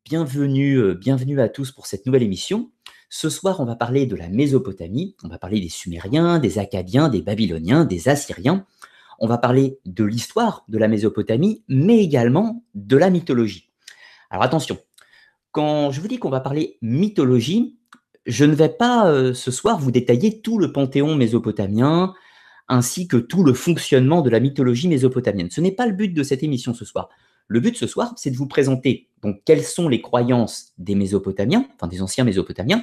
Bienvenue à tous pour cette nouvelle émission. Ce soir, on va parler de la Mésopotamie, on va parler des Sumériens, des Akkadiens, des Babyloniens, des Assyriens. On va parler de l'histoire de la Mésopotamie, mais également de la mythologie. Alors attention, quand je vous dis qu'on va parler mythologie, je ne vais pas ce soir vous détailler tout le panthéon mésopotamien, ainsi que tout le fonctionnement de la mythologie mésopotamienne. Ce n'est pas le but de cette émission ce soir. Le but ce soir, c'est de vous présenter donc quelles sont les croyances des Mésopotamiens, enfin des anciens Mésopotamiens,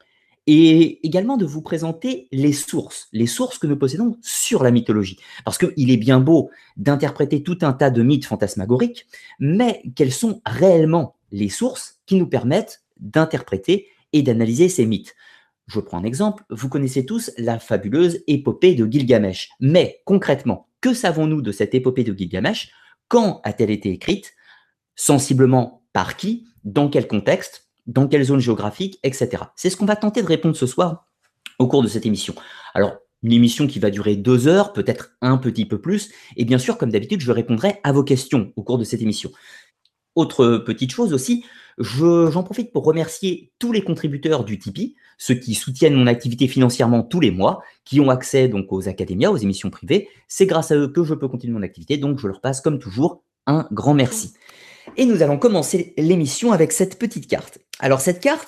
et également de vous présenter les sources que nous possédons sur la mythologie. Parce qu'il est bien beau d'interpréter tout un tas de mythes fantasmagoriques, mais quelles sont réellement les sources qui nous permettent d'interpréter et d'analyser ces mythes? Je prends un exemple, vous connaissez tous la fabuleuse épopée de Gilgamesh. Mais concrètement, que savons-nous de cette épopée de Gilgamesh? Quand a-t-elle été écrite? Sensiblement par qui? Dans quel contexte? Dans quelle zone géographique? Etc. C'est ce qu'on va tenter de répondre ce soir au cours de cette émission. Alors, une émission qui va durer 2 heures, peut-être un petit peu plus. Et bien sûr, comme d'habitude, je répondrai à vos questions au cours de cette émission. Autre petite chose aussi, j'en profite pour remercier tous les contributeurs du Tipeee, ceux qui soutiennent mon activité financièrement tous les mois, qui ont accès donc aux académias, aux émissions privées. C'est grâce à eux que je peux continuer mon activité, donc je leur passe comme toujours un grand merci. Et nous allons commencer l'émission avec cette petite carte. Alors cette carte,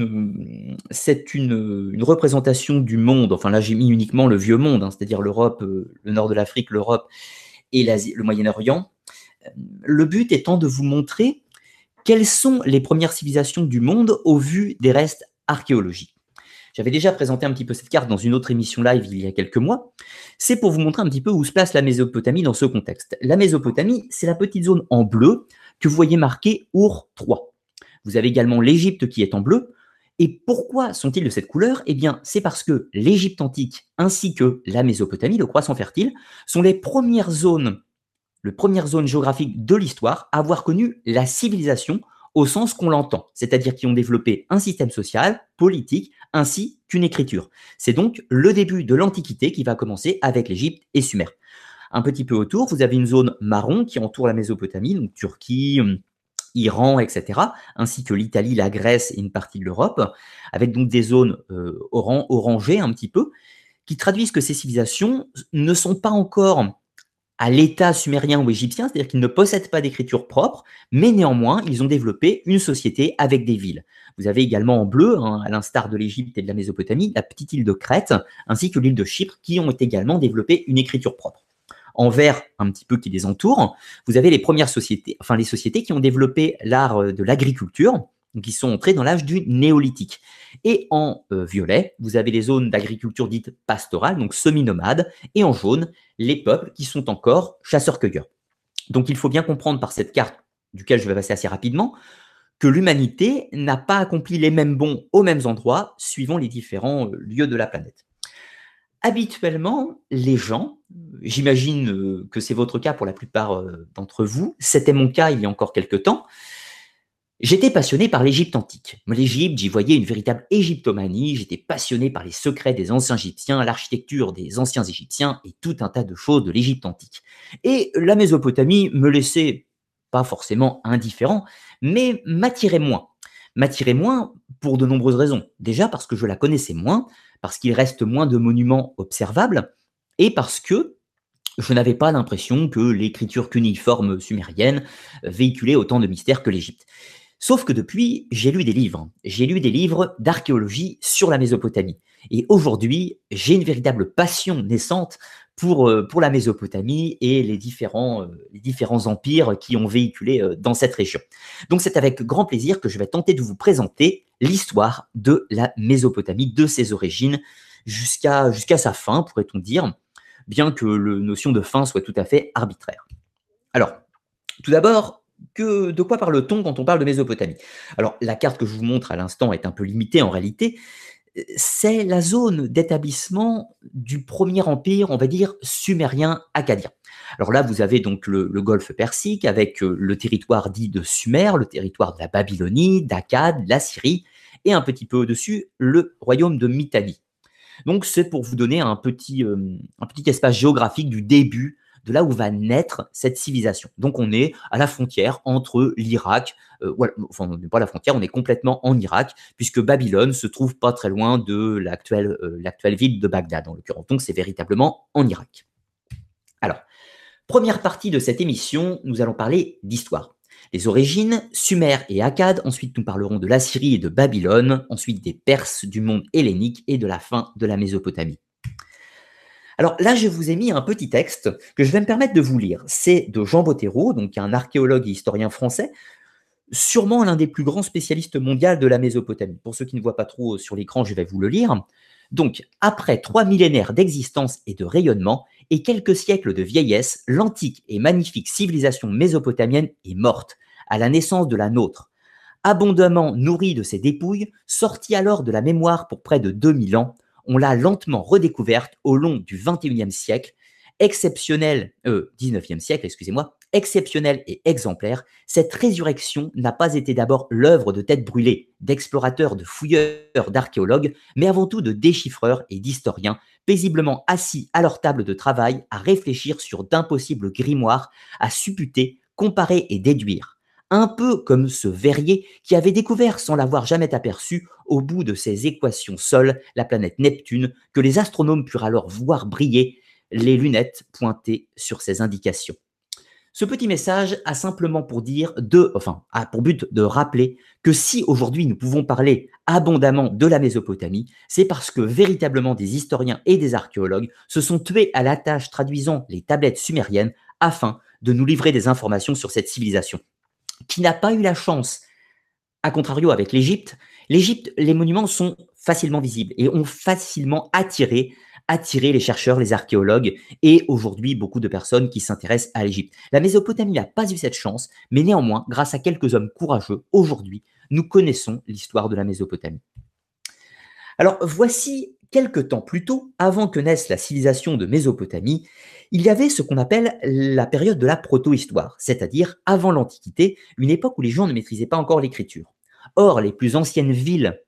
c'est une représentation du monde, enfin là j'ai mis uniquement le vieux monde, hein, c'est-à-dire l'Europe, le nord de l'Afrique, l'Europe et l'Asie, le Moyen-Orient. Le but étant de vous montrer quelles sont les premières civilisations du monde au vu des restes archéologiques. J'avais déjà présenté un petit peu cette carte dans une autre émission live il y a quelques mois. C'est pour vous montrer un petit peu où se place la Mésopotamie dans ce contexte. La Mésopotamie, c'est la petite zone en bleu que vous voyez marquée Our 3. Vous avez également l'Égypte qui est en bleu. Et pourquoi sont-ils de cette couleur? Eh bien, c'est parce que l'Égypte antique ainsi que la Mésopotamie, le croissant fertile, sont les premières zones géographique de l'histoire à avoir connu la civilisation au sens qu'on l'entend, c'est-à-dire qui ont développé un système social, politique, ainsi qu'une écriture. C'est donc le début de l'Antiquité qui va commencer avec l'Égypte et Sumer. Un petit peu autour, vous avez une zone marron qui entoure la Mésopotamie, donc Turquie, Iran, etc., ainsi que l'Italie, la Grèce et une partie de l'Europe, avec donc des zones orangées un petit peu, qui traduisent que ces civilisations ne sont pas encore à l'état sumérien ou égyptien, c'est-à-dire qu'ils ne possèdent pas d'écriture propre, mais néanmoins, ils ont développé une société avec des villes. Vous avez également en bleu, hein, à l'instar de l'Égypte et de la Mésopotamie, la petite île de Crète, ainsi que l'île de Chypre, qui ont également développé une écriture propre. En vert, un petit peu qui les entoure, vous avez les premières sociétés, enfin les sociétés qui ont développé l'art de l'agriculture, qui sont entrées dans l'âge du néolithique. Et en violet, vous avez les zones d'agriculture dite pastorale, donc semi-nomade, et en jaune, les peuples qui sont encore chasseurs-cueilleurs. Donc il faut bien comprendre par cette carte, duquel je vais passer assez rapidement, que l'humanité n'a pas accompli les mêmes bons aux mêmes endroits, suivant les différents lieux de la planète. Habituellement, les gens, j'imagine que c'est votre cas pour la plupart d'entre vous, c'était mon cas il y a encore quelques temps, j'étais passionné par l'Égypte antique. L'Égypte, j'y voyais une véritable égyptomanie, j'étais passionné par les secrets des anciens Égyptiens, l'architecture des anciens Égyptiens et tout un tas de choses de l'Égypte antique. Et la Mésopotamie me laissait pas forcément indifférent, mais m'attirait moins. M'attirait moins pour de nombreuses raisons. Déjà parce que je la connaissais moins, parce qu'il reste moins de monuments observables, et parce que je n'avais pas l'impression que l'écriture cuniforme sumérienne véhiculait autant de mystères que l'Égypte. Sauf que depuis, j'ai lu des livres. J'ai lu des livres d'archéologie sur la Mésopotamie. Et aujourd'hui, j'ai une véritable passion naissante pour la Mésopotamie et les différents empires qui ont véhiculé dans cette région. Donc c'est avec grand plaisir que je vais tenter de vous présenter l'histoire de la Mésopotamie, de ses origines, jusqu'à sa fin, pourrait-on dire, bien que la notion de fin soit tout à fait arbitraire. Alors, tout d'abord, de quoi parle-t-on quand on parle de Mésopotamie? Alors, la carte que je vous montre à l'instant est un peu limitée en réalité. C'est la zone d'établissement du premier empire, on va dire, sumérien-akkadien. Alors là, vous avez donc le golfe Persique avec le territoire dit de Sumer, le territoire de la Babylonie, d'Akkad, la Syrie, et un petit peu au-dessus, le royaume de Mitanni. Donc, c'est pour vous donner un petit espace géographique du début de là où va naître cette civilisation. Donc on est à la frontière entre l'Irak, enfin on n'est pas à la frontière, on est complètement en Irak, puisque Babylone se trouve pas très loin de l'actuelle ville de Bagdad en l'occurrence. Donc c'est véritablement en Irak. Alors, première partie de cette émission, nous allons parler d'histoire. Les origines, Sumer et Akkad, ensuite nous parlerons de l'Assyrie et de Babylone, ensuite des Perses, du monde hellénique et de la fin de la Mésopotamie. Alors là, je vous ai mis un petit texte que je vais me permettre de vous lire. C'est de Jean Bottero, donc un archéologue et historien français, sûrement l'un des plus grands spécialistes mondiaux de la Mésopotamie. Pour ceux qui ne voient pas trop sur l'écran, je vais vous le lire. Donc, après 3 millénaires d'existence et de rayonnement et quelques siècles de vieillesse, l'antique et magnifique civilisation mésopotamienne est morte, à la naissance de la nôtre. Abondamment nourrie de ses dépouilles, sortie alors de la mémoire pour près de 2000 ans, on l'a lentement redécouverte au long du XXIe siècle, exceptionnelle et exemplaire. Cette résurrection n'a pas été d'abord l'œuvre de têtes brûlées, d'explorateurs, de fouilleurs, d'archéologues, mais avant tout de déchiffreurs et d'historiens, paisiblement assis à leur table de travail à réfléchir sur d'impossibles grimoires, à supputer, comparer et déduire. Un peu comme ce verrier qui avait découvert, sans l'avoir jamais aperçu, au bout de ses équations seules, la planète Neptune, que les astronomes purent alors voir briller, les lunettes pointées sur ses indications. Ce petit message a simplement pour pour but de rappeler que si aujourd'hui nous pouvons parler abondamment de la Mésopotamie, c'est parce que véritablement des historiens et des archéologues se sont tués à la tâche traduisant les tablettes sumériennes afin de nous livrer des informations sur cette civilisation, qui n'a pas eu la chance, à contrario avec l'Égypte. L'Égypte, les monuments sont facilement visibles et ont facilement attiré les chercheurs, les archéologues et aujourd'hui beaucoup de personnes qui s'intéressent à l'Égypte. La Mésopotamie n'a pas eu cette chance, mais néanmoins, grâce à quelques hommes courageux, aujourd'hui, nous connaissons l'histoire de la Mésopotamie. Alors voici quelques temps plus tôt, avant que naisse la civilisation de Mésopotamie, il y avait ce qu'on appelle la période de la proto-histoire, c'est-à-dire avant l'Antiquité, une époque où les gens ne maîtrisaient pas encore l'écriture. Or, les plus anciennes villes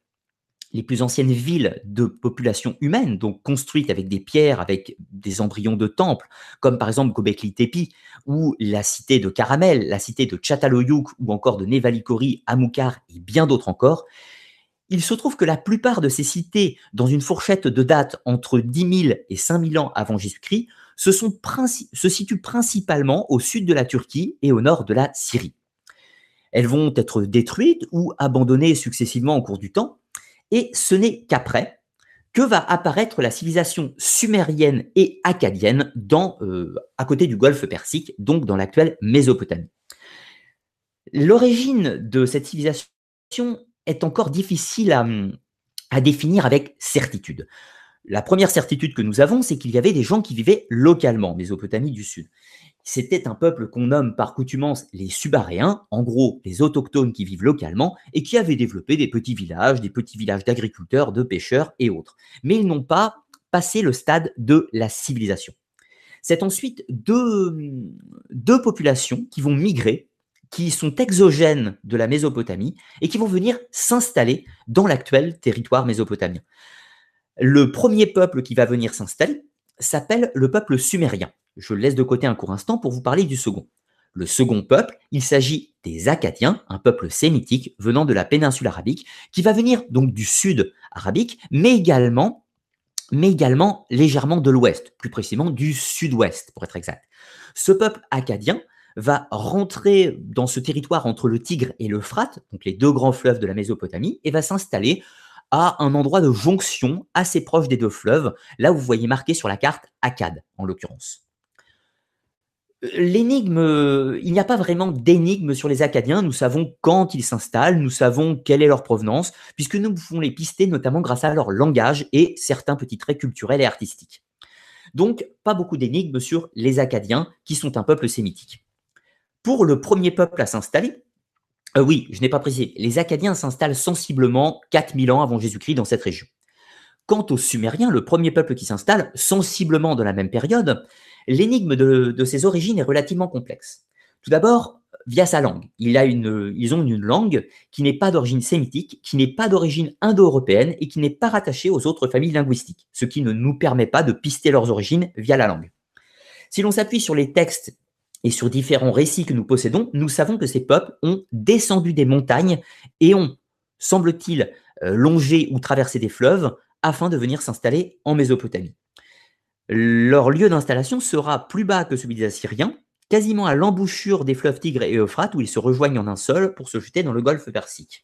de population humaine, donc construites avec des pierres, avec des embryons de temples, comme par exemple Göbekli Tepe, ou la cité de Caramel, la cité de Çatalhöyük, ou encore de Nevalikori, Amukar et bien d'autres encore, il se trouve que la plupart de ces cités, dans une fourchette de date entre 10 000 et 5 000 ans avant Jésus-Christ, se situent principalement au sud de la Turquie et au nord de la Syrie. Elles vont être détruites ou abandonnées successivement au cours du temps, et ce n'est qu'après que va apparaître la civilisation sumérienne et akkadienne à côté du golfe Persique, donc dans l'actuelle Mésopotamie. L'origine de cette civilisation est encore difficile à définir avec certitude. La première certitude que nous avons, c'est qu'il y avait des gens qui vivaient localement en Mésopotamie du Sud. C'était un peuple qu'on nomme par coutumance les Subaréens, en gros les autochtones qui vivent localement et qui avaient développé des petits villages d'agriculteurs, de pêcheurs et autres. Mais ils n'ont pas passé le stade de la civilisation. C'est ensuite deux populations qui vont migrer, qui sont exogènes de la Mésopotamie et qui vont venir s'installer dans l'actuel territoire mésopotamien. Le premier peuple qui va venir s'installer s'appelle le peuple sumérien. Je le laisse de côté un court instant pour vous parler du second. Le second peuple, il s'agit des Akkadiens, un peuple sémitique venant de la péninsule arabique, qui va venir donc du sud arabique, mais également légèrement de l'ouest, plus précisément du sud-ouest pour être exact. Ce peuple akkadien va rentrer dans ce territoire entre le Tigre et l'Euphrate, donc les deux grands fleuves de la Mésopotamie, et va s'installer à un endroit de jonction assez proche des deux fleuves, là où vous voyez marqué sur la carte Akkad, en l'occurrence. L'énigme, il n'y a pas vraiment d'énigme sur les Akkadiens, nous savons quand ils s'installent, nous savons quelle est leur provenance, puisque nous pouvons les pister notamment grâce à leur langage et certains petits traits culturels et artistiques. Donc, pas beaucoup d'énigmes sur les Akkadiens, qui sont un peuple sémitique. Pour le premier peuple à s'installer, oui, je n'ai pas précisé, les Akkadiens s'installent sensiblement 4000 ans avant Jésus-Christ dans cette région. Quant aux Sumériens, le premier peuple qui s'installe, sensiblement dans la même période, l'énigme de ses origines est relativement complexe. Tout d'abord, via sa langue. Ils ont une langue qui n'est pas d'origine sémitique, qui n'est pas d'origine indo-européenne et qui n'est pas rattachée aux autres familles linguistiques, ce qui ne nous permet pas de pister leurs origines via la langue. Si l'on s'appuie sur les textes et sur différents récits que nous possédons, nous savons que ces peuples ont descendu des montagnes et ont, semble-t-il, longé ou traversé des fleuves afin de venir s'installer en Mésopotamie. Leur lieu d'installation sera plus bas que celui des Assyriens, quasiment à l'embouchure des fleuves Tigre et Euphrate, où ils se rejoignent en un seul pour se jeter dans le golfe Persique.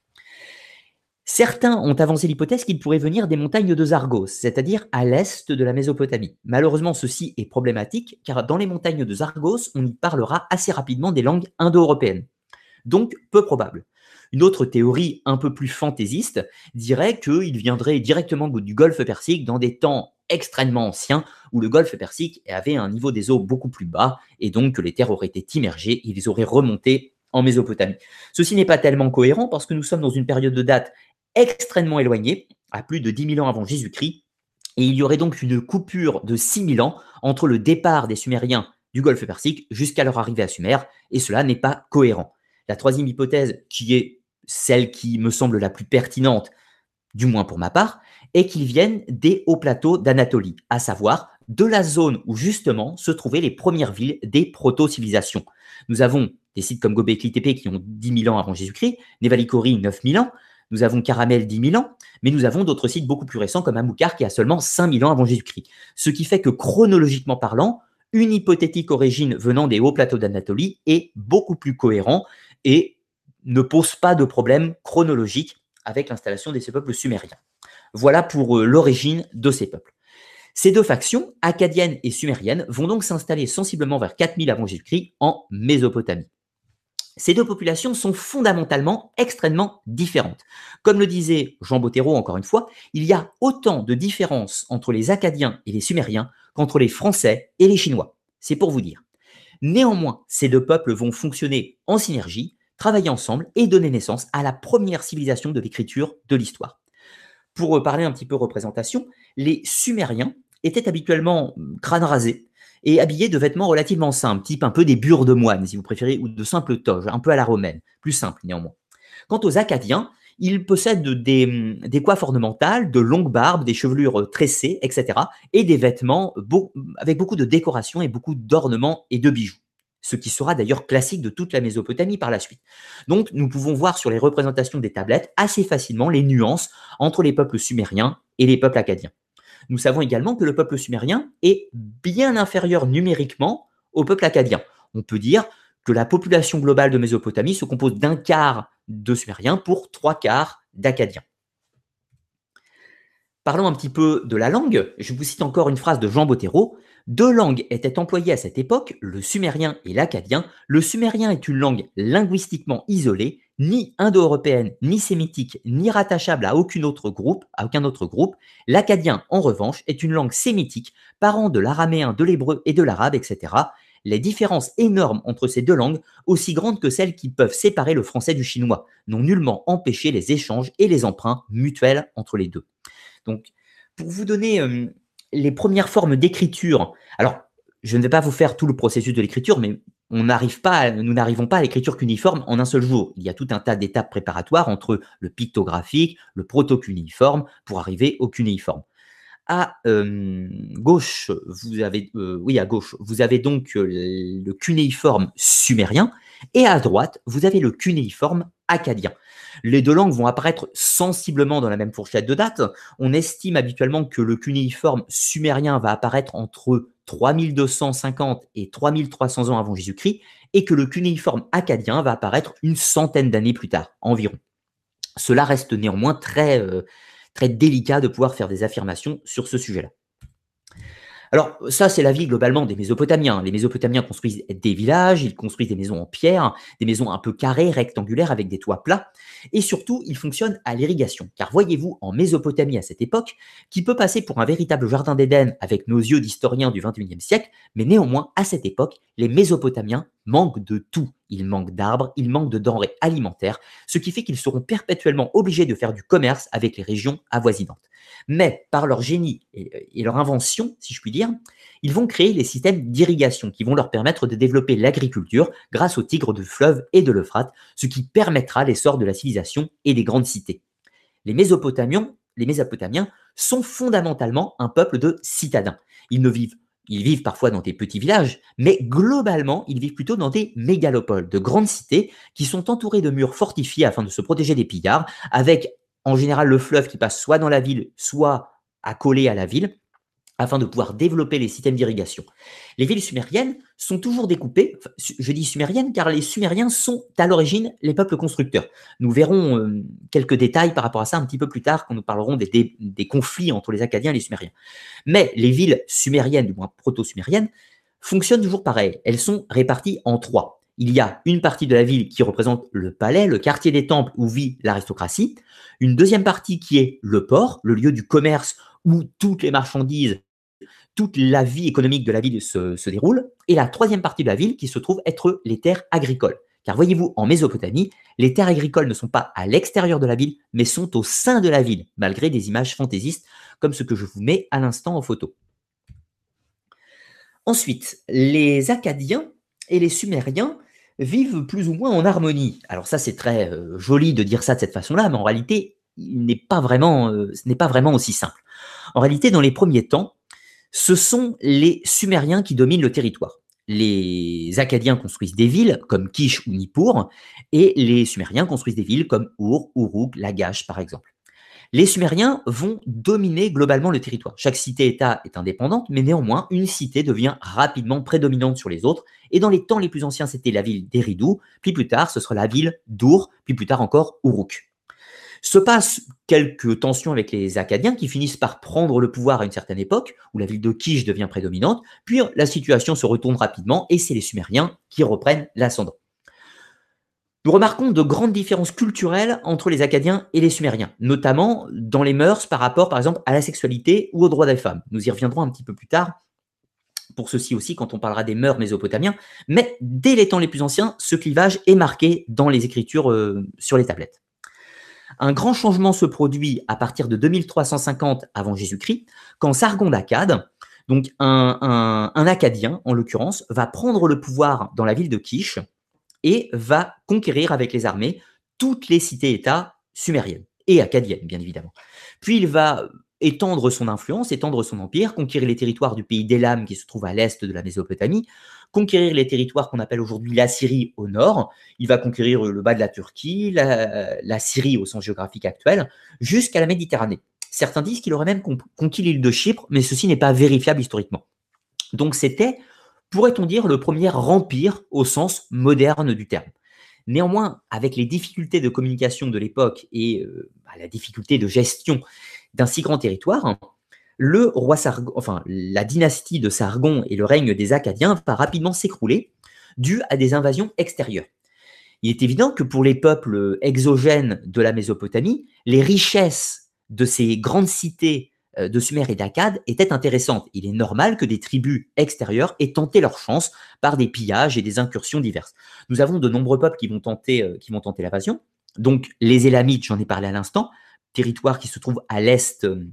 Certains ont avancé l'hypothèse qu'ils pourraient venir des montagnes de Zargos, c'est-à-dire à l'est de la Mésopotamie. Malheureusement, ceci est problématique, car dans les montagnes de Zargos, on y parlera assez rapidement des langues indo-européennes. Donc, peu probable. Une autre théorie un peu plus fantaisiste dirait qu'ils viendraient directement du golfe Persique dans des temps extrêmement anciens où le golfe Persique avait un niveau des eaux beaucoup plus bas et donc que les terres auraient été immergées et ils auraient remonté en Mésopotamie. Ceci n'est pas tellement cohérent parce que nous sommes dans une période de date extrêmement éloignée, à plus de 10 000 ans avant Jésus-Christ, et il y aurait donc une coupure de 6 000 ans entre le départ des Sumériens du golfe Persique jusqu'à leur arrivée à Sumer, et cela n'est pas cohérent. La troisième hypothèse, qui est celle qui me semble la plus pertinente, du moins pour ma part, est qu'ils viennent des hauts plateaux d'Anatolie, à savoir de la zone où justement se trouvaient les premières villes des proto-civilisations. Nous avons des sites comme Göbekli Tepe qui ont 10 000 ans avant Jésus-Christ, Nevalikori 9 000 ans, nous avons Caramel 10 000 ans, mais nous avons d'autres sites beaucoup plus récents comme Amoukar qui a seulement 5 000 ans avant Jésus-Christ. Ce qui fait que chronologiquement parlant, une hypothétique origine venant des hauts plateaux d'Anatolie est beaucoup plus cohérent et ne pose pas de problème chronologique avec l'installation de ces peuples sumériens. Voilà pour l'origine de ces peuples. Ces deux factions, akkadiennes et sumériennes, vont donc s'installer sensiblement vers 4000 avant Jésus-Christ en Mésopotamie. Ces deux populations sont fondamentalement extrêmement différentes. Comme le disait Jean Bottero, encore une fois, il y a autant de différences entre les Akkadiens et les Sumériens qu'entre les Français et les Chinois. C'est pour vous dire. Néanmoins, ces deux peuples vont fonctionner en synergie, travailler ensemble et donner naissance à la première civilisation de l'écriture de l'histoire. Pour parler un petit peu représentation, les Sumériens étaient habituellement crâne rasé et habillés de vêtements relativement simples, type un peu des bures de moine, si vous préférez, ou de simples toges, un peu à la romaine, plus simple néanmoins. Quant aux Akkadiens, ils possèdent des coiffes ornementales, de longues barbes, des chevelures tressées, etc. et des vêtements avec beaucoup de décoration et beaucoup d'ornements et de bijoux. Ce qui sera d'ailleurs classique de toute la Mésopotamie par la suite. Donc, nous pouvons voir sur les représentations des tablettes assez facilement les nuances entre les peuples sumériens et les peuples akkadiens. Nous savons également que le peuple sumérien est bien inférieur numériquement au peuple akkadien. On peut dire que la population globale de Mésopotamie se compose d'un quart de Sumériens pour 3/4 d'Akkadiens. Parlons un petit peu de la langue. Je vous cite encore une phrase de Jean Bottero. Deux langues étaient employées à cette époque, le sumérien et l'akkadien. Le sumérien est une langue linguistiquement isolée, ni indo-européenne, ni sémitique, ni rattachable à aucun autre groupe. L'akkadien, en revanche, est une langue sémitique, parent de l'araméen, de l'hébreu et de l'arabe, etc. Les différences énormes entre ces deux langues, aussi grandes que celles qui peuvent séparer le français du chinois, n'ont nullement empêché les échanges et les emprunts mutuels entre les deux. Donc, pour vous donner les premières formes d'écriture, alors je ne vais pas vous faire tout le processus de l'écriture, mais nous n'arrivons pas à l'écriture cuniforme en un seul jour. Il y a tout un tas d'étapes préparatoires entre le pictographique, le proto-cunéiforme, pour arriver au cunéiforme. À gauche, vous avez donc le cunéiforme sumérien, et à droite, vous avez le cunéiforme akkadien. Les deux langues vont apparaître sensiblement dans la même fourchette de date. On estime habituellement que le cunéiforme sumérien va apparaître entre 3250 et 3300 ans avant Jésus-Christ, et que le cunéiforme akkadien va apparaître une centaine d'années plus tard, environ. Cela reste néanmoins très délicat de pouvoir faire des affirmations sur ce sujet-là. Alors ça, c'est la vie globalement des Mésopotamiens. Les Mésopotamiens construisent des villages, ils construisent des maisons en pierre, des maisons un peu carrées, rectangulaires, avec des toits plats, et surtout, ils fonctionnent à l'irrigation. Car voyez-vous, en Mésopotamie à cette époque, qui peut passer pour un véritable jardin d'Éden avec nos yeux d'historiens du XXIe siècle, mais néanmoins, à cette époque, les Mésopotamiens manquent de tout. Ils manquent d'arbres, ils manquent de denrées alimentaires, ce qui fait qu'ils seront perpétuellement obligés de faire du commerce avec les régions avoisinantes. Mais par leur génie et leur invention, si je puis dire, ils vont créer les systèmes d'irrigation qui vont leur permettre de développer l'agriculture grâce aux tigres de fleuve et de l'Euphrate, ce qui permettra l'essor de la civilisation et des grandes cités. Les Mésopotamiens sont fondamentalement un peuple de citadins. Ils ne vivent ils vivent parfois dans des petits villages, mais globalement, ils vivent plutôt dans des mégalopoles, de grandes cités qui sont entourées de murs fortifiés afin de se protéger des pillards, avec en général le fleuve qui passe soit dans la ville, soit accolé à la ville, afin de pouvoir développer les systèmes d'irrigation. Les villes sumériennes sont toujours découpées, je dis sumériennes car les Sumériens sont à l'origine les peuples constructeurs. Nous verrons quelques détails par rapport à ça un petit peu plus tard quand nous parlerons des conflits entre les Akkadiens et les Sumériens. Mais les villes sumériennes, du moins proto-sumériennes, fonctionnent toujours pareil. Elles sont réparties en trois. Il y a une partie de la ville qui représente le palais, le quartier des temples où vit l'aristocratie. Une deuxième partie qui est le port, le lieu du commerce où toutes les marchandises, toute la vie économique de la ville se déroule, et la troisième partie de la ville qui se trouve être les terres agricoles. Car voyez-vous, en Mésopotamie, les terres agricoles ne sont pas à l'extérieur de la ville, mais sont au sein de la ville, malgré des images fantaisistes comme ce que je vous mets à l'instant en photo. Ensuite, les Akkadiens et les Sumériens vivent plus ou moins en harmonie. Alors ça, c'est très joli de dire ça de cette façon-là, mais en réalité, ce n'est pas vraiment aussi simple. En réalité, dans les premiers temps, ce sont les Sumériens qui dominent le territoire. Les Akkadiens construisent des villes comme Kish ou Nippur, et les Sumériens construisent des villes comme Ur, Uruk, Lagash par exemple. Les Sumériens vont dominer globalement le territoire. Chaque cité-État est indépendante, mais néanmoins, une cité devient rapidement prédominante sur les autres. Et dans les temps les plus anciens, c'était la ville d'Eridu, puis plus tard, ce sera la ville d'Ur, puis plus tard encore Uruk. Se passent quelques tensions avec les Akkadiens qui finissent par prendre le pouvoir à une certaine époque, où la ville de Kish devient prédominante, puis la situation se retourne rapidement et c'est les Sumériens qui reprennent l'ascendant. Nous remarquons de grandes différences culturelles entre les Akkadiens et les Sumériens, notamment dans les mœurs par rapport, par exemple, à la sexualité ou aux droits des femmes. Nous y reviendrons un petit peu plus tard, pour ceci aussi, quand on parlera des mœurs mésopotamiens, mais dès les temps les plus anciens, ce clivage est marqué dans les écritures sur les tablettes. Un grand changement se produit à partir de 2350 avant Jésus-Christ, quand Sargon d'Akkad, donc un Akkadien en l'occurrence, va prendre le pouvoir dans la ville de Kish et va conquérir avec les armées toutes les cités-États sumériennes et akkadiennes, bien évidemment. Puis il va étendre son influence, étendre son empire, conquérir les territoires du pays d'Élam qui se trouve à l'est de la Mésopotamie, conquérir les territoires qu'on appelle aujourd'hui la Syrie au nord. Il va conquérir le bas de la Turquie, la Syrie au sens géographique actuel, jusqu'à la Méditerranée. Certains disent qu'il aurait même conquis l'île de Chypre, mais ceci n'est pas vérifiable historiquement. Donc c'était, pourrait-on dire, le premier empire au sens moderne du terme. Néanmoins, avec les difficultés de communication de l'époque et la difficulté de gestion d'un si grand territoire, le roi Sargon, enfin la dynastie de Sargon et le règne des Akkadiens va rapidement s'écrouler dû à des invasions extérieures. Il est évident que pour les peuples exogènes de la Mésopotamie, les richesses de ces grandes cités de Sumer et d'Akkad étaient intéressantes. Il est normal que des tribus extérieures aient tenté leur chance par des pillages et des incursions diverses. Nous avons de nombreux peuples qui vont tenter l'invasion. Donc les Élamites, j'en ai parlé à l'instant, territoire qui se trouve à l'est de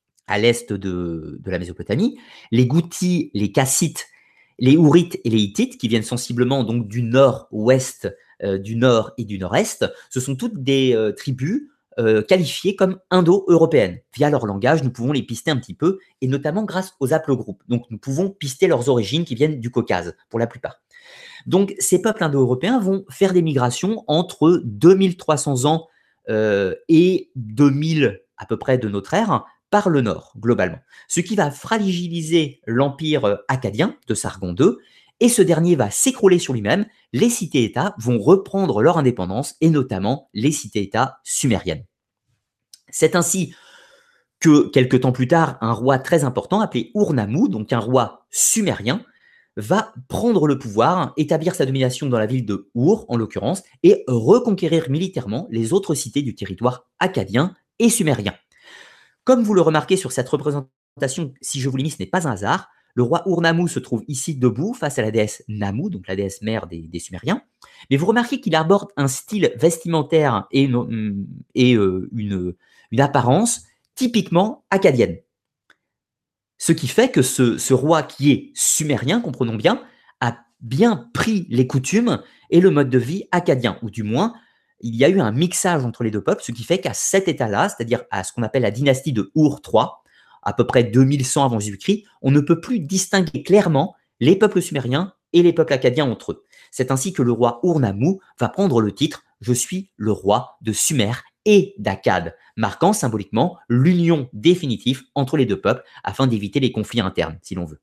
la Mésopotamie, les Goutis, les Kassites, les Ourites et les Hittites, qui viennent sensiblement donc du nord-ouest, du nord et du nord-est, ce sont toutes des tribus qualifiées comme indo-européennes. Via leur langage, nous pouvons les pister un petit peu, et notamment grâce aux haplogroupes. Donc nous pouvons pister leurs origines qui viennent du Caucase, pour la plupart. Donc ces peuples indo-européens vont faire des migrations entre 2300 ans et 2000 à peu près de notre ère, par le nord, globalement. Ce qui va fragiliser l'empire akkadien de Sargon II, et ce dernier va s'écrouler sur lui-même. Les cités-États vont reprendre leur indépendance, et notamment les cités-États sumériennes. C'est ainsi que, quelques temps plus tard, un roi très important, appelé Ur-Nammu, donc un roi sumérien, va prendre le pouvoir, établir sa domination dans la ville de Ur, en l'occurrence, et reconquérir militairement les autres cités du territoire akkadien et sumérien. Comme vous le remarquez sur cette représentation, si je vous l'ai mis, ce n'est pas un hasard. Le roi Ur-Nammu se trouve ici debout face à la déesse Nammu, donc la déesse mère des Sumériens. Mais vous remarquez qu'il aborde un style vestimentaire et une apparence typiquement akkadienne. Ce qui fait que ce roi qui est sumérien, comprenons bien, a bien pris les coutumes et le mode de vie akkadien, ou du moins, il y a eu un mixage entre les deux peuples, ce qui fait qu'à cet état-là, c'est-à-dire à ce qu'on appelle la dynastie de Ur III, à peu près 2100 avant Jésus-Christ, on ne peut plus distinguer clairement les peuples sumériens et les peuples akkadiens entre eux. C'est ainsi que le roi Urnammu va prendre le titre « Je suis le roi de Sumer et d'Akkad », marquant symboliquement l'union définitive entre les deux peuples afin d'éviter les conflits internes, si l'on veut.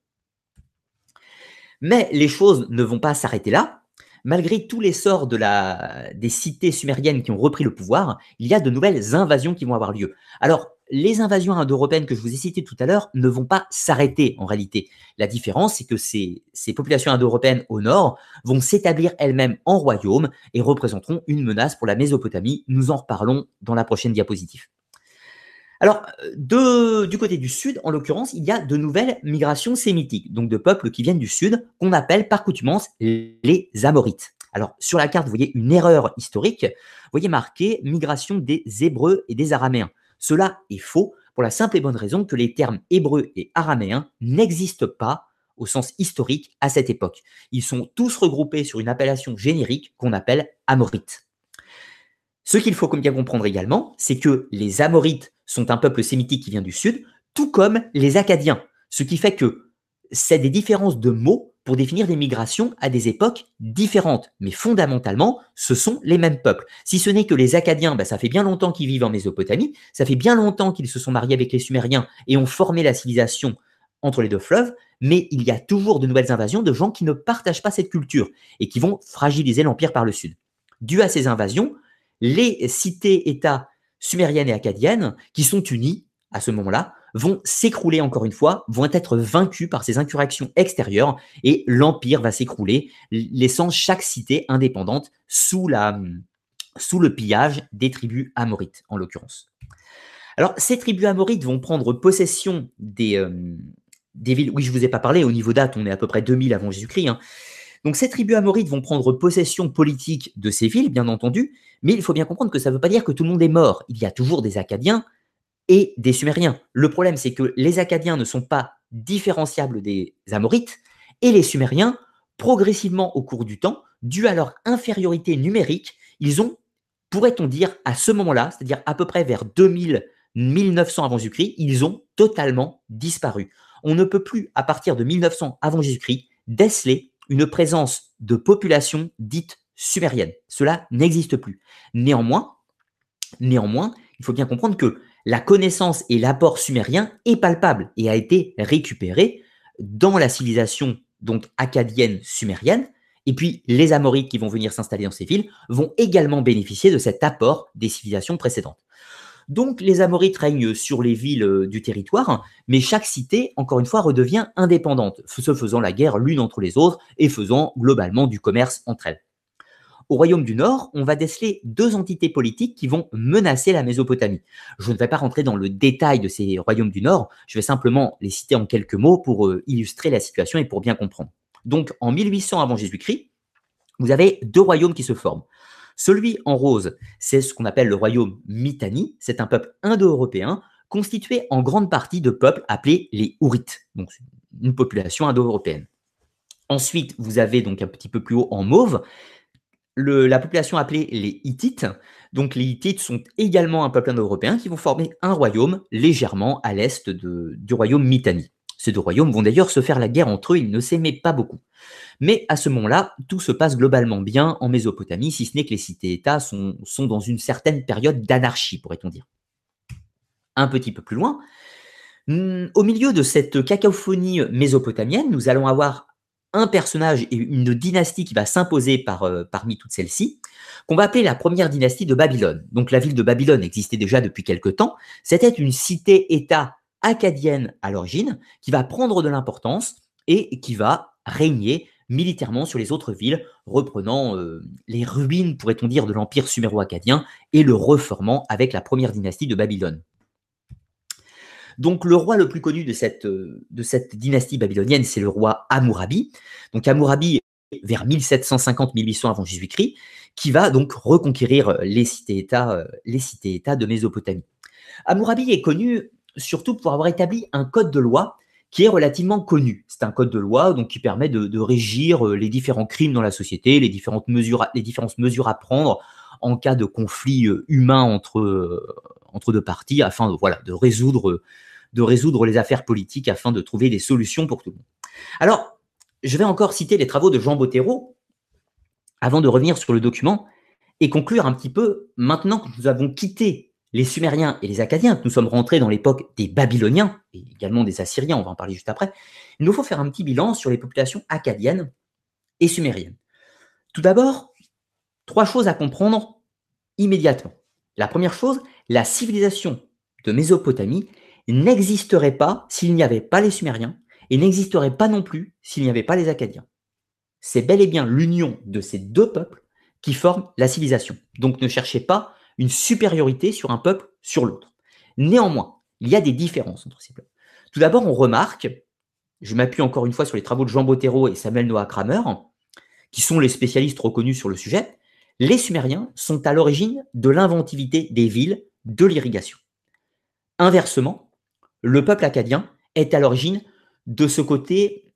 Mais les choses ne vont pas s'arrêter là. Malgré tout l'essor des cités sumériennes qui ont repris le pouvoir, il y a de nouvelles invasions qui vont avoir lieu. Alors, les invasions indo-européennes que je vous ai citées tout à l'heure ne vont pas s'arrêter en réalité. La différence, c'est que ces populations indo-européennes au nord vont s'établir elles-mêmes en royaume et représenteront une menace pour la Mésopotamie. Nous en reparlons dans la prochaine diapositive. Alors, du côté du sud, en l'occurrence, il y a de nouvelles migrations sémitiques, donc de peuples qui viennent du sud, qu'on appelle par coutumance les Amorites. Alors, sur la carte, vous voyez une erreur historique. Vous voyez marqué migration des Hébreux et des Araméens. Cela est faux, pour la simple et bonne raison que les termes hébreux et araméens n'existent pas au sens historique à cette époque. Ils sont tous regroupés sur une appellation générique qu'on appelle Amorites. Ce qu'il faut bien comprendre également, c'est que les Amorites sont un peuple sémitique qui vient du sud, tout comme les Akkadiens. Ce qui fait que c'est des différences de mots pour définir des migrations à des époques différentes. Mais fondamentalement, ce sont les mêmes peuples. Si ce n'est que les Akkadiens, ça fait bien longtemps qu'ils vivent en Mésopotamie, ça fait bien longtemps qu'ils se sont mariés avec les Sumériens et ont formé la civilisation entre les deux fleuves, mais il y a toujours de nouvelles invasions de gens qui ne partagent pas cette culture et qui vont fragiliser l'Empire par le sud. Dû à ces invasions, les cités-États sumériennes et akkadiennes, qui sont unies à ce moment-là, vont s'écrouler encore une fois, vont être vaincus par ces insurrections extérieures et l'Empire va s'écrouler, laissant chaque cité indépendante sous le pillage des tribus amorites, en l'occurrence. Alors, ces tribus amorites vont prendre possession des villes. Oui, je ne vous ai pas parlé, au niveau date, on est à peu près 2000 avant Jésus-Christ, hein. Donc, ces tribus amorites vont prendre possession politique de ces villes, bien entendu, mais il faut bien comprendre que ça ne veut pas dire que tout le monde est mort. Il y a toujours des Akkadiens et des Sumériens. Le problème, c'est que les Akkadiens ne sont pas différenciables des Amorites, et les Sumériens, progressivement au cours du temps, dû à leur infériorité numérique, ils ont, pourrait-on dire, à ce moment-là, c'est-à-dire à peu près vers 2000, 1900 avant Jésus-Christ, ils ont totalement disparu. On ne peut plus, à partir de 1900 avant Jésus-Christ, déceler une présence de population dite sumérienne. Cela n'existe plus. Néanmoins, il faut bien comprendre que la connaissance et l'apport sumérien est palpable et a été récupéré dans la civilisation donc akkadienne sumérienne. Et puis, les Amorites qui vont venir s'installer dans ces villes vont également bénéficier de cet apport des civilisations précédentes. Donc, les Amorites règnent sur les villes du territoire, mais chaque cité, encore une fois, redevient indépendante, se faisant la guerre l'une entre les autres et faisant globalement du commerce entre elles. Au royaume du Nord, on va déceler deux entités politiques qui vont menacer la Mésopotamie. Je ne vais pas rentrer dans le détail de ces royaumes du Nord, je vais simplement les citer en quelques mots pour illustrer la situation et pour bien comprendre. Donc, en 1800 avant Jésus-Christ, vous avez deux royaumes qui se forment. Celui en rose, c'est ce qu'on appelle le royaume Mitanni. C'est un peuple indo-européen constitué en grande partie de peuples appelés les Hourites, donc une population indo-européenne. Ensuite, vous avez donc un petit peu plus haut en mauve la population appelée les Hittites. Donc les Hittites sont également un peuple indo-européen qui vont former un royaume légèrement à l'est du royaume Mitanni. Ces deux royaumes vont d'ailleurs se faire la guerre entre eux, ils ne s'aimaient pas beaucoup. Mais à ce moment-là, tout se passe globalement bien en Mésopotamie, si ce n'est que les cités-États sont dans une certaine période d'anarchie, pourrait-on dire. Un petit peu plus loin, au milieu de cette cacophonie mésopotamienne, nous allons avoir un personnage et une dynastie qui va s'imposer parmi toutes celles-ci, qu'on va appeler la première dynastie de Babylone. Donc la ville de Babylone existait déjà depuis quelque temps. C'était une cité-État akkadienne à l'origine, qui va prendre de l'importance et qui va régner militairement sur les autres villes, reprenant les ruines, pourrait-on dire, de l'empire suméro-akkadien et le reformant avec la première dynastie de Babylone. Donc le roi le plus connu de cette dynastie babylonienne, c'est le roi Hammurabi. Donc Hammurabi, vers 1750-1800 avant Jésus-Christ, qui va donc reconquérir les cités-États de Mésopotamie. Hammurabi est connu surtout pour avoir établi un code de loi qui est relativement connu. C'est un code de loi donc, qui permet de régir les différents crimes dans la société, les différentes mesures à prendre en cas de conflit humain entre deux parties, afin de résoudre de résoudre les affaires politiques afin de trouver des solutions pour tout le monde. Alors, je vais encore citer les travaux de Jean Bottero avant de revenir sur le document et conclure un petit peu, maintenant que nous avons quitté les Sumériens et les Akkadiens, que nous sommes rentrés dans l'époque des Babyloniens et également des Assyriens, on va en parler juste après, il nous faut faire un petit bilan sur les populations akkadiennes et sumériennes. Tout d'abord, 3 choses à comprendre immédiatement. La première chose, la civilisation de Mésopotamie n'existerait pas s'il n'y avait pas les Sumériens et n'existerait pas non plus s'il n'y avait pas les Akkadiens. C'est bel et bien l'union de ces 2 peuples qui forment la civilisation. Donc ne cherchez pas une supériorité sur un peuple sur l'autre. Néanmoins, il y a des différences entre ces peuples. Tout d'abord, on remarque, je m'appuie encore une fois sur les travaux de Jean Bottero et Samuel Noah Kramer, qui sont les spécialistes reconnus sur le sujet, les Sumériens sont à l'origine de l'inventivité des villes, de l'irrigation. Inversement, le peuple akkadien est à l'origine de ce côté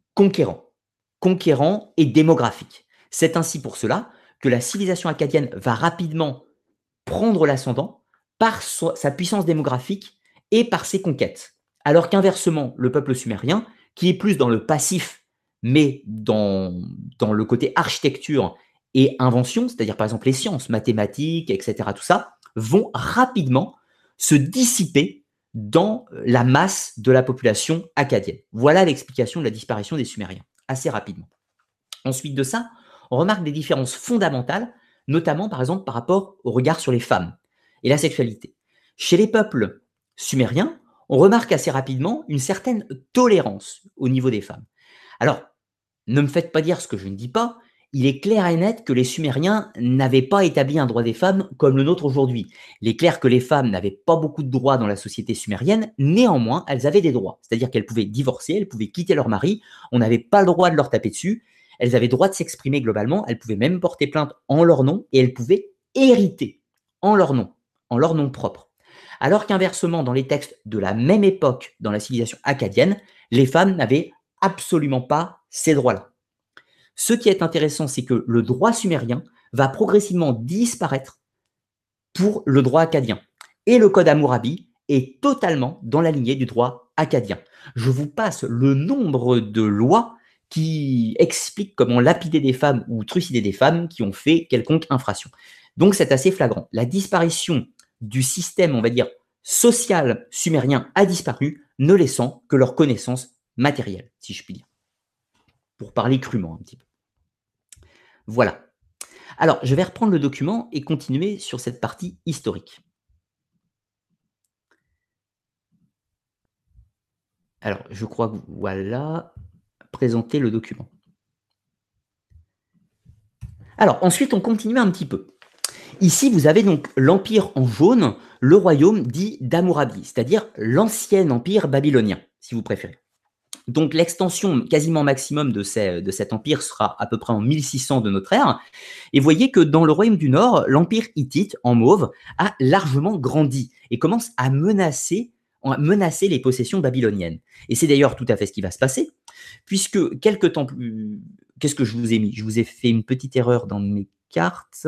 conquérant et démographique. C'est ainsi pour cela que la civilisation akkadienne va rapidement prendre l'ascendant par sa puissance démographique et par ses conquêtes. Alors qu'inversement, le peuple sumérien, qui est plus dans le passif, mais dans le côté architecture et invention, c'est-à-dire par exemple les sciences, mathématiques, etc., tout ça, vont rapidement se dissiper dans la masse de la population akkadienne. Voilà l'explication de la disparition des Sumériens, assez rapidement. Ensuite de ça, on remarque des différences fondamentales, notamment par exemple par rapport au regard sur les femmes et la sexualité. Chez les peuples sumériens, on remarque assez rapidement une certaine tolérance au niveau des femmes. Alors, ne me faites pas dire ce que je ne dis pas, il est clair et net que les Sumériens n'avaient pas établi un droit des femmes comme le nôtre aujourd'hui. Il est clair que les femmes n'avaient pas beaucoup de droits dans la société sumérienne, néanmoins, elles avaient des droits. C'est-à-dire qu'elles pouvaient divorcer, elles pouvaient quitter leur mari, on n'avait pas le droit de leur taper dessus, elles avaient le droit de s'exprimer globalement, elles pouvaient même porter plainte en leur nom et elles pouvaient hériter en leur nom propre. Alors qu'inversement, dans les textes de la même époque, dans la civilisation akkadienne, les femmes n'avaient absolument pas ces droits-là. Ce qui est intéressant, c'est que le droit sumérien va progressivement disparaître pour le droit akkadien. Et le code Hammurabi est totalement dans la lignée du droit akkadien. Je vous passe le nombre de lois qui expliquent comment lapider des femmes ou trucider des femmes qui ont fait quelconque infraction. Donc c'est assez flagrant. La disparition du système, on va dire, social sumérien a disparu, ne laissant que leur connaissance matérielle, si je puis dire. Pour parler crûment un petit peu. Voilà. Alors, je vais reprendre le document et continuer sur cette partie historique. Alors, je crois que voilà, présenter le document. Alors, ensuite, on continue un petit peu. Ici, vous avez donc l'empire en jaune, le royaume dit d'Hammurabi, c'est-à-dire l'ancien empire babylonien, si vous préférez. Donc l'extension quasiment maximum de cet empire sera à peu près en 1600 de notre ère. Et voyez que dans le royaume du Nord, l'empire hittite, en mauve, a largement grandi et commence à menacer les possessions babyloniennes. Et c'est d'ailleurs tout à fait ce qui va se passer, puisque quelques temps plus... Qu'est-ce que je vous ai mis? Je vous ai fait une petite erreur dans mes cartes.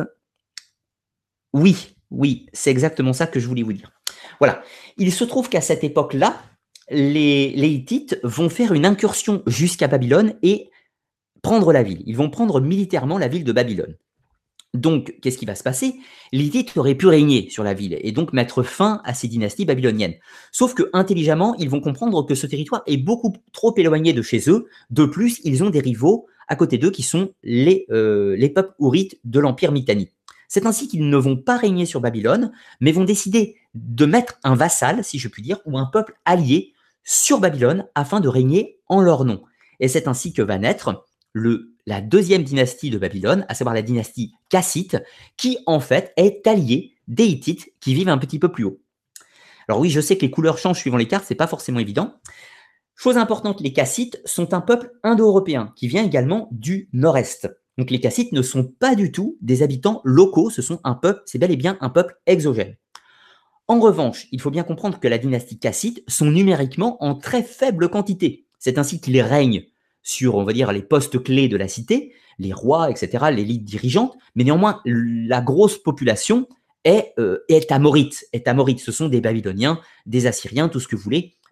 Oui, c'est exactement ça que je voulais vous dire. Voilà. Il se trouve qu'à cette époque-là, les Hittites vont faire une incursion jusqu'à Babylone et prendre la ville. Ils vont prendre militairement la ville de Babylone. Donc, qu'est-ce qui va se passer? Les Hittites auraient pu régner sur la ville et donc mettre fin à ces dynasties babyloniennes. Sauf que, intelligemment, ils vont comprendre que ce territoire est beaucoup trop éloigné de chez eux. De plus, ils ont des rivaux à côté d'eux qui sont les peuples hourrites de l'Empire mitanni. C'est ainsi qu'ils ne vont pas régner sur Babylone, mais vont décider de mettre un vassal, si je puis dire, ou un peuple allié sur Babylone afin de régner en leur nom. Et c'est ainsi que va naître la deuxième dynastie de Babylone, à savoir la dynastie Kassite, qui en fait est alliée des Hittites qui vivent un petit peu plus haut. Alors oui, je sais que les couleurs changent suivant les cartes, c'est pas forcément évident. Chose importante, les Kassites sont un peuple indo-européen qui vient également du nord-est. Donc les Kassites ne sont pas du tout des habitants locaux, c'est bel et bien un peuple exogène. En revanche, il faut bien comprendre que la dynastie Kassite sont numériquement en très faible quantité. C'est ainsi qu'ils règnent sur, on va dire, les postes clés de la cité, les rois, etc., l'élite dirigeante, mais néanmoins, la grosse population est amorite. Ce sont des Babyloniens, des Assyriens, tout ce que vous voulez,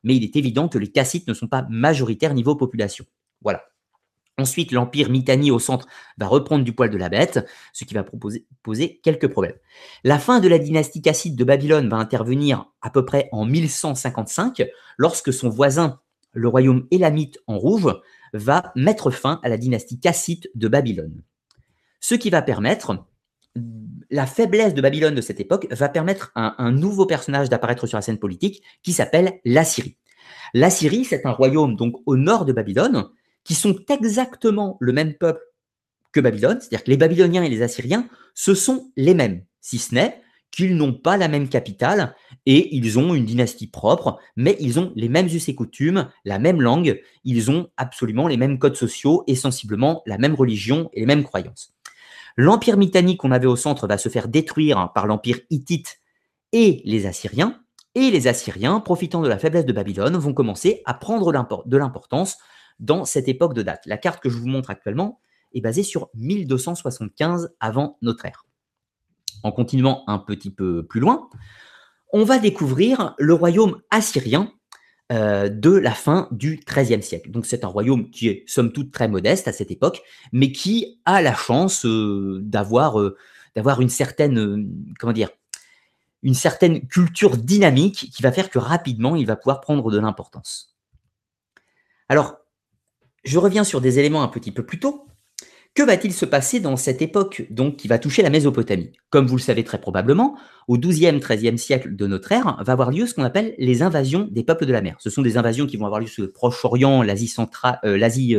mais il est évident que les Kassites ne sont pas majoritaires niveau population. Voilà. Ensuite, l'empire Mitanni au centre va reprendre du poil de la bête, ce qui va poser quelques problèmes. La fin de la dynastie cassite de Babylone va intervenir à peu près en 1155, lorsque son voisin, le royaume élamite en rouge, va mettre fin à la dynastie cassite de Babylone. Ce qui va permettre, la faiblesse de Babylone de cette époque va permettre à un nouveau personnage d'apparaître sur la scène politique qui s'appelle l'Assyrie. L'Assyrie, c'est un royaume donc au nord de Babylone, qui sont exactement le même peuple que Babylone, c'est-à-dire que les Babyloniens et les Assyriens, ce sont les mêmes, si ce n'est qu'ils n'ont pas la même capitale et ils ont une dynastie propre, mais ils ont les mêmes us et coutumes, la même langue, ils ont absolument les mêmes codes sociaux et sensiblement la même religion et les mêmes croyances. L'empire mitannique qu'on avait au centre va se faire détruire par l'empire hittite et les Assyriens, profitant de la faiblesse de Babylone, vont commencer à prendre de l'importance dans cette époque de date. La carte que je vous montre actuellement est basée sur 1275 avant notre ère. En continuant un petit peu plus loin, on va découvrir le royaume assyrien de la fin du XIIIe siècle. Donc c'est un royaume qui est somme toute très modeste à cette époque, mais qui a la chance d'avoir une certaine, une certaine culture dynamique qui va faire que rapidement il va pouvoir prendre de l'importance. Alors, je reviens sur des éléments un petit peu plus tôt. Que va-t-il se passer dans cette époque donc, qui va toucher la Mésopotamie? Comme vous le savez très probablement, au XIIe, XIIIe siècle de notre ère, va avoir lieu ce qu'on appelle les invasions des peuples de la mer. Ce sont des invasions qui vont avoir lieu sur le Proche-Orient, l'Asie centrale, l'Asie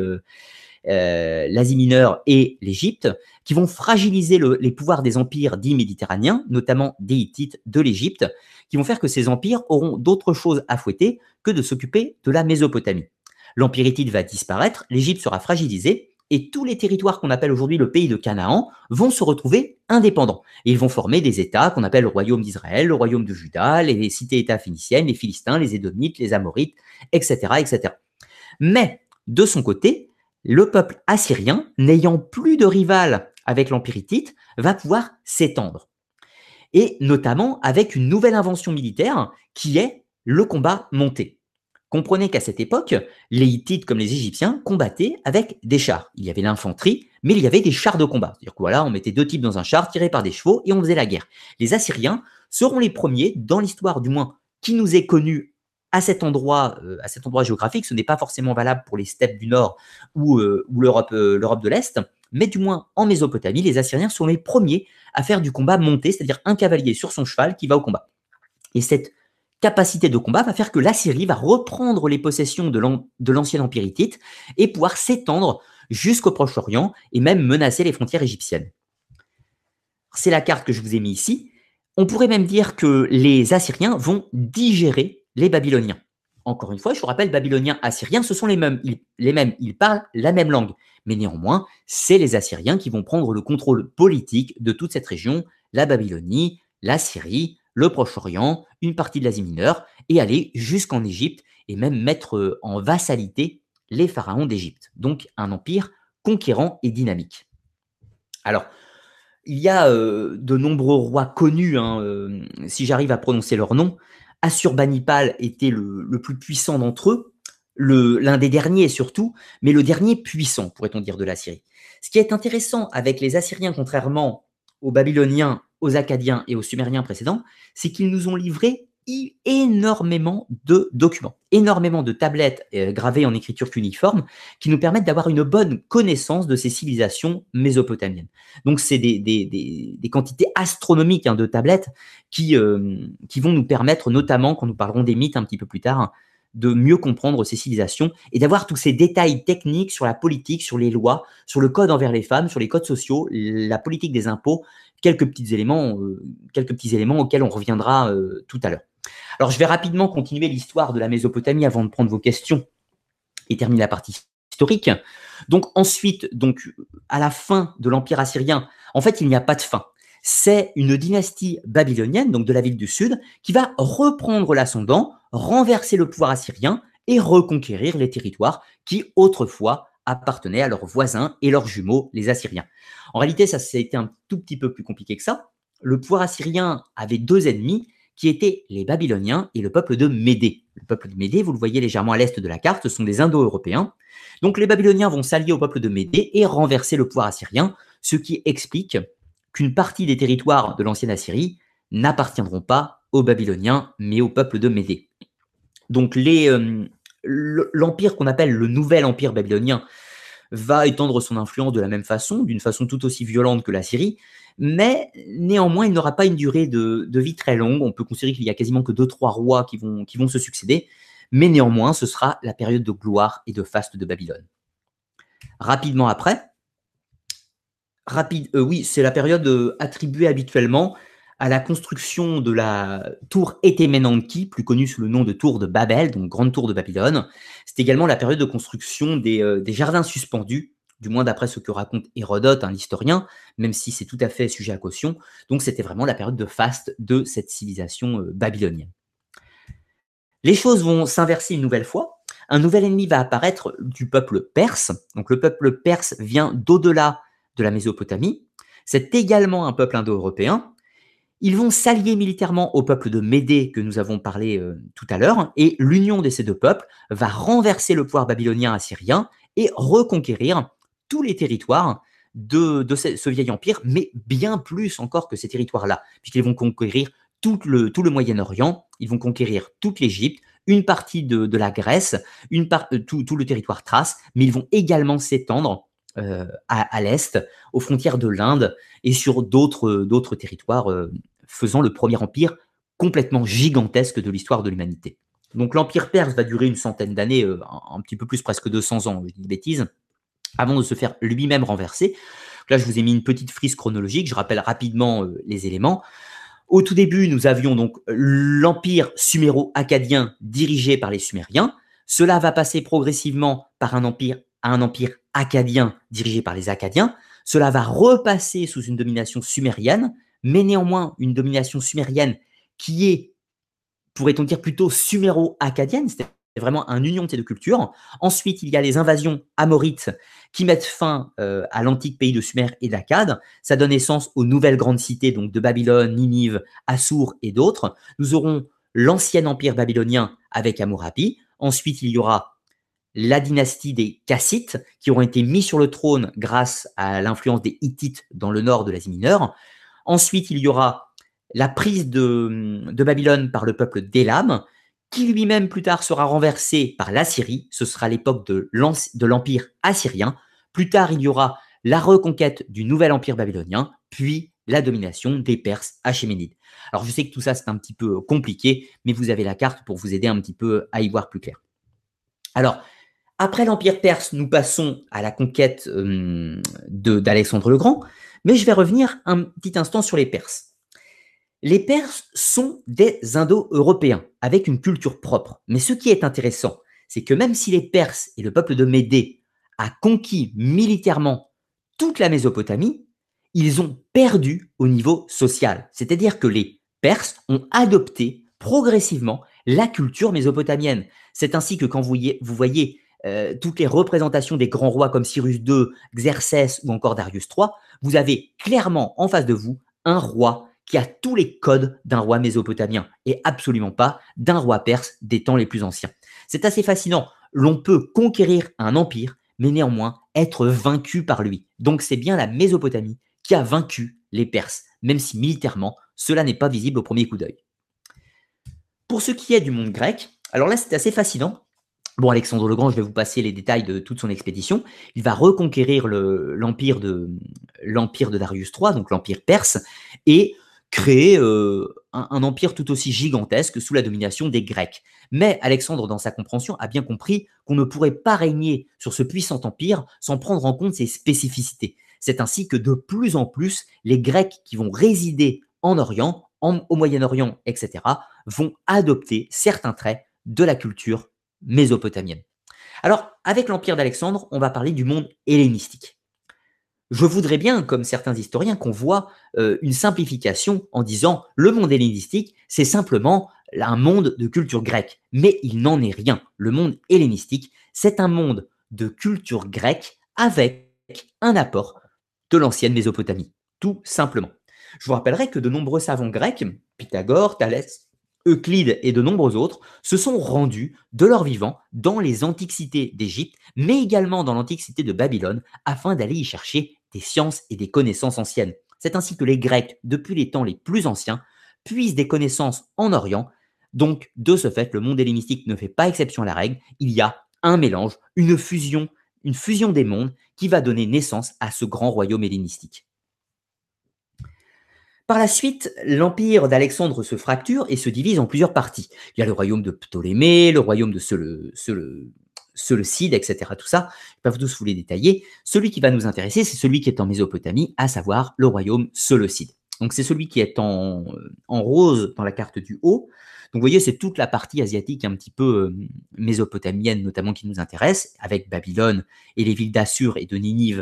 mineure et l'Égypte, qui vont fragiliser les pouvoirs des empires dits méditerranéens, notamment des Hittites de l'Égypte, qui vont faire que ces empires auront d'autres choses à fouetter que de s'occuper de la Mésopotamie. L'empire hittite va disparaître, l'Égypte sera fragilisée, et tous les territoires qu'on appelle aujourd'hui le pays de Canaan vont se retrouver indépendants. Et ils vont former des États qu'on appelle le royaume d'Israël, le royaume de Juda, les cités-États phéniciennes, les Philistins, les Édomites, les Amorites, etc., etc. Mais, de son côté, le peuple assyrien, n'ayant plus de rival avec l'empire hittite, va pouvoir s'étendre. Et notamment avec une nouvelle invention militaire qui est le combat monté. Comprenez qu'à cette époque, les Hittites comme les Égyptiens combattaient avec des chars. Il y avait l'infanterie, mais il y avait des chars de combat. C'est-à-dire que voilà, on mettait deux types dans un char tirés par des chevaux et on faisait la guerre. Les Assyriens seront les premiers, dans l'histoire du moins, qui nous est connue à cet endroit géographique. Ce n'est pas forcément valable pour les steppes du Nord ou l'Europe de l'Est, mais du moins en Mésopotamie, les Assyriens sont les premiers à faire du combat monté, c'est-à-dire un cavalier sur son cheval qui va au combat. Et cette capacité de combat va faire que l'Assyrie va reprendre les possessions de l'ancien empire hittite et pouvoir s'étendre jusqu'au Proche-Orient et même menacer les frontières égyptiennes. C'est la carte que je vous ai mise ici. On pourrait même dire que les Assyriens vont digérer les Babyloniens. Encore une fois, je vous rappelle, Babyloniens, Assyriens, ce sont les mêmes, ils parlent la même langue. Mais néanmoins, c'est les Assyriens qui vont prendre le contrôle politique de toute cette région, la Babylonie, la Syrie, le Proche-Orient, une partie de l'Asie mineure, et aller jusqu'en Égypte, et même mettre en vassalité les pharaons d'Égypte. Donc un empire conquérant et dynamique. Alors, il y a de nombreux rois connus, si j'arrive à prononcer leur nom. Assurbanipal était le plus puissant d'entre eux, l'un des derniers surtout, mais le dernier puissant, pourrait-on dire, de la Syrie. Ce qui est intéressant avec les Assyriens, contrairement aux Babyloniens, aux Akkadiens et aux Sumériens précédents, c'est qu'ils nous ont livré énormément de documents, énormément de tablettes gravées en écriture cuniforme qui nous permettent d'avoir une bonne connaissance de ces civilisations mésopotamiennes. Donc, c'est des quantités astronomiques de tablettes qui vont nous permettre, notamment quand nous parlerons des mythes un petit peu plus tard, de mieux comprendre ces civilisations et d'avoir tous ces détails techniques sur la politique, sur les lois, sur le code envers les femmes, sur les codes sociaux, la politique des impôts, quelques petits éléments auxquels on reviendra tout à l'heure. Alors, je vais rapidement continuer l'histoire de la Mésopotamie avant de prendre vos questions et terminer la partie historique. Donc, ensuite, à la fin de l'Empire assyrien, en fait, il n'y a pas de fin. C'est une dynastie babylonienne, donc de la ville du Sud, qui va reprendre l'ascendant, renverser le pouvoir assyrien et reconquérir les territoires qui, autrefois, appartenaient à leurs voisins et leurs jumeaux, les Assyriens. En réalité, ça a été un tout petit peu plus compliqué que ça. Le pouvoir assyrien avait deux ennemis, qui étaient les Babyloniens et le peuple de Médée. Le peuple de Médée, vous le voyez légèrement à l'est de la carte, ce sont des Indo-Européens. Donc les Babyloniens vont s'allier au peuple de Médée et renverser le pouvoir assyrien, ce qui explique qu'une partie des territoires de l'ancienne Assyrie n'appartiendront pas aux Babyloniens, mais au peuple de Médée. Donc l'empire qu'on appelle le nouvel empire babylonien va étendre son influence de la même façon, d'une façon tout aussi violente que la Syrie, mais néanmoins, il n'aura pas une durée de vie très longue. On peut considérer qu'il y a quasiment que 2-3 rois qui vont se succéder, mais néanmoins, ce sera la période de gloire et de faste de Babylone. Rapidement après, oui, c'est la période attribuée habituellement à la construction de la tour Etemenanki, plus connue sous le nom de tour de Babel, donc grande tour de Babylone. C'est également la période de construction des jardins suspendus, du moins d'après ce que raconte Hérodote, un historien, même si c'est tout à fait sujet à caution. Donc c'était vraiment la période de faste de cette civilisation babylonienne. Les choses vont s'inverser une nouvelle fois. Un nouvel ennemi va apparaître du peuple perse. Donc le peuple perse vient d'au-delà de la Mésopotamie. C'est également un peuple indo-européen. Ils vont s'allier militairement au peuple de Médée que nous avons parlé tout à l'heure, et l'union de ces deux peuples va renverser le pouvoir babylonien assyrien et reconquérir tous les territoires de ce vieil empire, mais bien plus encore que ces territoires-là, puisqu'ils vont conquérir tout le Moyen-Orient, ils vont conquérir toute l'Égypte, une partie de la Grèce, tout le territoire thrace, mais ils vont également s'étendre à l'est, aux frontières de l'Inde et sur d'autres territoires, faisant le premier empire complètement gigantesque de l'histoire de l'humanité. Donc l'empire perse va durer une centaine d'années, un petit peu plus, presque 200 ans, je dis des bêtises, avant de se faire lui-même renverser. Là, je vous ai mis une petite frise chronologique, je rappelle rapidement les éléments. Au tout début, nous avions donc l'empire suméro-akkadien dirigé par les Sumériens. Cela va passer progressivement par un empire akkadien dirigé par les Akkadiens. Cela va repasser sous une domination sumérienne, mais néanmoins une domination sumérienne qui est, pourrait-on dire, plutôt suméro-akkadienne, c'est vraiment une union de ces deux cultures. Ensuite, il y a les invasions amorites qui mettent fin à l'antique pays de Sumer et d'Akkad. Ça donne naissance aux nouvelles grandes cités, donc de Babylone, Ninive, Assour et d'autres. Nous aurons l'ancien empire babylonien avec Hammurabi. Ensuite, il y aura la dynastie des Kassites, qui auront été mis sur le trône grâce à l'influence des Hittites dans le nord de l'Asie mineure. Ensuite, il y aura la prise de Babylone par le peuple d'Élam, qui lui-même plus tard sera renversé par l'Assyrie. Ce sera l'époque de l'empire assyrien. Plus tard, il y aura la reconquête du nouvel empire babylonien, puis la domination des Perses achéménides. Alors je sais que tout ça c'est un petit peu compliqué, mais vous avez la carte pour vous aider un petit peu à y voir plus clair. Alors, après l'empire perse, nous passons à la conquête d'Alexandre le Grand, mais je vais revenir un petit instant sur les Perses. Les Perses sont des Indo-Européens, avec une culture propre. Mais ce qui est intéressant, c'est que même si les Perses et le peuple de Médée a conquis militairement toute la Mésopotamie, ils ont perdu au niveau social. C'est-à-dire que les Perses ont adopté progressivement la culture mésopotamienne. C'est ainsi que quand vous voyez toutes les représentations des grands rois comme Cyrus II, Xerxès ou encore Darius III, vous avez clairement en face de vous un roi qui a tous les codes d'un roi mésopotamien et absolument pas d'un roi perse des temps les plus anciens. C'est assez fascinant. L'on peut conquérir un empire, mais néanmoins être vaincu par lui. Donc c'est bien la Mésopotamie qui a vaincu les Perses, même si militairement, cela n'est pas visible au premier coup d'œil. Pour ce qui est du monde grec, alors là c'est assez fascinant. Bon, Alexandre le Grand, je vais vous passer les détails de toute son expédition. Il va reconquérir l'empire de Darius III, donc l'empire perse, et créer un empire tout aussi gigantesque sous la domination des Grecs. Mais Alexandre, dans sa compréhension, a bien compris qu'on ne pourrait pas régner sur ce puissant empire sans prendre en compte ses spécificités. C'est ainsi que de plus en plus, les Grecs qui vont résider en Orient, au Moyen-Orient, etc., vont adopter certains traits de la culture mésopotamienne. Alors, avec l'empire d'Alexandre, on va parler du monde hellénistique. Je voudrais bien, comme certains historiens, qu'on voit une simplification en disant le monde hellénistique, c'est simplement un monde de culture grecque. Mais il n'en est rien. Le monde hellénistique, c'est un monde de culture grecque avec un apport de l'ancienne Mésopotamie, tout simplement. Je vous rappellerai que de nombreux savants grecs, Pythagore, Thalès, Euclide et de nombreux autres se sont rendus de leur vivant dans les antiquités d'Égypte, mais également dans l'antiquité de Babylone, afin d'aller y chercher des sciences et des connaissances anciennes. C'est ainsi que les Grecs, depuis les temps les plus anciens, puisent des connaissances en Orient. Donc, de ce fait, le monde hellénistique ne fait pas exception à la règle. Il y a un mélange, une fusion des mondes qui va donner naissance à ce grand royaume hellénistique. Par la suite, l'empire d'Alexandre se fracture et se divise en plusieurs parties. Il y a le royaume de Ptolémée, le royaume de Séleucide, etc. Tout ça, je ne vais pas tous vous les détailler. Celui qui va nous intéresser, c'est celui qui est en Mésopotamie, à savoir le royaume Séleucide. Donc c'est celui qui est en rose dans la carte du haut. Donc vous voyez, c'est toute la partie asiatique un petit peu mésopotamienne notamment qui nous intéresse, avec Babylone et les villes d'Assur et de Ninive,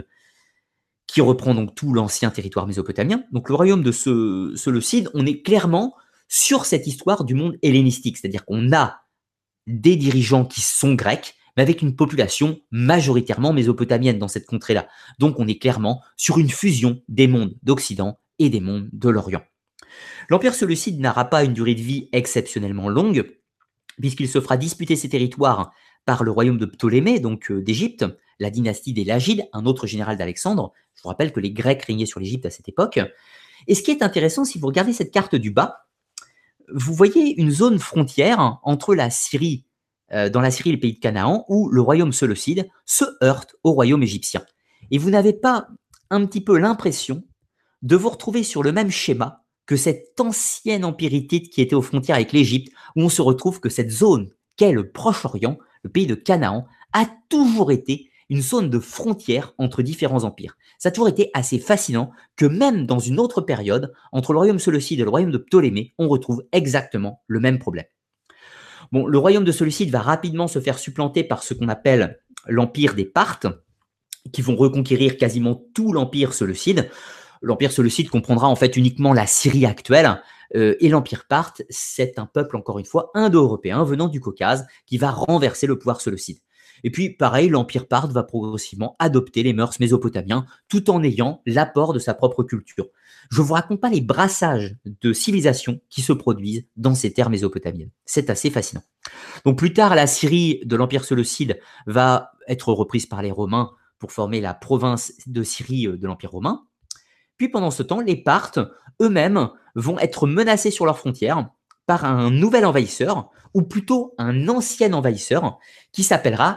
qui reprend donc tout l'ancien territoire mésopotamien. Donc le royaume de Séleucide, on est clairement sur cette histoire du monde hellénistique, c'est-à-dire qu'on a des dirigeants qui sont grecs, mais avec une population majoritairement mésopotamienne dans cette contrée-là. Donc on est clairement sur une fusion des mondes d'Occident et des mondes de l'Orient. L'empire séleucide n'aura pas une durée de vie exceptionnellement longue, puisqu'il se fera disputer ses territoires par le royaume de Ptolémée, donc d'Égypte, la dynastie des Lagides, un autre général d'Alexandre. Je vous rappelle que les Grecs régnaient sur l'Égypte à cette époque. Et ce qui est intéressant, si vous regardez cette carte du bas, vous voyez une zone frontière entre la Syrie, dans la Syrie et le pays de Canaan, où le royaume séleucide se heurte au royaume égyptien. Et vous n'avez pas un petit peu l'impression de vous retrouver sur le même schéma que cet ancien empire hittite qui était aux frontières avec l'Égypte, où on se retrouve que cette zone qu'est le Proche-Orient, le pays de Canaan, a toujours été une zone de frontière entre différents empires. Ça a toujours été assez fascinant que même dans une autre période, entre le royaume séleucide et le royaume de Ptolémée, on retrouve exactement le même problème. Bon, le royaume de Séleucide va rapidement se faire supplanter par ce qu'on appelle l'empire des Parthes, qui vont reconquérir quasiment tout l'empire séleucide. L'empire séleucide comprendra en fait uniquement la Syrie actuelle, et l'empire parthe, c'est un peuple, encore une fois, indo-européen venant du Caucase qui va renverser le pouvoir séleucide. Et puis, pareil, l'empire parthe va progressivement adopter les mœurs mésopotamiens tout en ayant l'apport de sa propre culture. Je ne vous raconte pas les brassages de civilisations qui se produisent dans ces terres mésopotamiennes. C'est assez fascinant. Donc plus tard, la Syrie de l'empire séleucide va être reprise par les Romains pour former la province de Syrie de l'empire romain. Puis pendant ce temps, les Parthes eux-mêmes vont être menacés sur leurs frontières par un nouvel envahisseur, ou plutôt un ancien envahisseur, qui s'appellera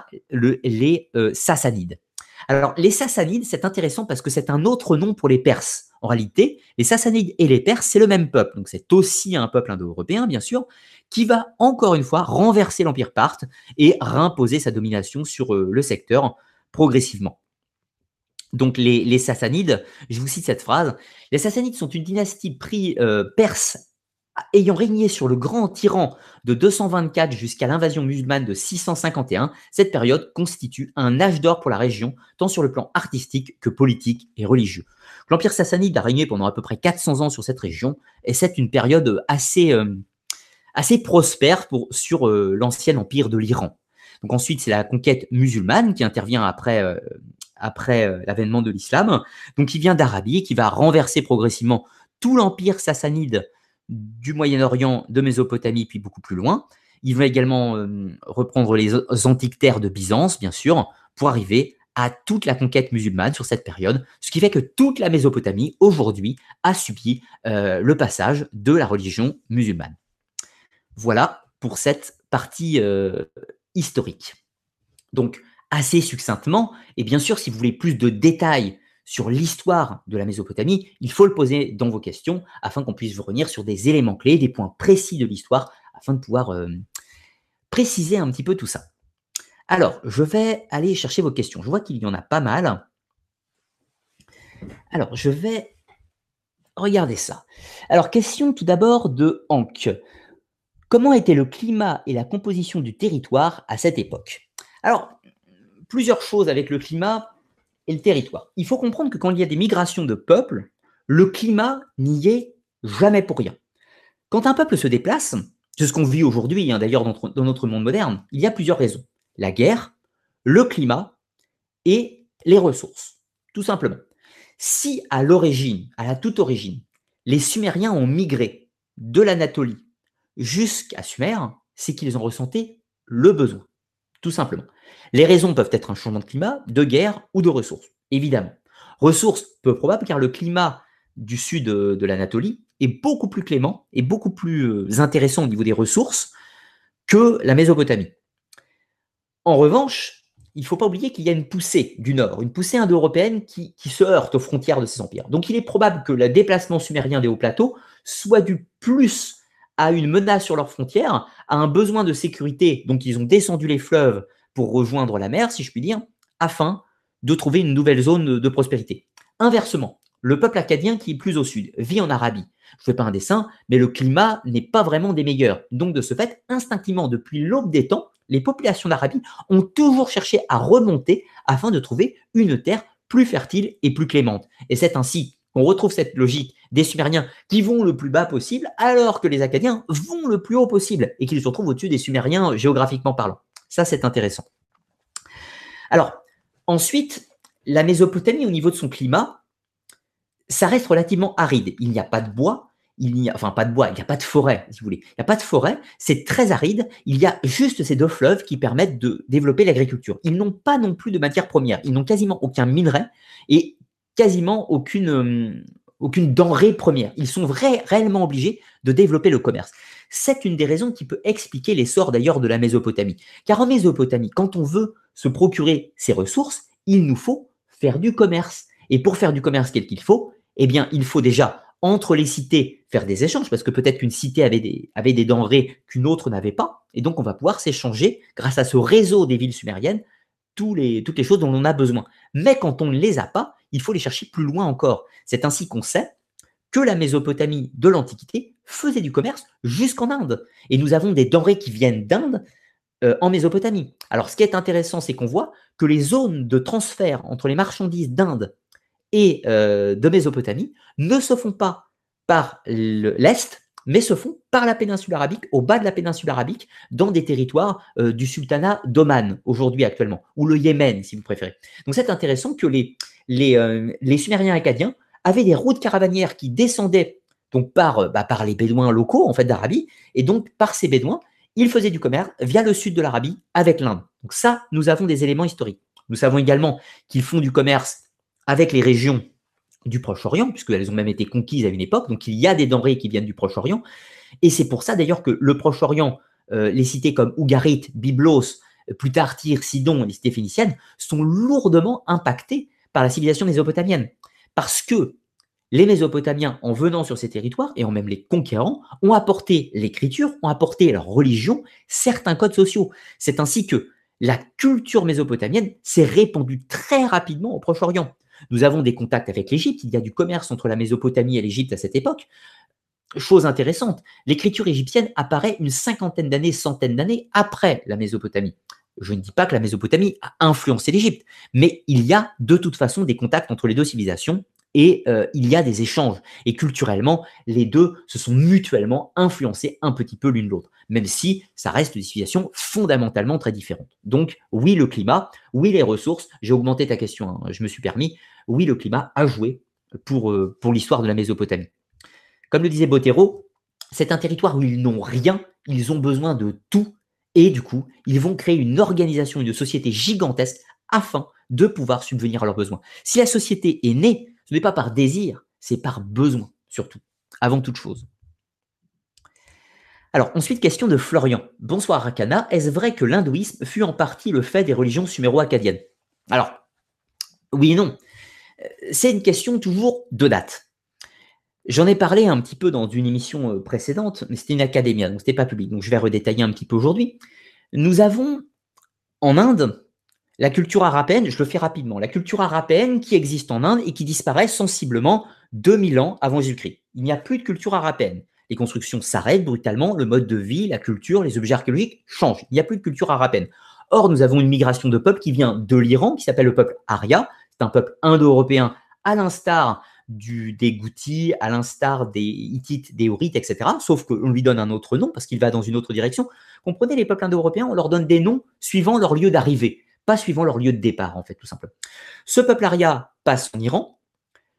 les Sassanides. Alors, les Sassanides, c'est intéressant parce que c'est un autre nom pour les Perses. En réalité, les Sassanides et les Perses, c'est le même peuple. Donc, c'est aussi un peuple indo-européen, bien sûr, qui va encore une fois renverser l'empire parthe et réimposer sa domination sur le secteur progressivement. Donc les Sassanides, je vous cite cette phrase, les Sassanides sont une dynastie perse ayant régné sur le grand tyran de 224 jusqu'à l'invasion musulmane de 651. Cette période constitue un âge d'or pour la région, tant sur le plan artistique que politique et religieux. L'empire sassanide a régné pendant à peu près 400 ans sur cette région, et c'est une période assez prospère sur l'ancien empire de l'Iran. Donc ensuite, c'est la conquête musulmane qui intervient après l'avènement de l'islam, donc qui vient d'Arabie, qui va renverser progressivement tout l'empire sassanide du Moyen-Orient, de Mésopotamie, puis beaucoup plus loin. Il va également reprendre les antiques terres de Byzance, bien sûr, pour arriver à toute la conquête musulmane sur cette période, ce qui fait que toute la Mésopotamie, aujourd'hui, a subi le passage de la religion musulmane. Voilà pour cette partie historique. Donc, assez succinctement, et bien sûr, si vous voulez plus de détails sur l'histoire de la Mésopotamie, il faut le poser dans vos questions afin qu'on puisse revenir sur des éléments clés, des points précis de l'histoire, afin de pouvoir préciser un petit peu tout ça. Alors, je vais aller chercher vos questions. Je vois qu'il y en a pas mal. Alors, je vais regarder ça. Alors, question tout d'abord de Hank. Comment était le climat et la composition du territoire à cette époque? Alors, plusieurs choses avec le climat et le territoire. Il faut comprendre que quand il y a des migrations de peuples, le climat n'y est jamais pour rien. Quand un peuple se déplace, c'est ce qu'on vit aujourd'hui, d'ailleurs dans notre monde moderne, il y a plusieurs raisons. La guerre, le climat et les ressources, tout simplement. Si à l'origine, à la toute origine, les Sumériens ont migré de l'Anatolie jusqu'à Sumer, c'est qu'ils en ressentaient le besoin, tout simplement. Les raisons peuvent être un changement de climat, de guerre ou de ressources, évidemment. Ressources peu probables car le climat du sud de l'Anatolie est beaucoup plus clément et beaucoup plus intéressant au niveau des ressources que la Mésopotamie. En revanche, il ne faut pas oublier qu'il y a une poussée du nord, une poussée indo-européenne qui se heurte aux frontières de ces empires. Donc il est probable que le déplacement sumérien des hauts plateaux soit dû plus à une menace sur leurs frontières, à un besoin de sécurité, donc ils ont descendu les fleuves pour rejoindre la mer, si je puis dire, afin de trouver une nouvelle zone de prospérité. Inversement, le peuple acadien qui est plus au sud vit en Arabie. Je ne fais pas un dessin, mais le climat n'est pas vraiment des meilleurs. Donc de ce fait, instinctivement, depuis l'aube des temps, les populations d'Arabie ont toujours cherché à remonter afin de trouver une terre plus fertile et plus clémente. Et c'est ainsi qu'on retrouve cette logique des Sumériens qui vont le plus bas possible, alors que les Acadiens vont le plus haut possible et qu'ils se retrouvent au-dessus des Sumériens géographiquement parlant. Ça, c'est intéressant. Alors, ensuite, la Mésopotamie, au niveau de son climat, ça reste relativement aride. Il n'y a pas de bois, il n'y a pas de forêt, si vous voulez. Il n'y a pas de forêt, c'est très aride. Il y a juste ces deux fleuves qui permettent de développer l'agriculture. Ils n'ont pas non plus de matières premières. Ils n'ont quasiment aucun minerai et quasiment aucune denrée première. Ils sont réellement obligés de développer le commerce. C'est une des raisons qui peut expliquer l'essor d'ailleurs de la Mésopotamie. Car en Mésopotamie, quand on veut se procurer ces ressources, il nous faut faire du commerce. Et pour faire du commerce, qu'est-ce qu'il faut? Eh bien, il faut déjà, entre les cités, faire des échanges, parce que peut-être qu'une cité avait des denrées qu'une autre n'avait pas, et donc on va pouvoir s'échanger, grâce à ce réseau des villes sumériennes, toutes les choses dont on a besoin. Mais quand on ne les a pas, il faut les chercher plus loin encore. C'est ainsi qu'on sait que la Mésopotamie de l'Antiquité faisait du commerce jusqu'en Inde. Et nous avons des denrées qui viennent d'Inde en Mésopotamie. Alors, ce qui est intéressant, c'est qu'on voit que les zones de transfert entre les marchandises d'Inde et de Mésopotamie ne se font pas par l'Est, mais se font par la péninsule arabique, au bas de la péninsule arabique, dans des territoires du sultanat d'Oman, aujourd'hui actuellement, ou le Yémen, si vous préférez. Donc c'est intéressant que les Sumériens acadiens avaient des routes caravanières qui descendaient donc par les Bédouins locaux en fait d'Arabie, et donc par ces Bédouins, ils faisaient du commerce via le sud de l'Arabie avec l'Inde. Donc ça, nous avons des éléments historiques. Nous savons également qu'ils font du commerce avec les régions du Proche-Orient, puisqu'elles ont même été conquises à une époque, donc il y a des denrées qui viennent du Proche-Orient, et c'est pour ça d'ailleurs que le Proche-Orient, les cités comme Ougarit, Byblos, plus tard Tyr, Sidon, les cités phéniciennes, sont lourdement impactées par la civilisation mésopotamienne, parce que les Mésopotamiens, en venant sur ces territoires, et en même les conquérants, ont apporté l'écriture, ont apporté leur religion, certains codes sociaux. C'est ainsi que la culture mésopotamienne s'est répandue très rapidement au Proche-Orient. Nous avons des contacts avec l'Égypte, il y a du commerce entre la Mésopotamie et l'Égypte à cette époque. Chose intéressante, l'écriture égyptienne apparaît une cinquantaine d'années, centaine d'années après la Mésopotamie. Je ne dis pas que la Mésopotamie a influencé l'Égypte, mais il y a de toute façon des contacts entre les deux civilisations et il y a des échanges. Et culturellement, les deux se sont mutuellement influencés un petit peu l'une l'autre, même si ça reste des civilisations fondamentalement très différentes. Donc oui, le climat, oui, les ressources, j'ai augmenté ta question, hein, je me suis permis, oui, le climat a joué pour l'histoire de la Mésopotamie. Comme le disait Bottero, c'est un territoire où ils n'ont rien, ils ont besoin de tout, et du coup, ils vont créer une organisation, une société gigantesque afin de pouvoir subvenir à leurs besoins. Si la société est née, ce n'est pas par désir, c'est par besoin, surtout, avant toute chose. Alors, ensuite, question de Florian. Bonsoir Rakana, est-ce vrai que l'hindouisme fut en partie le fait des religions suméro-acadiennes? Alors, oui et non. C'est une question toujours de date. J'en ai parlé un petit peu dans une émission précédente, mais c'était une académia, donc c'était pas public. Donc je vais redétailler un petit peu aujourd'hui. Nous avons en Inde la culture arapéenne, je le fais rapidement, la culture arapéenne qui existe en Inde et qui disparaît sensiblement 2000 ans avant Jésus-Christ. Il n'y a plus de culture arapéenne. Les constructions s'arrêtent brutalement, le mode de vie, la culture, les objets archéologiques changent. Il n'y a plus de culture arapéenne. Or, nous avons une migration de peuple qui vient de l'Iran, qui s'appelle le peuple Arya. C'est un peuple indo-européen à l'instar des Goutis, à l'instar des Hittites, des Hurrites, etc. Sauf qu'on lui donne un autre nom parce qu'il va dans une autre direction. Comprenez, les peuples indo-européens, on leur donne des noms suivant leur lieu d'arrivée, pas suivant leur lieu de départ, en fait, tout simplement. Ce peuple Arya passe en Iran,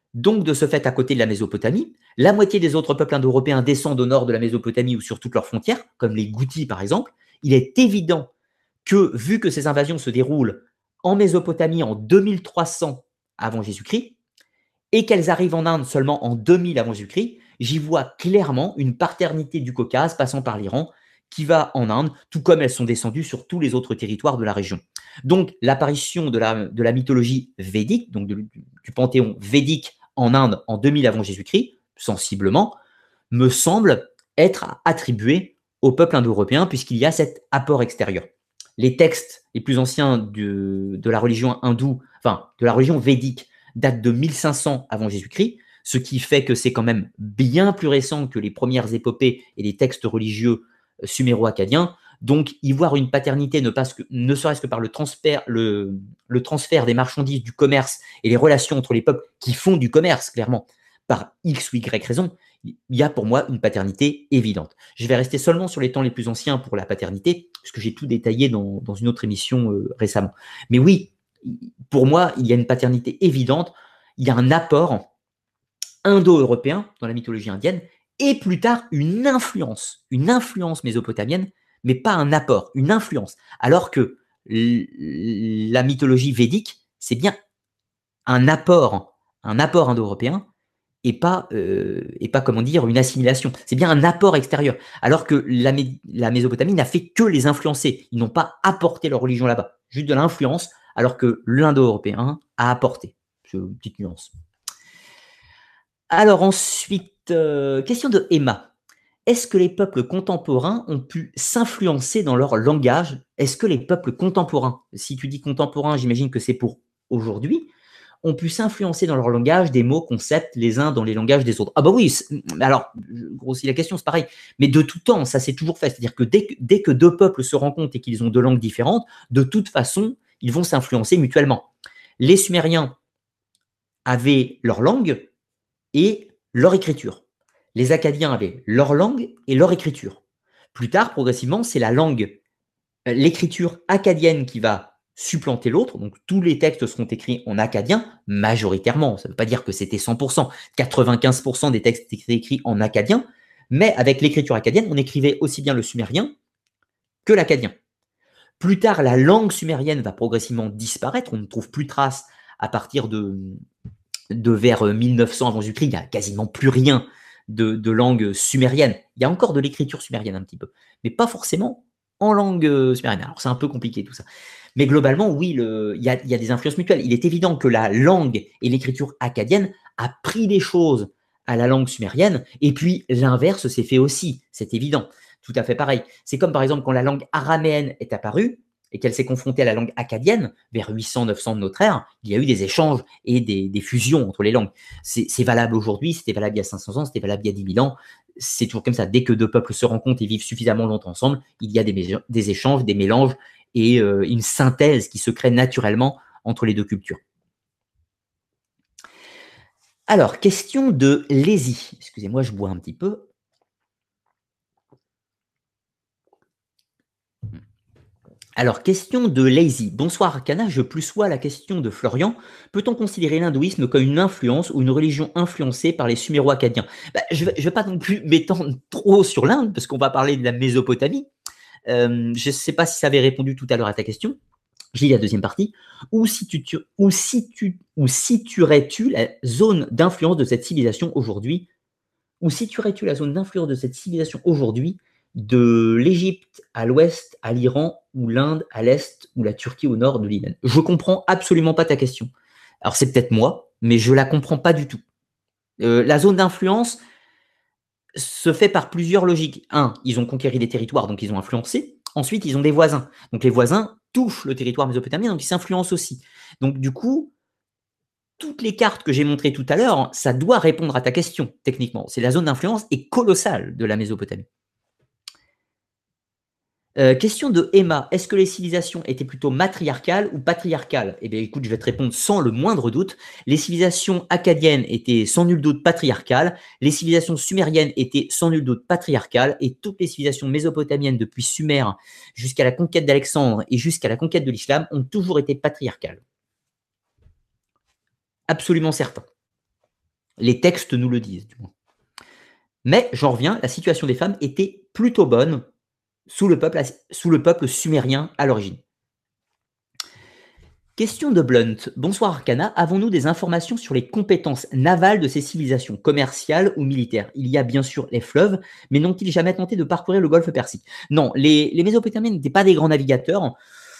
donc de ce fait à côté de la Mésopotamie. La moitié des autres peuples indo-européens descendent au nord de la Mésopotamie ou sur toutes leurs frontières, comme les Goutis par exemple. Il est évident que, vu que ces invasions se déroulent en Mésopotamie en 2300 avant Jésus-Christ, et qu'elles arrivent en Inde seulement en 2000 avant Jésus-Christ, j'y vois clairement une paternité du Caucase passant par l'Iran qui va en Inde, tout comme elles sont descendues sur tous les autres territoires de la région. Donc l'apparition de la mythologie védique, donc du panthéon védique en Inde en 2000 avant Jésus-Christ, sensiblement, me semble être attribuée au peuple indo-européen puisqu'il y a cet apport extérieur. Les textes les plus anciens de la religion hindoue, enfin de la religion védique, datent de 1500 avant Jésus-Christ, ce qui fait que c'est quand même bien plus récent que les premières épopées et les textes religieux suméro-akkadiens. Donc, y voir une paternité ne serait-ce que par le transfert des marchandises, du commerce et les relations entre les peuples qui font du commerce, clairement, par X ou Y raison, il y a pour moi une paternité évidente. Je vais rester seulement sur les temps les plus anciens pour la paternité, puisque j'ai tout détaillé dans une autre émission récemment. Mais oui, pour moi, il y a une paternité évidente, il y a un apport indo-européen dans la mythologie indienne, et plus tard une influence mésopotamienne, mais pas un apport, une influence. Alors que la mythologie védique, c'est bien un apport indo-européen, et pas, comment dire, une assimilation. C'est bien un apport extérieur. Alors que la Mésopotamie n'a fait que les influencer. Ils n'ont pas apporté leur religion là-bas. Juste de l'influence, alors que l'indo-européen a apporté. C'est une petite nuance. Alors ensuite, question de Emma. Est-ce que les peuples contemporains ont pu s'influencer dans leur langage? Est-ce que les peuples contemporains, si tu dis contemporain, j'imagine que c'est pour aujourd'hui, ont pu s'influencer dans leur langage des mots, concepts, les uns dans les langages des autres? Ah bah oui, alors, je grossis la question, c'est pareil. Mais de tout temps, ça s'est toujours fait. C'est-à-dire que dès que deux peuples se rencontrent et qu'ils ont deux langues différentes, de toute façon, ils vont s'influencer mutuellement. Les Sumériens avaient leur langue et leur écriture. Les Akkadiens avaient leur langue et leur écriture. Plus tard, progressivement, c'est la langue, l'écriture akkadienne qui va supplanter l'autre. Donc, tous les textes seront écrits en akkadien, majoritairement. Ça ne veut pas dire que c'était 100%. 95% des textes étaient écrits en akkadien. Mais avec l'écriture akkadienne, on écrivait aussi bien le sumérien que l'akkadien. Plus tard, la langue sumérienne va progressivement disparaître. On ne trouve plus trace à partir de vers 1900 avant Jésus-Christ. Il n'y a quasiment plus rien de langue sumérienne. Il y a encore de l'écriture sumérienne un petit peu, mais pas forcément en langue sumérienne. Alors c'est un peu compliqué tout ça. Mais globalement, oui, il y a des influences mutuelles. Il est évident que la langue et l'écriture akkadienne a pris des choses à la langue sumérienne, et puis l'inverse s'est fait aussi, c'est évident. Tout à fait pareil. C'est comme par exemple quand la langue araméenne est apparue et qu'elle s'est confrontée à la langue akkadienne, vers 800-900 de notre ère, il y a eu des échanges et des fusions entre les langues. C'est valable aujourd'hui, c'était valable il y a 500 ans, c'était valable il y a 10 000 ans. C'est toujours comme ça. Dès que deux peuples se rencontrent et vivent suffisamment longtemps ensemble, il y a des échanges, des mélanges et une synthèse qui se crée naturellement entre les deux cultures. Alors, question de Lézy. Excusez-moi, je bois un petit peu. Alors, question de Lazy. Bonsoir Arcana, je plus sois la question de Florian. Peut-on considérer l'hindouisme comme une influence ou une religion influencée par les Suméro-Akkadiens? Je ne vais pas non plus m'étendre trop sur l'Inde, parce qu'on va parler de la Mésopotamie. Je ne sais pas si ça avait répondu tout à l'heure à ta question. J'ai la deuxième partie. Où situerais-tu la zone d'influence de cette civilisation aujourd'hui? Où situerais-tu la zone d'influence de cette civilisation aujourd'hui, de l'Égypte à l'ouest, à l'Iran, ou l'Inde à l'est, ou la Turquie au nord de l'Iran? Je comprends absolument pas ta question. Alors c'est peut-être moi, mais je la comprends pas du tout. La zone d'influence se fait par plusieurs logiques. Un, ils ont conquéri des territoires, donc ils ont influencé. Ensuite, ils ont des voisins. Donc les voisins touchent le territoire mésopotamien, donc ils s'influencent aussi. Donc du coup, toutes les cartes que j'ai montrées tout à l'heure, ça doit répondre à ta question, techniquement. C'est la zone d'influence est colossale de la Mésopotamie. Question de Emma. Est-ce que les civilisations étaient plutôt matriarcales ou patriarcales? Eh bien, écoute, je vais te répondre sans le moindre doute. Les civilisations akkadiennes étaient sans nul doute patriarcales. Les civilisations sumériennes étaient sans nul doute patriarcales. Et toutes les civilisations mésopotamiennes, depuis Sumer jusqu'à la conquête d'Alexandre et jusqu'à la conquête de l'islam, ont toujours été patriarcales. Absolument certain. Les textes nous le disent, du moins. Mais j'en reviens, la situation des femmes était plutôt bonne sous le peuple sumérien à l'origine. Question de Blunt. Bonsoir Arcana, avons-nous des informations sur les compétences navales de ces civilisations commerciales ou militaires? Il y a bien sûr les fleuves, mais n'ont-ils jamais tenté de parcourir le golfe Persique? Non, les Mésopotamiens n'étaient pas des grands navigateurs.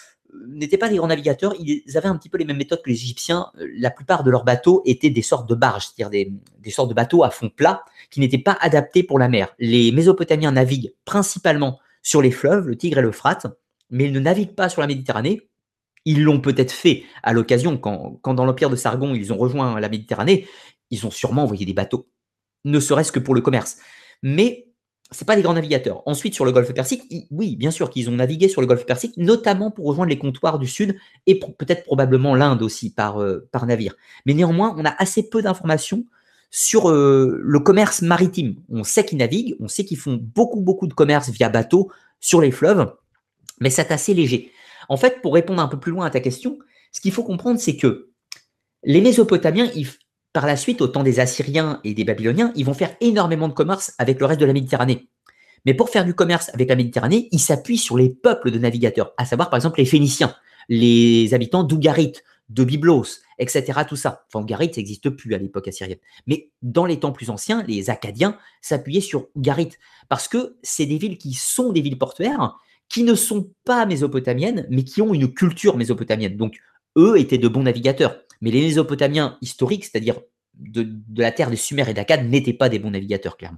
Ils avaient un petit peu les mêmes méthodes que les Égyptiens. La plupart de leurs bateaux étaient des sortes de barges, c'est-à-dire des sortes de bateaux à fond plat qui n'étaient pas adaptés pour la mer. Les Mésopotamiens naviguent principalement sur les fleuves, le Tigre et l'Euphrate, mais ils ne naviguent pas sur la Méditerranée. Ils l'ont peut-être fait à l'occasion, quand dans l'Empire de Sargon, ils ont rejoint la Méditerranée, ils ont sûrement envoyé des bateaux, ne serait-ce que pour le commerce. Mais ce pas des grands navigateurs. Ensuite, sur le golfe Persique, oui, bien sûr qu'ils ont navigué sur le golfe Persique, notamment pour rejoindre les comptoirs du Sud et peut-être probablement l'Inde aussi par navire. Mais néanmoins, on a assez peu d'informations sur le commerce maritime. On sait qu'ils naviguent, on sait qu'ils font beaucoup de commerce via bateau sur les fleuves, mais c'est assez léger. En fait, pour répondre un peu plus loin à ta question, ce qu'il faut comprendre, c'est que les Mésopotamiens, par la suite, au temps des Assyriens et des Babyloniens, ils vont faire énormément de commerce avec le reste de la Méditerranée. Mais pour faire du commerce avec la Méditerranée, ils s'appuient sur les peuples de navigateurs, à savoir par exemple les Phéniciens, les habitants d'Ougarit, de Byblos, etc. Tout ça. Enfin, Ougarit, ça n'existe plus à l'époque assyrienne. Mais dans les temps plus anciens, les Akkadiens s'appuyaient sur Ougarit, parce que c'est des villes qui sont des villes portuaires, qui ne sont pas mésopotamiennes, mais qui ont une culture mésopotamienne. Donc, eux étaient de bons navigateurs. Mais les Mésopotamiens historiques, c'est-à-dire de la terre des Sumères et d'Akkad, n'étaient pas des bons navigateurs, clairement.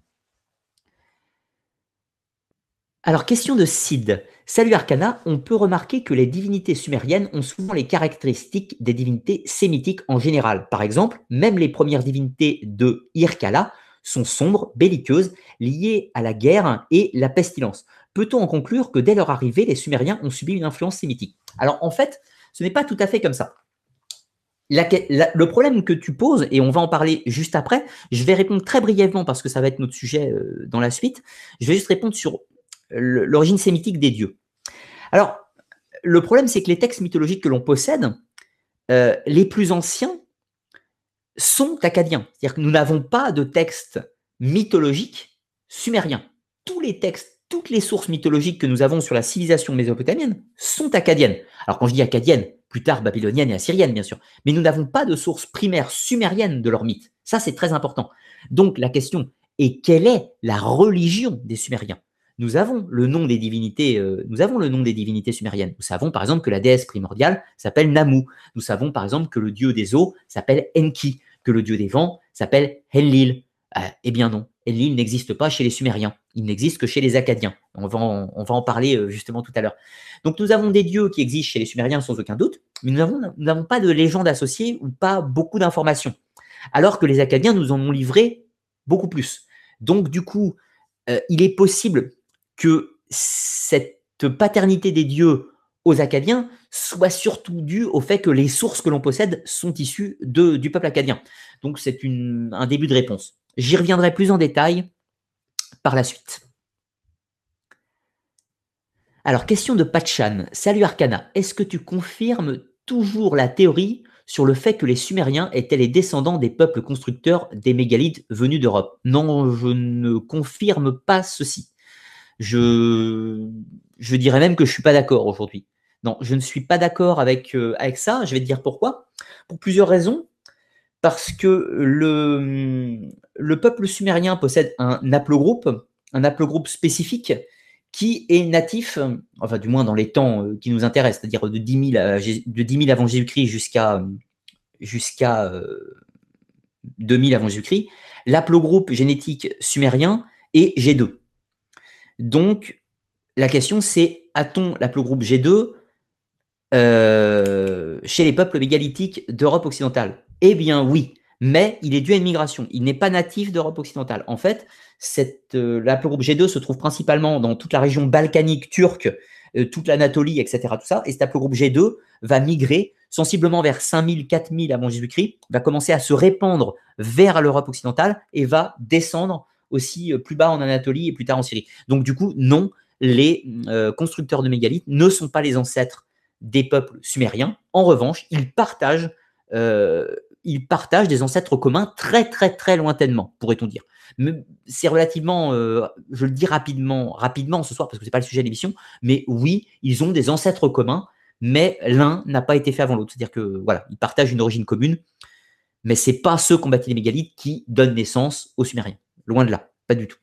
Alors, question de Sid. Salut Arcana, on peut remarquer que les divinités sumériennes ont souvent les caractéristiques des divinités sémitiques en général. Par exemple, même les premières divinités de Irkala sont sombres, belliqueuses, liées à la guerre et la pestilence. Peut-on en conclure que dès leur arrivée, les Sumériens ont subi une influence sémitique? Alors, en fait, ce n'est pas tout à fait comme ça. Le problème que tu poses, et on va en parler juste après, je vais répondre très brièvement parce que ça va être notre sujet dans la suite. Je vais juste répondre sur l'origine sémitique des dieux. Alors, le problème, c'est que les textes mythologiques que l'on possède, les plus anciens, sont akkadiens. C'est-à-dire que nous n'avons pas de textes mythologiques sumériens. Tous les textes, toutes les sources mythologiques que nous avons sur la civilisation mésopotamienne sont akkadiennes. Alors, quand je dis akkadiennes, plus tard babyloniennes et assyriennes, bien sûr. Mais nous n'avons pas de source primaire sumérienne de leur mythe. Ça, c'est très important. Donc, la question est, quelle est la religion des Sumériens? Nous avons le nom des divinités, sumériennes. Nous savons par exemple que la déesse primordiale s'appelle Namu. Nous savons par exemple que le dieu des eaux s'appelle Enki, que le dieu des vents s'appelle Enlil. Eh bien non, Enlil n'existe pas chez les Sumériens. Il n'existe que chez les Akkadiens. On va en parler justement tout à l'heure. Donc nous avons des dieux qui existent chez les Sumériens sans aucun doute, mais nous n'avons pas de légende associée ou pas beaucoup d'informations. Alors que les Akkadiens nous en ont livré beaucoup plus. Donc du coup, il est possible que cette paternité des dieux aux Akkadiens soit surtout due au fait que les sources que l'on possède sont issues du peuple akkadien. Donc c'est un début de réponse. J'y reviendrai plus en détail par la suite. Alors, question de Patchan. Salut Arcana, est-ce que tu confirmes toujours la théorie sur le fait que les Sumériens étaient les descendants des peuples constructeurs des mégalithes venus d'Europe? Non, je ne confirme pas ceci. Je dirais même que je ne suis pas d'accord aujourd'hui. Non, je ne suis pas d'accord avec ça. Je vais te dire pourquoi. Pour plusieurs raisons. Parce que le peuple sumérien possède un haplogroupe spécifique qui est natif, enfin du moins dans les temps qui nous intéressent, c'est-à-dire de 10 000 avant Jésus-Christ jusqu'à 2000 avant Jésus-Christ. L'aplogroupe génétique sumérien est G2. Donc, la question c'est, a-t-on l'aplogroupe G2 chez les peuples mégalithiques d'Europe occidentale? Eh bien oui, mais il est dû à une migration. Il n'est pas natif d'Europe occidentale. En fait, l'aplogroupe G2 se trouve principalement dans toute la région balkanique turque, toute l'Anatolie, etc. Tout ça. Et cet haplogroupe G2 va migrer sensiblement vers 5000, 4000 avant Jésus-Christ, va commencer à se répandre vers l'Europe occidentale et va descendre aussi plus bas en Anatolie et plus tard en Syrie. Donc du coup, non, les constructeurs de mégalithes ne sont pas les ancêtres des peuples sumériens. En revanche, ils partagent ils partagent des ancêtres communs très, très, très lointainement, pourrait-on dire. C'est relativement, je le dis rapidement ce soir, parce que ce n'est pas le sujet de l'émission, mais oui, ils ont des ancêtres communs, mais l'un n'a pas été fait avant l'autre. C'est-à-dire que voilà, ils partagent une origine commune, mais ce n'est pas ceux qui ont bâti les mégalithes qui donnent naissance aux Sumériens. Loin de là, pas du tout.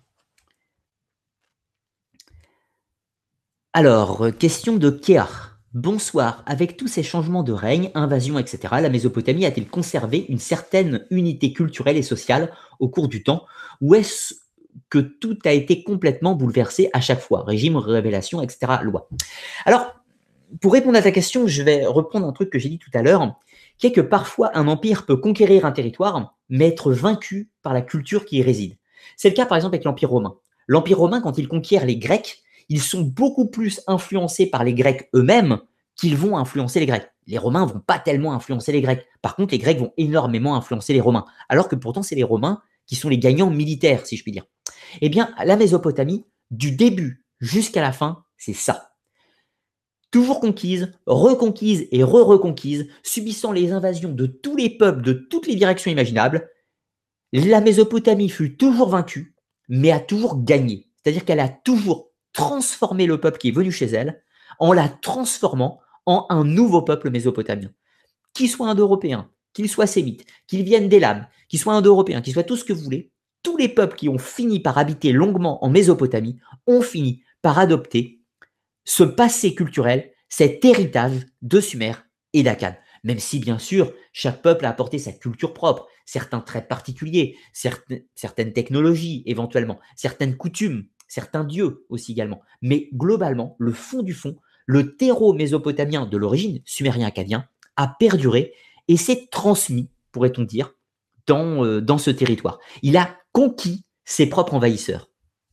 Alors, question de Kéar. Bonsoir. Avec tous ces changements de règne, invasions, etc., la Mésopotamie a-t-elle conservé une certaine unité culturelle et sociale au cours du temps, ou est-ce que tout a été complètement bouleversé à chaque fois? Régime, révélation, etc., loi. Alors, pour répondre à ta question, je vais reprendre un truc que j'ai dit tout à l'heure, qui est que parfois un empire peut conquérir un territoire, mais être vaincu par la culture qui y réside. C'est le cas par exemple avec l'Empire romain. L'Empire romain, quand il conquiert les Grecs, ils sont beaucoup plus influencés par les Grecs eux-mêmes qu'ils vont influencer les Grecs. Les Romains vont pas tellement influencer les Grecs. Par contre, les Grecs vont énormément influencer les Romains, alors que pourtant c'est les Romains qui sont les gagnants militaires, si je puis dire. Eh bien, la Mésopotamie, du début jusqu'à la fin, c'est ça. Toujours conquise, reconquise et re-reconquise, subissant les invasions de tous les peuples, de toutes les directions imaginables, la Mésopotamie fut toujours vaincue, mais a toujours gagné. C'est-à-dire qu'elle a toujours transformé le peuple qui est venu chez elle en la transformant en un nouveau peuple mésopotamien. Qu'il soit indo-européen, qu'il soit sémite, qu'il vienne d'Élam, qu'il soit indo-européen, qu'il soit tout ce que vous voulez, tous les peuples qui ont fini par habiter longuement en Mésopotamie ont fini par adopter ce passé culturel, cet héritage de Sumer et d'Akkad. Même si, bien sûr, chaque peuple a apporté sa culture propre, certains traits particuliers, certaines technologies éventuellement, certaines coutumes, certains dieux aussi également. Mais globalement, le fond du fond, le terreau mésopotamien de l'origine sumérien-akkadien a perduré et s'est transmis, pourrait-on dire, dans ce territoire. Il a conquis ses propres envahisseurs.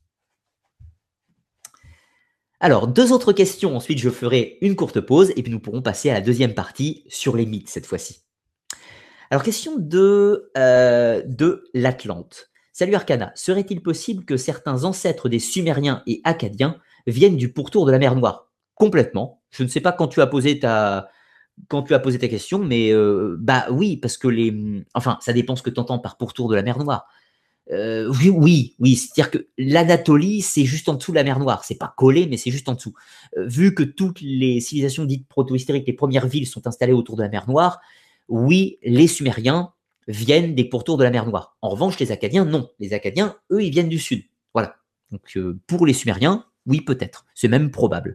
Alors, deux autres questions, ensuite je ferai une courte pause et puis nous pourrons passer à la deuxième partie sur les mythes cette fois-ci. Alors, question de l'Atlante. Salut Arcana, serait-il possible que certains ancêtres des Sumériens et Akkadiens viennent du pourtour de la mer Noire? Complètement. Je ne sais pas quand tu as posé ta question, mais bah oui, parce que enfin, ça dépend ce que tu entends par pourtour de la mer Noire. Oui, c'est-à-dire que l'Anatolie, c'est juste en dessous de la mer Noire. C'est pas collé, mais c'est juste en dessous. Vu que toutes les civilisations dites proto-historiques, les premières villes sont installées autour de la mer Noire, oui, les Sumériens viennent des pourtours de la mer Noire. En revanche, les Akkadiens, non. Les Akkadiens, eux, ils viennent du sud. Voilà. Donc, pour les Sumériens, oui, peut-être. C'est même probable.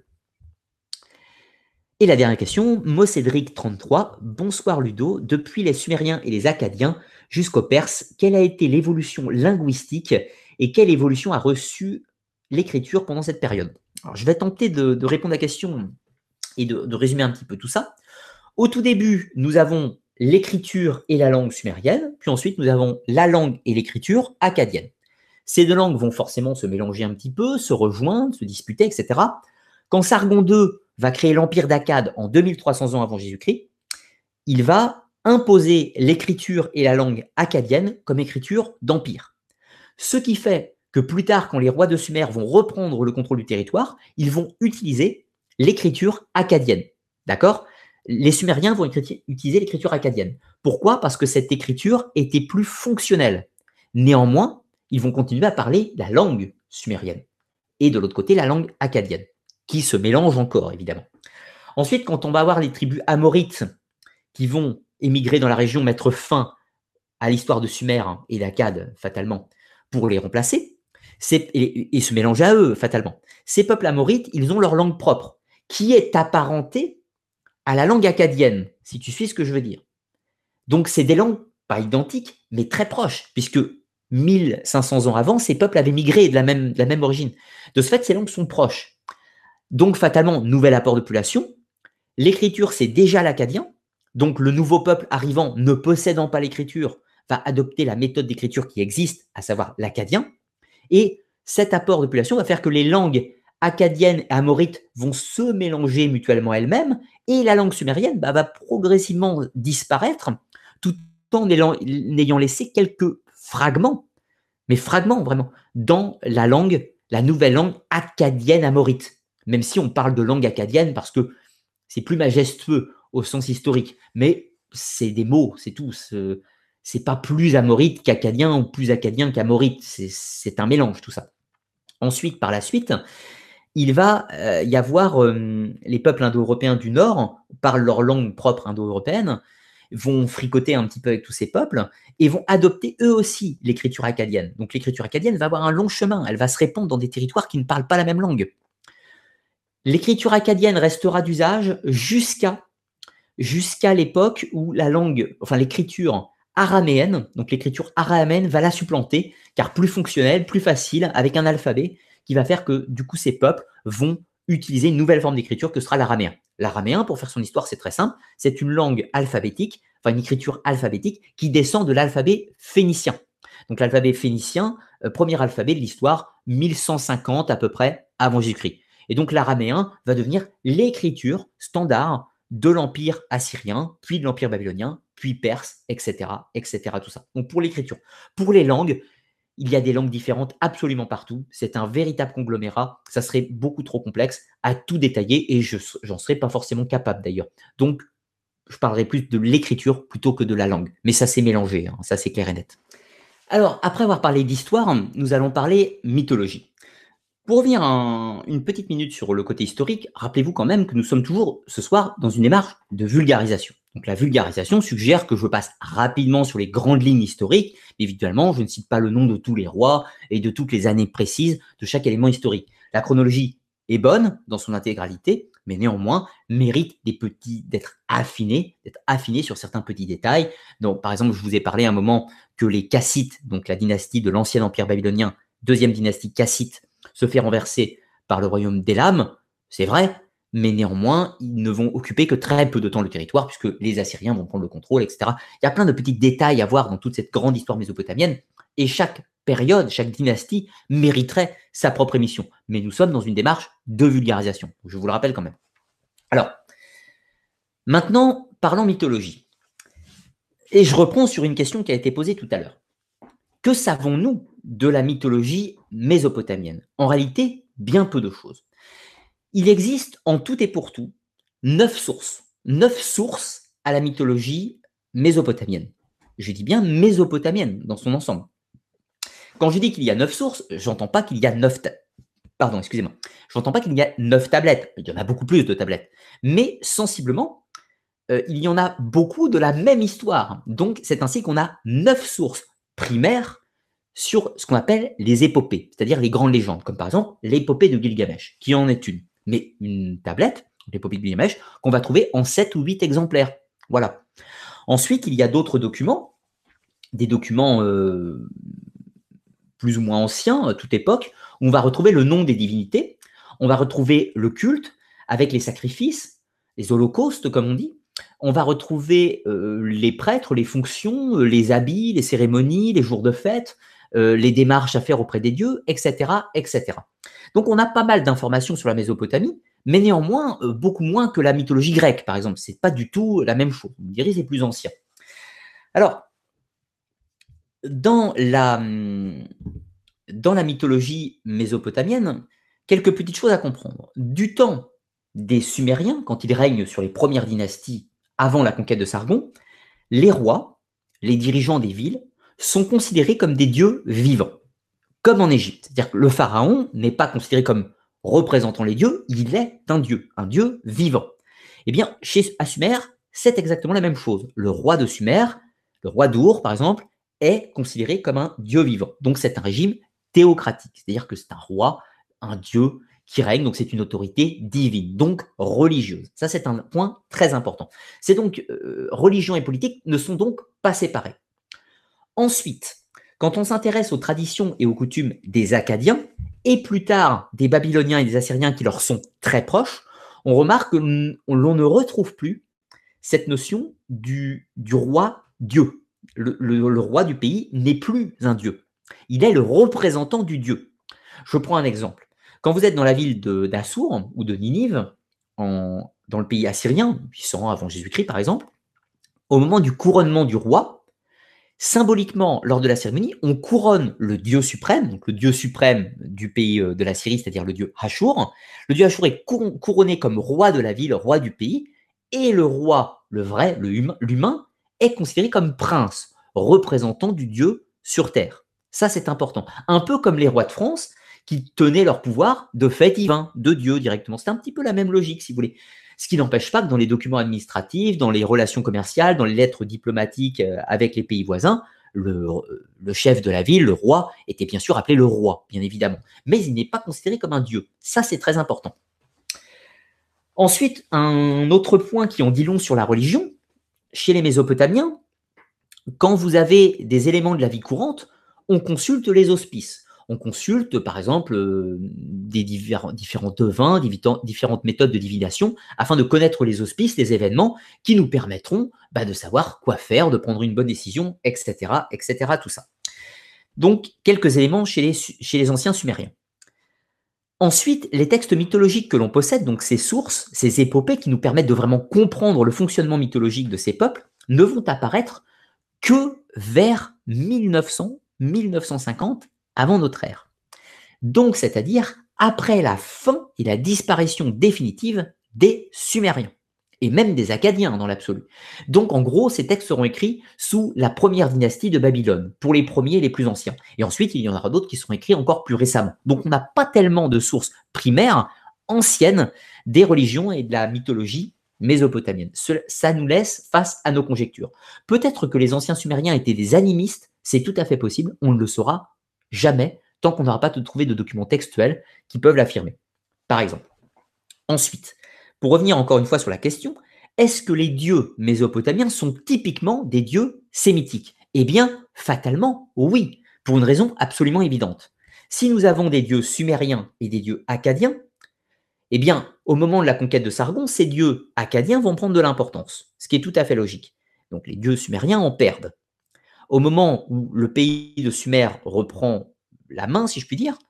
Et la dernière question, Mocédric33, bonsoir Ludo, depuis les Sumériens et les Akkadiens jusqu'aux Perses, quelle a été l'évolution linguistique et quelle évolution a reçu l'écriture pendant cette période? Alors, je vais tenter de répondre à la question et de résumer un petit peu tout ça. Au tout début, nous avons l'écriture et la langue sumérienne, puis ensuite nous avons la langue et l'écriture akkadienne. Ces deux langues vont forcément se mélanger un petit peu, se rejoindre, se disputer, etc. Quand Sargon II va créer l'empire d'Akkad en 2300 ans avant Jésus-Christ, il va imposer l'écriture et la langue akkadienne comme écriture d'empire. Ce qui fait que plus tard, quand les rois de Sumer vont reprendre le contrôle du territoire, ils vont utiliser l'écriture akkadienne. D'accord? Les Sumériens vont utiliser l'écriture akkadienne. Pourquoi? Parce que cette écriture était plus fonctionnelle. Néanmoins, ils vont continuer à parler la langue sumérienne. Et de l'autre côté, la langue akkadienne, qui se mélange encore, évidemment. Ensuite, quand on va avoir les tribus amorites qui vont émigrer dans la région, mettre fin à l'histoire de Sumer et d'Akkad, fatalement, pour les remplacer, et se mélanger à eux, fatalement. Ces peuples amorites, ils ont leur langue propre, qui est apparentée à la langue akkadienne, si tu suis ce que je veux dire. Donc, c'est des langues pas identiques, mais très proches, puisque 1500 ans avant, ces peuples avaient migré de la même origine. De ce fait, ces langues sont proches. Donc, fatalement, nouvel apport de population. L'écriture, c'est déjà l'akkadien. Donc, le nouveau peuple arrivant, ne possédant pas l'écriture, va adopter la méthode d'écriture qui existe, à savoir l'akkadien. Et cet apport de population va faire que les langues akkadiennes et amorites vont se mélanger mutuellement elles-mêmes, et la langue sumérienne va progressivement disparaître, tout en ayant laissé quelques fragments, mais fragments vraiment, dans la nouvelle langue akkadienne amorite. Même si on parle de langue akkadienne parce que c'est plus majestueux au sens historique, mais c'est des mots, c'est tout. C'est pas plus amorite qu'akkadien ou plus akkadien qu'amorite. C'est un mélange, tout ça. Ensuite, par la suite, il va y avoir les peuples indo-européens du Nord, parlent leur langue propre indo-européenne, vont fricoter un petit peu avec tous ces peuples et vont adopter eux aussi l'écriture akkadienne. Donc l'écriture akkadienne va avoir un long chemin, elle va se répandre dans des territoires qui ne parlent pas la même langue. L'écriture akkadienne restera d'usage jusqu'à l'époque où la langue, enfin l'écriture araméenne, donc l'écriture araméenne va la supplanter, car plus fonctionnelle, plus facile, avec un alphabet qui va faire que du coup ces peuples vont utiliser une nouvelle forme d'écriture que sera l'araméen. L'araméen, pour faire son histoire, c'est très simple, c'est une langue alphabétique, enfin une écriture alphabétique qui descend de l'alphabet phénicien. Donc l'alphabet phénicien, premier alphabet de l'histoire, 1150 à peu près avant Jésus-Christ. Et donc l'araméen va devenir l'écriture standard de l'Empire assyrien, puis de l'Empire babylonien, puis perse, etc., etc., tout ça. Donc pour l'écriture. Pour les langues, il y a des langues différentes absolument partout. C'est un véritable conglomérat. Ça serait beaucoup trop complexe à tout détailler et j'en serais pas forcément capable d'ailleurs. Donc, je parlerai plus de l'écriture plutôt que de la langue. Mais ça s'est mélangé, hein, ça c'est clair et net. Alors, après avoir parlé d'histoire, nous allons parler mythologie. Pour revenir une petite minute sur le côté historique, rappelez-vous quand même que nous sommes toujours ce soir dans une démarche de vulgarisation. Donc la vulgarisation suggère que je passe rapidement sur les grandes lignes historiques, mais évidemment je ne cite pas le nom de tous les rois et de toutes les années précises de chaque élément historique. La chronologie est bonne dans son intégralité, mais néanmoins mérite d'être affinée sur certains petits détails. Donc par exemple, je vous ai parlé à un moment que les Kassites, donc la dynastie de l'ancien empire babylonien, deuxième dynastie kassite, se fait renverser par le royaume d'Élam, c'est vrai, mais néanmoins, ils ne vont occuper que très peu de temps le territoire, puisque les Assyriens vont prendre le contrôle, etc. Il y a plein de petits détails à voir dans toute cette grande histoire mésopotamienne, et chaque période, chaque dynastie mériterait sa propre émission. Mais nous sommes dans une démarche de vulgarisation, je vous le rappelle quand même. Alors, maintenant, parlons mythologie. Et je reprends sur une question qui a été posée tout à l'heure. Que savons-nous de la mythologie mésopotamienne? En réalité, bien peu de choses. Il existe en tout et pour tout 9 sources à la mythologie mésopotamienne. Je dis bien mésopotamienne dans son ensemble. Quand je dis qu'il y a 9 sources, j'entends pas qu'il y a 9 j'entends pas qu'il y a 9 tablettes. Il y en a beaucoup plus de tablettes. Mais sensiblement, il y en a beaucoup de la même histoire. Donc, c'est ainsi qu'on a 9 sources primaires sur ce qu'on appelle les épopées, c'est-à-dire les grandes légendes, comme par exemple l'épopée de Gilgamesh, qui en est une. Mais une tablette, l'épopée de Gilgamesh, qu'on va trouver en 7 ou 8 exemplaires. Voilà. Ensuite, il y a d'autres documents, des documents plus ou moins anciens, à toute époque, où on va retrouver le nom des divinités, on va retrouver le culte avec les sacrifices, les holocaustes, comme on dit. On va retrouver les prêtres, les fonctions, les habits, les cérémonies, les jours de fête, les démarches à faire auprès des dieux, etc., etc. Donc, on a pas mal d'informations sur la Mésopotamie, mais néanmoins, beaucoup moins que la mythologie grecque, par exemple. C'est pas du tout la même chose. Vous me direz, c'est plus ancien. Alors, dans la mythologie mésopotamienne, quelques petites choses à comprendre. Du temps des Sumériens, quand ils règnent sur les premières dynasties avant la conquête de Sargon, les rois, les dirigeants des villes, sont considérés comme des dieux vivants, comme en Égypte. C'est-à-dire que le pharaon n'est pas considéré comme représentant les dieux, il est un dieu vivant. Eh bien, à Sumer, c'est exactement la même chose. Le roi de Sumer, le roi d'Ur, par exemple, est considéré comme un dieu vivant. Donc, c'est un régime théocratique, c'est-à-dire que c'est un roi, un dieu qui règne, donc c'est une autorité divine, donc religieuse. Ça, c'est un point très important. C'est donc, religion et politique ne sont donc pas séparés. Ensuite, quand on s'intéresse aux traditions et aux coutumes des Akkadiens, et plus tard des Babyloniens et des Assyriens qui leur sont très proches, on remarque que l'on ne retrouve plus cette notion du roi Dieu. Le roi du pays n'est plus un dieu. Il est le représentant du dieu. Je prends un exemple. Quand vous êtes dans la ville d'Assur ou de Ninive, dans le pays assyrien, 800 ans avant Jésus-Christ par exemple, au moment du couronnement du roi, symboliquement, lors de la cérémonie, on couronne le dieu suprême, donc le dieu suprême du pays de la Syrie, c'est-à-dire le dieu Ashur. Le dieu Ashur est couronné comme roi de la ville, roi du pays, et le roi, le vrai, l'humain, est considéré comme prince, représentant du dieu sur terre. Ça, c'est important. Un peu comme les rois de France qui tenaient leur pouvoir de fait divin, de Dieu directement. C'est un petit peu la même logique, si vous voulez. Ce qui n'empêche pas que dans les documents administratifs, dans les relations commerciales, dans les lettres diplomatiques avec les pays voisins, le chef de la ville, le roi, était bien sûr appelé le roi, bien évidemment. Mais il n'est pas considéré comme un dieu. Ça, c'est très important. Ensuite, un autre point qui en dit long sur la religion, chez les Mésopotamiens, quand vous avez des éléments de la vie courante, on consulte les auspices. On consulte, par exemple, des différents devins, différentes méthodes de divination, afin de connaître les auspices, les événements qui nous permettront de savoir quoi faire, de prendre une bonne décision, etc., etc., tout ça. Donc, quelques éléments chez les anciens Sumériens. Ensuite, les textes mythologiques que l'on possède, donc ces sources, ces épopées qui nous permettent de vraiment comprendre le fonctionnement mythologique de ces peuples, ne vont apparaître que vers 1900-1950 avant notre ère. Donc, c'est-à-dire après la fin et la disparition définitive des Sumériens, et même des Akkadiens dans l'absolu. Donc, en gros, ces textes seront écrits sous la première dynastie de Babylone, pour les premiers et les plus anciens. Et ensuite, il y en aura d'autres qui seront écrits encore plus récemment. Donc, on n'a pas tellement de sources primaires, anciennes, des religions et de la mythologie mésopotamienne. Ça nous laisse face à nos conjectures. Peut-être que les anciens Sumériens étaient des animistes, c'est tout à fait possible, on ne le saura jamais, tant qu'on n'aura pas trouvé de documents textuels qui peuvent l'affirmer. Par exemple. Ensuite, pour revenir encore une fois sur la question, est-ce que les dieux mésopotamiens sont typiquement des dieux sémitiques? Eh bien, fatalement, oui, pour une raison absolument évidente. Si nous avons des dieux sumériens et des dieux akkadiens, eh bien, au moment de la conquête de Sargon, ces dieux akkadiens vont prendre de l'importance, ce qui est tout à fait logique. Donc les dieux sumériens en perdent. Au moment où le pays de Sumer reprend la main, si je puis dire,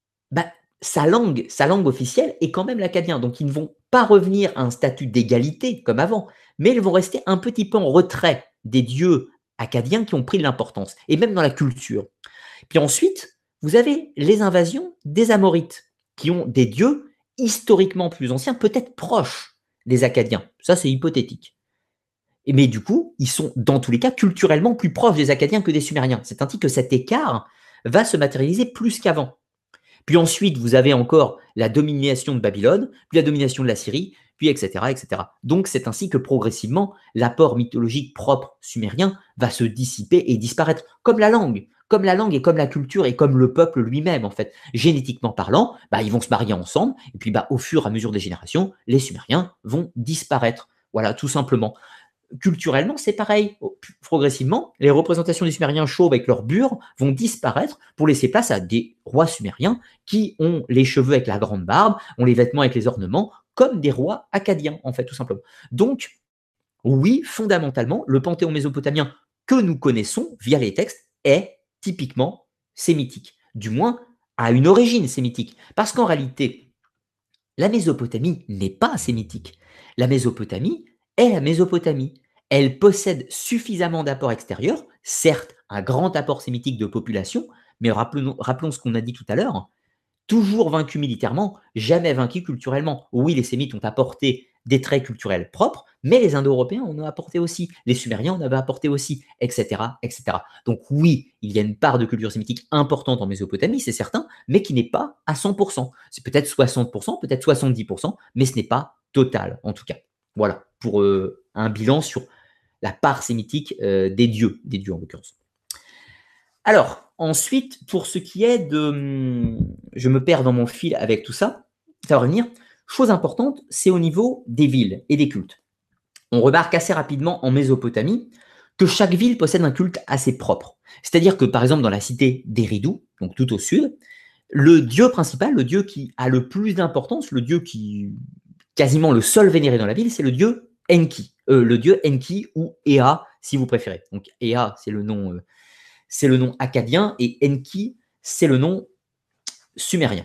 sa langue officielle est quand même l'akkadien. Donc, ils ne vont pas revenir à un statut d'égalité comme avant, mais ils vont rester un petit peu en retrait des dieux akkadiens qui ont pris de l'importance, et même dans la culture. Puis ensuite, vous avez les invasions des Amorites, qui ont des dieux historiquement plus anciens, peut-être proches des Akkadiens. Ça, c'est hypothétique. Mais du coup, ils sont, dans tous les cas, culturellement plus proches des Akkadiens que des Sumériens. C'est ainsi que cet écart va se matérialiser plus qu'avant. Puis ensuite, vous avez encore la domination de Babylone, puis la domination de la Syrie, puis etc., etc. Donc, c'est ainsi que progressivement, l'apport mythologique propre sumérien va se dissiper et disparaître, comme la langue et comme la culture et comme le peuple lui-même, en fait. Génétiquement parlant, ils vont se marier ensemble, et puis au fur et à mesure des générations, les Sumériens vont disparaître. Voilà, tout simplement. Culturellement, c'est pareil. Progressivement, les représentations des Sumériens chauves avec leurs bures vont disparaître pour laisser place à des rois sumériens qui ont les cheveux avec la grande barbe, ont les vêtements avec les ornements, comme des rois akkadiens, en fait, tout simplement. Donc, oui, fondamentalement, le panthéon mésopotamien que nous connaissons via les textes est typiquement sémitique, du moins à une origine sémitique. Parce qu'en réalité, la Mésopotamie n'est pas sémitique. La Mésopotamie est la Mésopotamie. Elle possède suffisamment d'apports extérieurs, certes un grand apport sémitique de population, mais rappelons ce qu'on a dit tout à l'heure, toujours vaincu militairement, jamais vaincu culturellement. Oui, les Sémites ont apporté des traits culturels propres, mais les Indo-Européens en ont apporté aussi, les Sumériens en avaient apporté aussi, etc., etc. Donc oui, il y a une part de culture sémitique importante en Mésopotamie, c'est certain, mais qui n'est pas à 100%. C'est peut-être 60%, peut-être 70%, mais ce n'est pas total, en tout cas. Voilà, pour un bilan sur la part sémitique des dieux en l'occurrence. Alors, ensuite, pour ce qui est de... Je me perds dans mon fil avec tout ça, ça va revenir. Chose importante, c'est au niveau des villes et des cultes. On remarque assez rapidement en Mésopotamie que chaque ville possède un culte assez propre. C'est-à-dire que, par exemple, dans la cité d'Eridu, donc tout au sud, le dieu principal, le dieu qui a le plus d'importance, le dieu qui quasiment le seul vénéré dans la ville, c'est le dieu Enki. Le dieu Enki ou Ea, si vous préférez. Donc Ea, c'est le nom akkadien, et Enki, c'est le nom sumérien.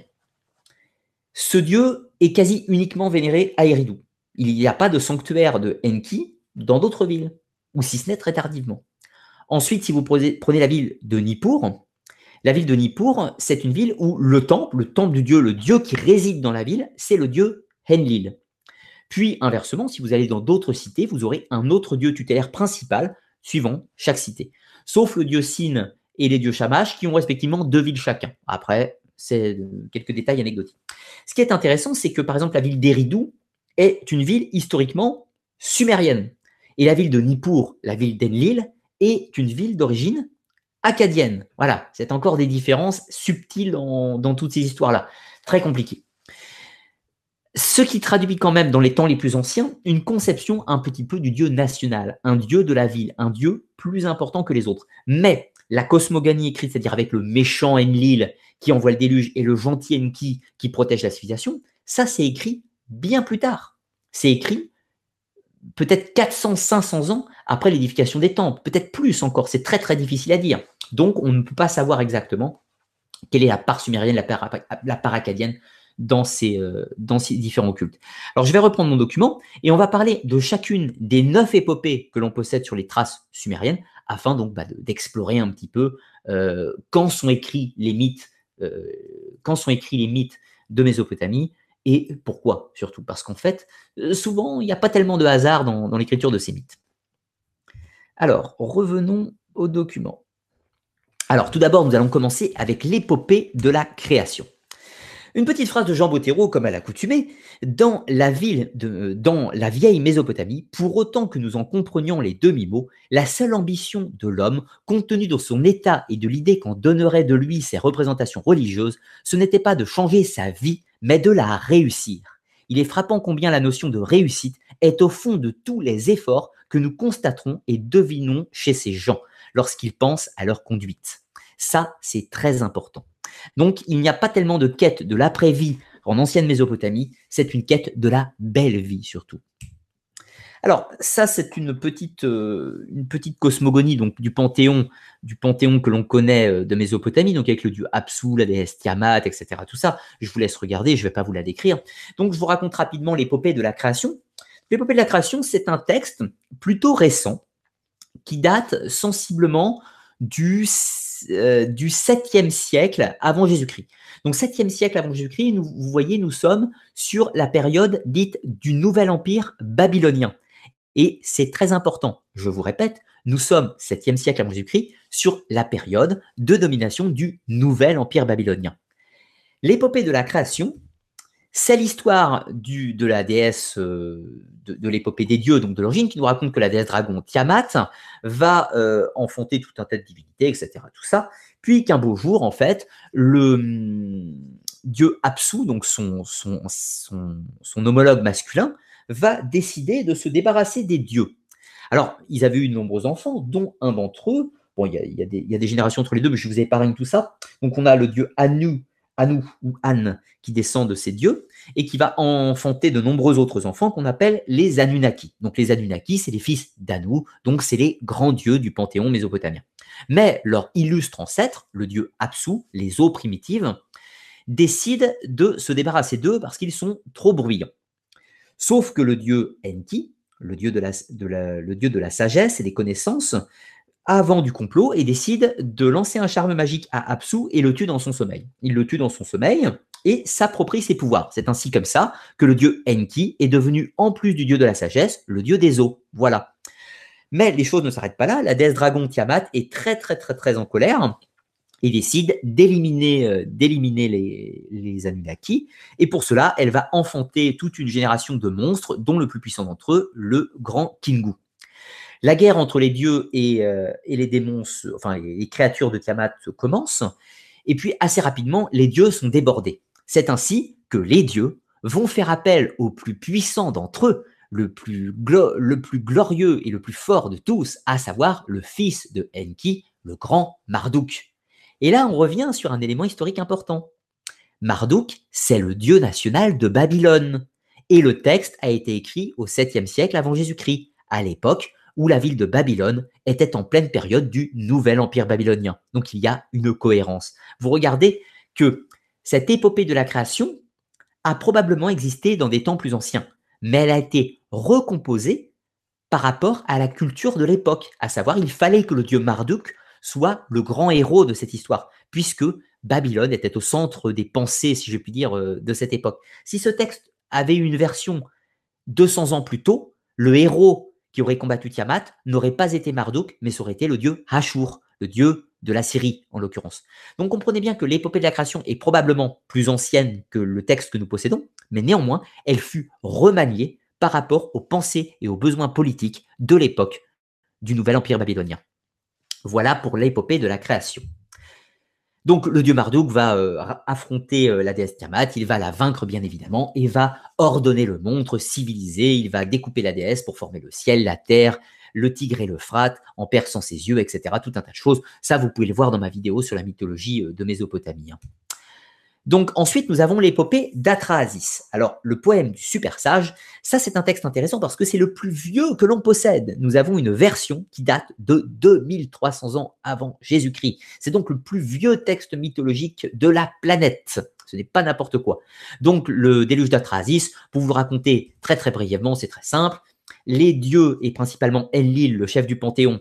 Ce dieu est quasi uniquement vénéré à Eridu. Il n'y a pas de sanctuaire de Enki dans d'autres villes, ou si ce n'est très tardivement. Ensuite, si vous prenez la ville de Nippur, c'est une ville où le temple du dieu, le dieu qui réside dans la ville, c'est le dieu Enlil. Puis, inversement, si vous allez dans d'autres cités, vous aurez un autre dieu tutélaire principal suivant chaque cité. Sauf le dieu Sin et les dieux Shamash qui ont respectivement 2 villes chacun. Après, c'est quelques détails anecdotiques. Ce qui est intéressant, c'est que par exemple, la ville d'Eridu est une ville historiquement sumérienne. Et la ville de Nippur, la ville d'Enlil, est une ville d'origine acadienne. Voilà, c'est encore des différences subtiles dans toutes ces histoires-là. Très compliquées. Ce qui traduit quand même dans les temps les plus anciens une conception un petit peu du dieu national, un dieu de la ville, un dieu plus important que les autres. Mais la cosmogonie écrite, c'est-à-dire avec le méchant Enlil qui envoie le déluge et le gentil Enki qui protège la civilisation, ça c'est écrit bien plus tard. C'est écrit peut-être 400, 500 ans après l'édification des temples, peut-être plus encore, c'est très très difficile à dire. Donc on ne peut pas savoir exactement quelle est la part sumérienne, la part acadienne dans ces différents cultes. Alors je vais reprendre mon document et on va parler de chacune des 9 épopées que l'on possède sur les traces sumériennes afin donc d'explorer un petit peu quand sont écrits les mythes de Mésopotamie et pourquoi surtout. Parce qu'en fait, souvent, il n'y a pas tellement de hasard dans l'écriture de ces mythes. Alors, revenons au document. Alors, tout d'abord, nous allons commencer avec l'épopée de la création. Une petite phrase de Jean Bottero, comme à l'accoutumée, dans la vieille Mésopotamie, pour autant que nous en comprenions les demi-mots, la seule ambition de l'homme, compte tenu de son état et de l'idée qu'en donneraient de lui ses représentations religieuses, ce n'était pas de changer sa vie, mais de la réussir. Il est frappant combien la notion de réussite est au fond de tous les efforts que nous constaterons et devinons chez ces gens lorsqu'ils pensent à leur conduite. Ça, c'est très important. Donc, il n'y a pas tellement de quête de l'après-vie en ancienne Mésopotamie, c'est une quête de la belle vie surtout. Alors, ça, c'est une petite cosmogonie donc, du panthéon que l'on connaît de Mésopotamie, donc avec le dieu Apsu, la déesse Tiamat, etc. Tout ça, je vous laisse regarder, je ne vais pas vous la décrire. Donc, je vous raconte rapidement l'épopée de la création. L'épopée de la création, c'est un texte plutôt récent qui date sensiblement du 7e siècle avant Jésus-Christ. Donc 7e siècle avant Jésus-Christ, vous voyez, nous sommes sur la période dite du Nouvel Empire babylonien. Et c'est très important, je vous répète, nous sommes 7e siècle avant Jésus-Christ sur la période de domination du Nouvel Empire babylonien. L'épopée de la création, c'est l'histoire de la déesse de l'épopée des dieux, donc de l'origine, qui nous raconte que la déesse dragon Tiamat va enfanter tout un tas de divinités, etc. Tout ça. Puis qu'un beau jour, en fait, le dieu Apsu, donc son homologue masculin, va décider de se débarrasser des dieux. Alors, ils avaient eu de nombreux enfants, dont un d'entre eux. Bon, il y a des générations entre les deux, mais je vous épargne tout ça. Donc, on a le dieu Anu ou An, qui descend de ces dieux, et qui va enfanter de nombreux autres enfants qu'on appelle les Anunnaki. Donc les Anunnaki, c'est les fils d'Anu, donc c'est les grands dieux du panthéon mésopotamien. Mais leur illustre ancêtre, le dieu Apsu, les eaux primitives, décide de se débarrasser d'eux parce qu'ils sont trop bruyants. Sauf que le dieu Enki, le dieu de la sagesse et des connaissances, a vent du complot et décide de lancer un charme magique à Apsu et le tue dans son sommeil. Il le tue dans son sommeil et s'approprie ses pouvoirs. C'est ainsi comme ça que le dieu Enki est devenu, en plus du dieu de la sagesse, le dieu des eaux. Voilà. Mais les choses ne s'arrêtent pas là. La déesse dragon Tiamat est très très très très en colère et décide d'éliminer les Anunnaki. Et pour cela, elle va enfanter toute une génération de monstres, dont le plus puissant d'entre eux, le grand Kingu. La guerre entre les dieux et les démons, enfin les créatures de Tiamat commence, et puis assez rapidement, les dieux sont débordés. C'est ainsi que les dieux vont faire appel au plus puissant d'entre eux, le plus glorieux et le plus fort de tous, à savoir le fils de Enki, le grand Marduk. Et là, on revient sur un élément historique important. Marduk, c'est le dieu national de Babylone. Et le texte a été écrit au 7e siècle avant Jésus-Christ, à l'époque où la ville de Babylone était en pleine période du Nouvel Empire babylonien. Donc il y a une cohérence. Vous regardez que cette épopée de la création a probablement existé dans des temps plus anciens, mais elle a été recomposée par rapport à la culture de l'époque, à savoir il fallait que le dieu Marduk soit le grand héros de cette histoire, puisque Babylone était au centre des pensées, si je puis dire, de cette époque. Si ce texte avait une version 200 ans plus tôt, le héros qui aurait combattu Tiamat n'aurait pas été Marduk, mais ça aurait été le dieu Ashur, le dieu de la Syrie en l'occurrence. Donc comprenez bien que l'épopée de la création est probablement plus ancienne que le texte que nous possédons, mais néanmoins, elle fut remaniée par rapport aux pensées et aux besoins politiques de l'époque du nouvel empire babylonien. Voilà pour l'épopée de la création. Donc le dieu Marduk va affronter la déesse Tiamat, il va la vaincre bien évidemment et va ordonner le monde civilisé, il va découper la déesse pour former le ciel, la terre, le Tigre et l'Euphrate, en perçant ses yeux, etc. Tout un tas de choses. Ça, vous pouvez le voir dans ma vidéo sur la mythologie de Mésopotamie. Donc ensuite, nous avons l'épopée d'Atrahasis. Alors, le poème du super sage, ça c'est un texte intéressant parce que c'est le plus vieux que l'on possède. Nous avons une version qui date de 2300 ans avant Jésus-Christ. C'est donc le plus vieux texte mythologique de la planète. Ce n'est pas n'importe quoi. Donc le déluge d'Atrahasis, pour vous le raconter très très brièvement, c'est très simple. Les dieux, et principalement Enlil, le chef du Panthéon,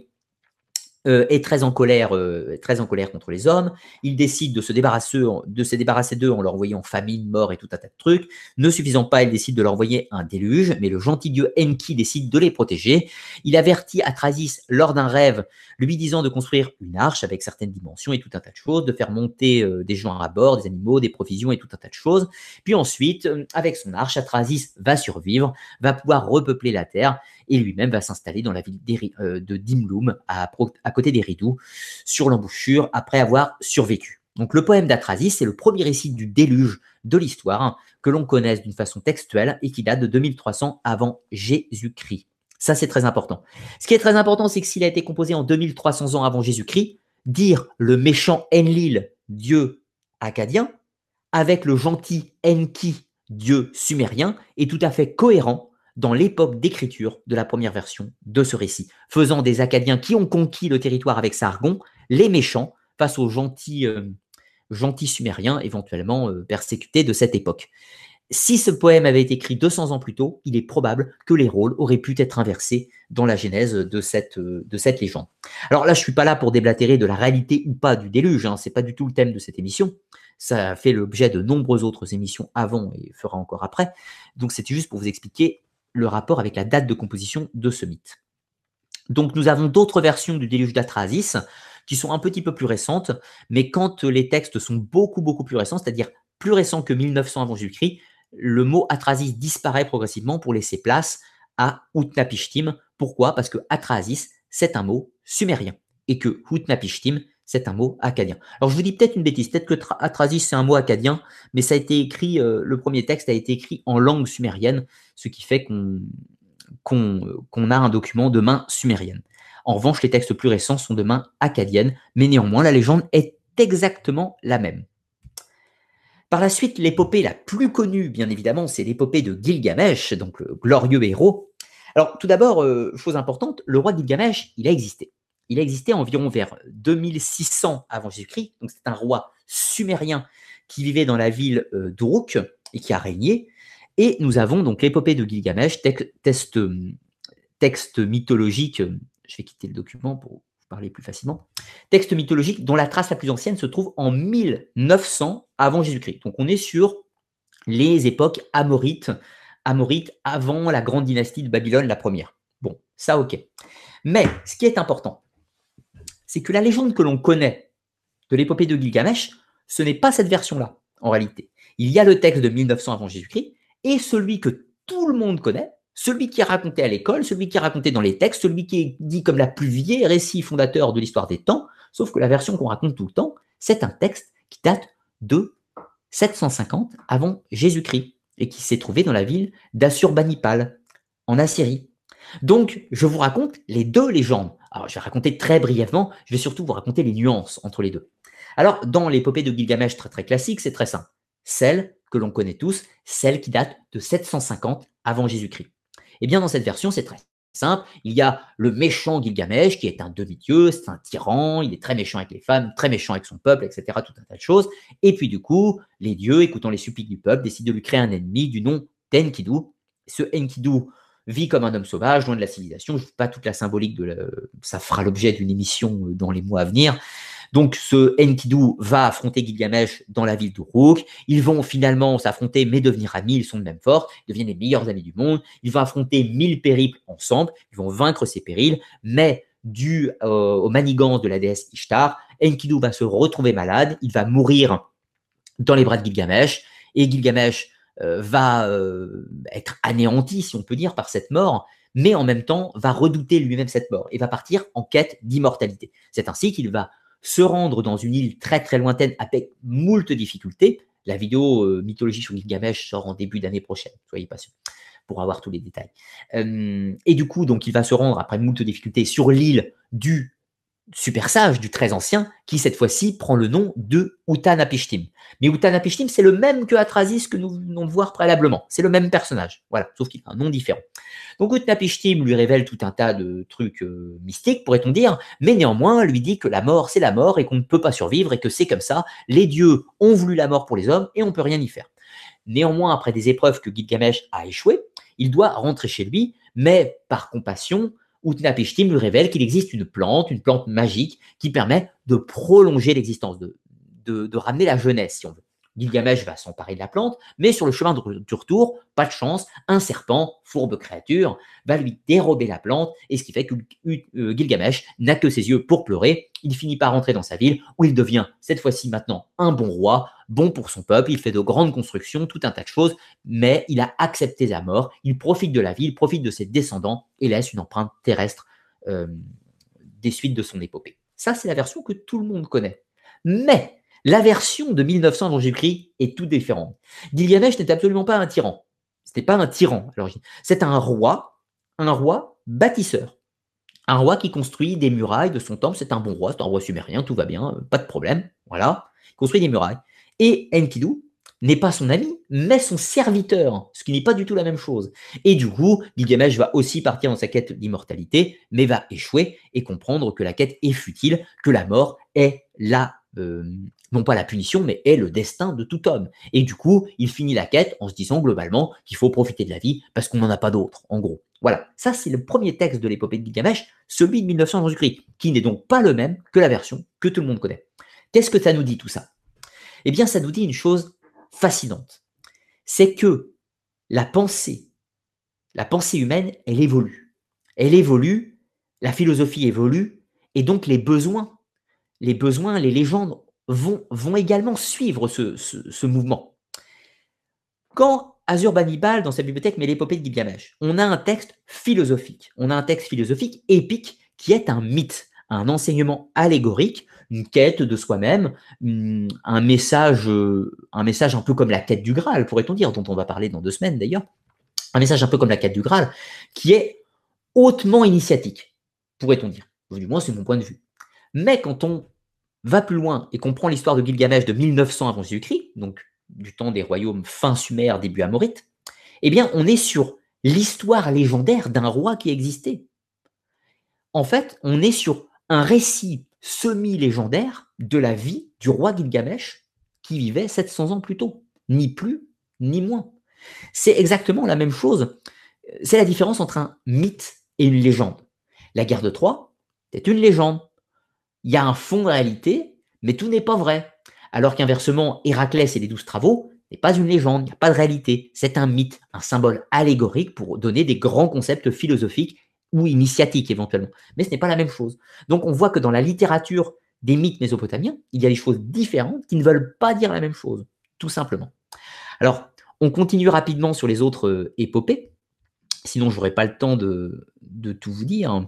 est très en colère contre les hommes. Il décide de se débarrasser d'eux en leur envoyant famine, mort et tout un tas de trucs. Ne suffisant pas, il décide de leur envoyer un déluge, mais le gentil dieu Enki décide de les protéger. Il avertit Atrahasis lors d'un rêve, lui disant de construire une arche avec certaines dimensions et tout un tas de choses, de faire monter des gens à bord, des animaux, des provisions et tout un tas de choses. Puis ensuite, avec son arche, Atrahasis va survivre, va pouvoir repeupler la terre et lui-même va s'installer dans la ville de Dimloum, à côté d'Eridu, sur l'embouchure, après avoir survécu. Donc le poème d'Atrahasis, c'est le premier récit du déluge de l'histoire que l'on connaisse d'une façon textuelle et qui date de 2300 avant Jésus-Christ. Ça, c'est très important. Ce qui est très important, c'est que s'il a été composé en 2300 ans avant Jésus-Christ, dire le méchant Enlil, dieu akkadien, avec le gentil Enki, dieu sumérien, est tout à fait cohérent dans l'époque d'écriture de la première version de ce récit, faisant des Akkadiens qui ont conquis le territoire avec Sargon, les méchants, face aux gentils sumériens éventuellement persécutés de cette époque. Si ce poème avait été écrit 200 ans plus tôt, il est probable que les rôles auraient pu être inversés dans la genèse de cette légende. Alors là, je ne suis pas là pour déblatérer de la réalité ou pas du déluge, ce n'est pas du tout le thème de cette émission. Ça a fait l'objet de nombreuses autres émissions avant et fera encore après. Donc c'était juste pour vous expliquer le rapport avec la date de composition de ce mythe. Donc nous avons d'autres versions du déluge d'Atrahasis qui sont un petit peu plus récentes, mais quand les textes sont beaucoup plus récents, c'est-à-dire plus récents que 1900 avant Jésus-Christ, le mot Atrahasis disparaît progressivement pour laisser place à Utnapishtim. Pourquoi? Parce que Atrahasis, c'est un mot sumérien et que Utnapishtim, c'est un mot akkadien. Alors je vous dis peut-être une bêtise, peut-être que Atrahasis c'est un mot akkadien, mais ça a été écrit, le premier texte a été écrit en langue sumérienne, ce qui fait qu'on a un document de main sumérienne. En revanche, les textes plus récents sont de main akkadienne, mais néanmoins la légende est exactement la même. Par la suite, l'épopée la plus connue, bien évidemment, c'est l'épopée de Gilgamesh, donc le glorieux héros. Alors tout d'abord, chose importante, le roi Gilgamesh, il a existé. Il a existé environ vers 2600 avant Jésus-Christ, donc c'est un roi sumérien qui vivait dans la ville d'Uruk et qui a régné. Et nous avons donc l'épopée de Gilgamesh, texte mythologique, je vais quitter le document pour vous parler plus facilement, texte mythologique dont la trace la plus ancienne se trouve en 1900 avant Jésus-Christ. Donc on est sur les époques amorites avant la grande dynastie de Babylone, la première. Bon, ça ok. Mais ce qui est important, c'est que la légende que l'on connaît de l'épopée de Gilgamesh, ce n'est pas cette version-là, en réalité. Il y a le texte de 1900 avant Jésus-Christ, et celui que tout le monde connaît, celui qui est raconté à l'école, celui qui est raconté dans les textes, celui qui est dit comme la plus vieille récit fondateur de l'histoire des temps, sauf que la version qu'on raconte tout le temps, c'est un texte qui date de 750 avant Jésus-Christ, et qui s'est trouvé dans la ville d'Assurbanipal, en Assyrie. Donc, je vous raconte les deux légendes. Alors, je vais raconter très brièvement, je vais surtout vous raconter les nuances entre les deux. Alors, dans l'épopée de Gilgamesh très très classique, c'est très simple. Celle que l'on connaît tous, celle qui date de 750 avant Jésus-Christ. Eh bien, dans cette version, c'est très simple. Il y a le méchant Gilgamesh qui est un demi-dieu, c'est un tyran, il est très méchant avec les femmes, très méchant avec son peuple, etc. Tout un tas de choses. Et puis, du coup, les dieux, écoutant les suppliques du peuple, décident de lui créer un ennemi du nom d'Enkidu. Ce Enkidu vit comme un homme sauvage, loin de la civilisation. Je ne fais pas toute la symbolique ça fera l'objet d'une émission dans les mois à venir. Donc, ce Enkidu va affronter Gilgamesh dans la ville d'Uruk. Ils vont finalement s'affronter, mais devenir amis. Ils sont de même force. Ils deviennent les meilleurs amis du monde. Ils vont affronter 1000 périples ensemble. Ils vont vaincre ces périls. Mais dû aux manigances de la déesse Ishtar, Enkidu va se retrouver malade. Il va mourir dans les bras de Gilgamesh. Et Gilgamesh va être anéanti, si on peut dire, par cette mort, mais en même temps va redouter lui-même cette mort et va partir en quête d'immortalité. C'est ainsi qu'il va se rendre dans une île très très lointaine avec moult difficultés. La vidéo mythologie sur Gilgamesh sort en début d'année prochaine, soyez patients pour avoir tous les détails. Et du coup, donc, il va se rendre après moult difficultés sur l'île du super sage, du très ancien, qui cette fois-ci prend le nom de Utanapishtim. Mais Utanapishtim, c'est le même que Atrasis que nous venons de voir préalablement. C'est le même personnage, voilà, sauf qu'il a un nom différent. Donc Utanapishtim lui révèle tout un tas de trucs mystiques, pourrait-on dire, mais néanmoins lui dit que la mort, c'est la mort et qu'on ne peut pas survivre et que c'est comme ça. Les dieux ont voulu la mort pour les hommes et on ne peut rien y faire. Néanmoins, après des épreuves que Gilgamesh a échoué, il doit rentrer chez lui, mais par compassion, Utnapishtim lui révèle qu'il existe une plante magique, qui permet de prolonger l'existence, de ramener la jeunesse, si on veut. Gilgamesh va s'emparer de la plante, mais sur le chemin du retour, pas de chance, un serpent, fourbe créature, va lui dérober la plante, et ce qui fait que Gilgamesh n'a que ses yeux pour pleurer. Il finit par rentrer dans sa ville, où il devient, cette fois-ci maintenant, un bon roi, bon pour son peuple, il fait de grandes constructions, tout un tas de choses, mais il a accepté sa mort, il profite de la vie, il profite de ses descendants, et laisse une empreinte terrestre des suites de son épopée. Ça, c'est la version que tout le monde connaît. Mais la version de 1900 dont j'écris est tout différente. Gilgamesh n'est absolument pas un tyran. Ce n'est pas un tyran à l'origine. C'est un roi bâtisseur. Un roi qui construit des murailles de son temple. C'est un bon roi, c'est un roi sumérien, tout va bien, pas de problème. Voilà, il construit des murailles. Et Enkidu n'est pas son ami, mais son serviteur, ce qui n'est pas du tout la même chose. Et du coup, Gilgamesh va aussi partir dans sa quête d'immortalité, mais va échouer et comprendre que la quête est futile, que la mort est non pas la punition, mais est le destin de tout homme. Et du coup, il finit la quête en se disant globalement qu'il faut profiter de la vie parce qu'on n'en a pas d'autre, en gros. Voilà, ça c'est le premier texte de l'épopée de Gilgamesh, celui de 1900 avant Jésus-Christ, qui n'est donc pas le même que la version que tout le monde connaît. Qu'est-ce que ça nous dit tout ça? Eh bien, ça nous dit une chose fascinante. C'est que la pensée humaine, elle évolue. Elle évolue, la philosophie évolue, et donc les besoins, les légendes vont également suivre ce mouvement. Quand Ashurbanipal, dans sa bibliothèque, met l'épopée de Gilgamesh, on a un texte philosophique. On a un texte philosophique épique qui est un mythe, un enseignement allégorique, une quête de soi-même, un message un peu comme la quête du Graal, pourrait-on dire, dont on va parler dans 2 semaines d'ailleurs. Un message un peu comme la quête du Graal, qui est hautement initiatique, pourrait-on dire. Du moins, c'est mon point de vue. Mais quand on va plus loin et qu'on prend l'histoire de Gilgamesh de 1900 avant Jésus-Christ, donc du temps des royaumes fin Sumer, début Amorite, eh bien, on est sur l'histoire légendaire d'un roi qui existait. En fait, on est sur un récit semi-légendaire de la vie du roi Gilgamesh qui vivait 700 ans plus tôt, ni plus ni moins. C'est exactement la même chose. C'est la différence entre un mythe et une légende. La guerre de Troie, c'est une légende. Il y a un fond de réalité, mais tout n'est pas vrai. Alors qu'inversement, Héraclès et les 12 travaux n'est pas une légende, il n'y a pas de réalité. C'est un mythe, un symbole allégorique pour donner des grands concepts philosophiques ou initiatiques éventuellement. Mais ce n'est pas la même chose. Donc on voit que dans la littérature des mythes mésopotamiens, il y a des choses différentes qui ne veulent pas dire la même chose, tout simplement. Alors, on continue rapidement sur les autres épopées, sinon je n'aurai pas le temps de tout vous dire.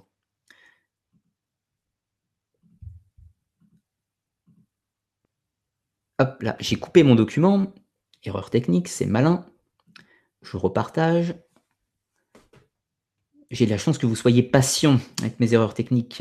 Hop là, j'ai coupé mon document. Erreur technique, c'est malin. Je repartage. J'ai de la chance que vous soyez patient avec mes erreurs techniques.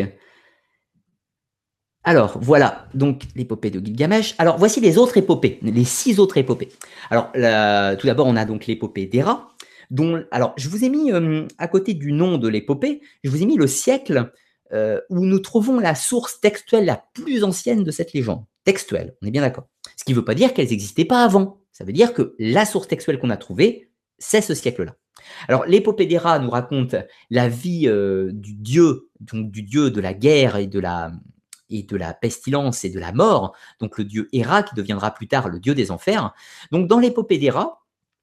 Alors, voilà, donc l'épopée de Gilgamesh. Alors, voici les autres épopées, les 6 autres épopées. Alors, tout d'abord, on a donc l'épopée d'Héra, alors, je vous ai mis, à côté du nom de l'épopée, je vous ai mis le siècle où nous trouvons la source textuelle la plus ancienne de cette légende. Textuelle, on est bien d'accord. Ce qui ne veut pas dire qu'elles n'existaient pas avant. Ça veut dire que la source textuelle qu'on a trouvée, c'est ce siècle-là. Alors, l'épopée d'Héra nous raconte la vie du dieu de la guerre et de la et de la pestilence et de la mort, donc le dieu Héra qui deviendra plus tard le dieu des enfers. Donc dans l'épopée d'Héra,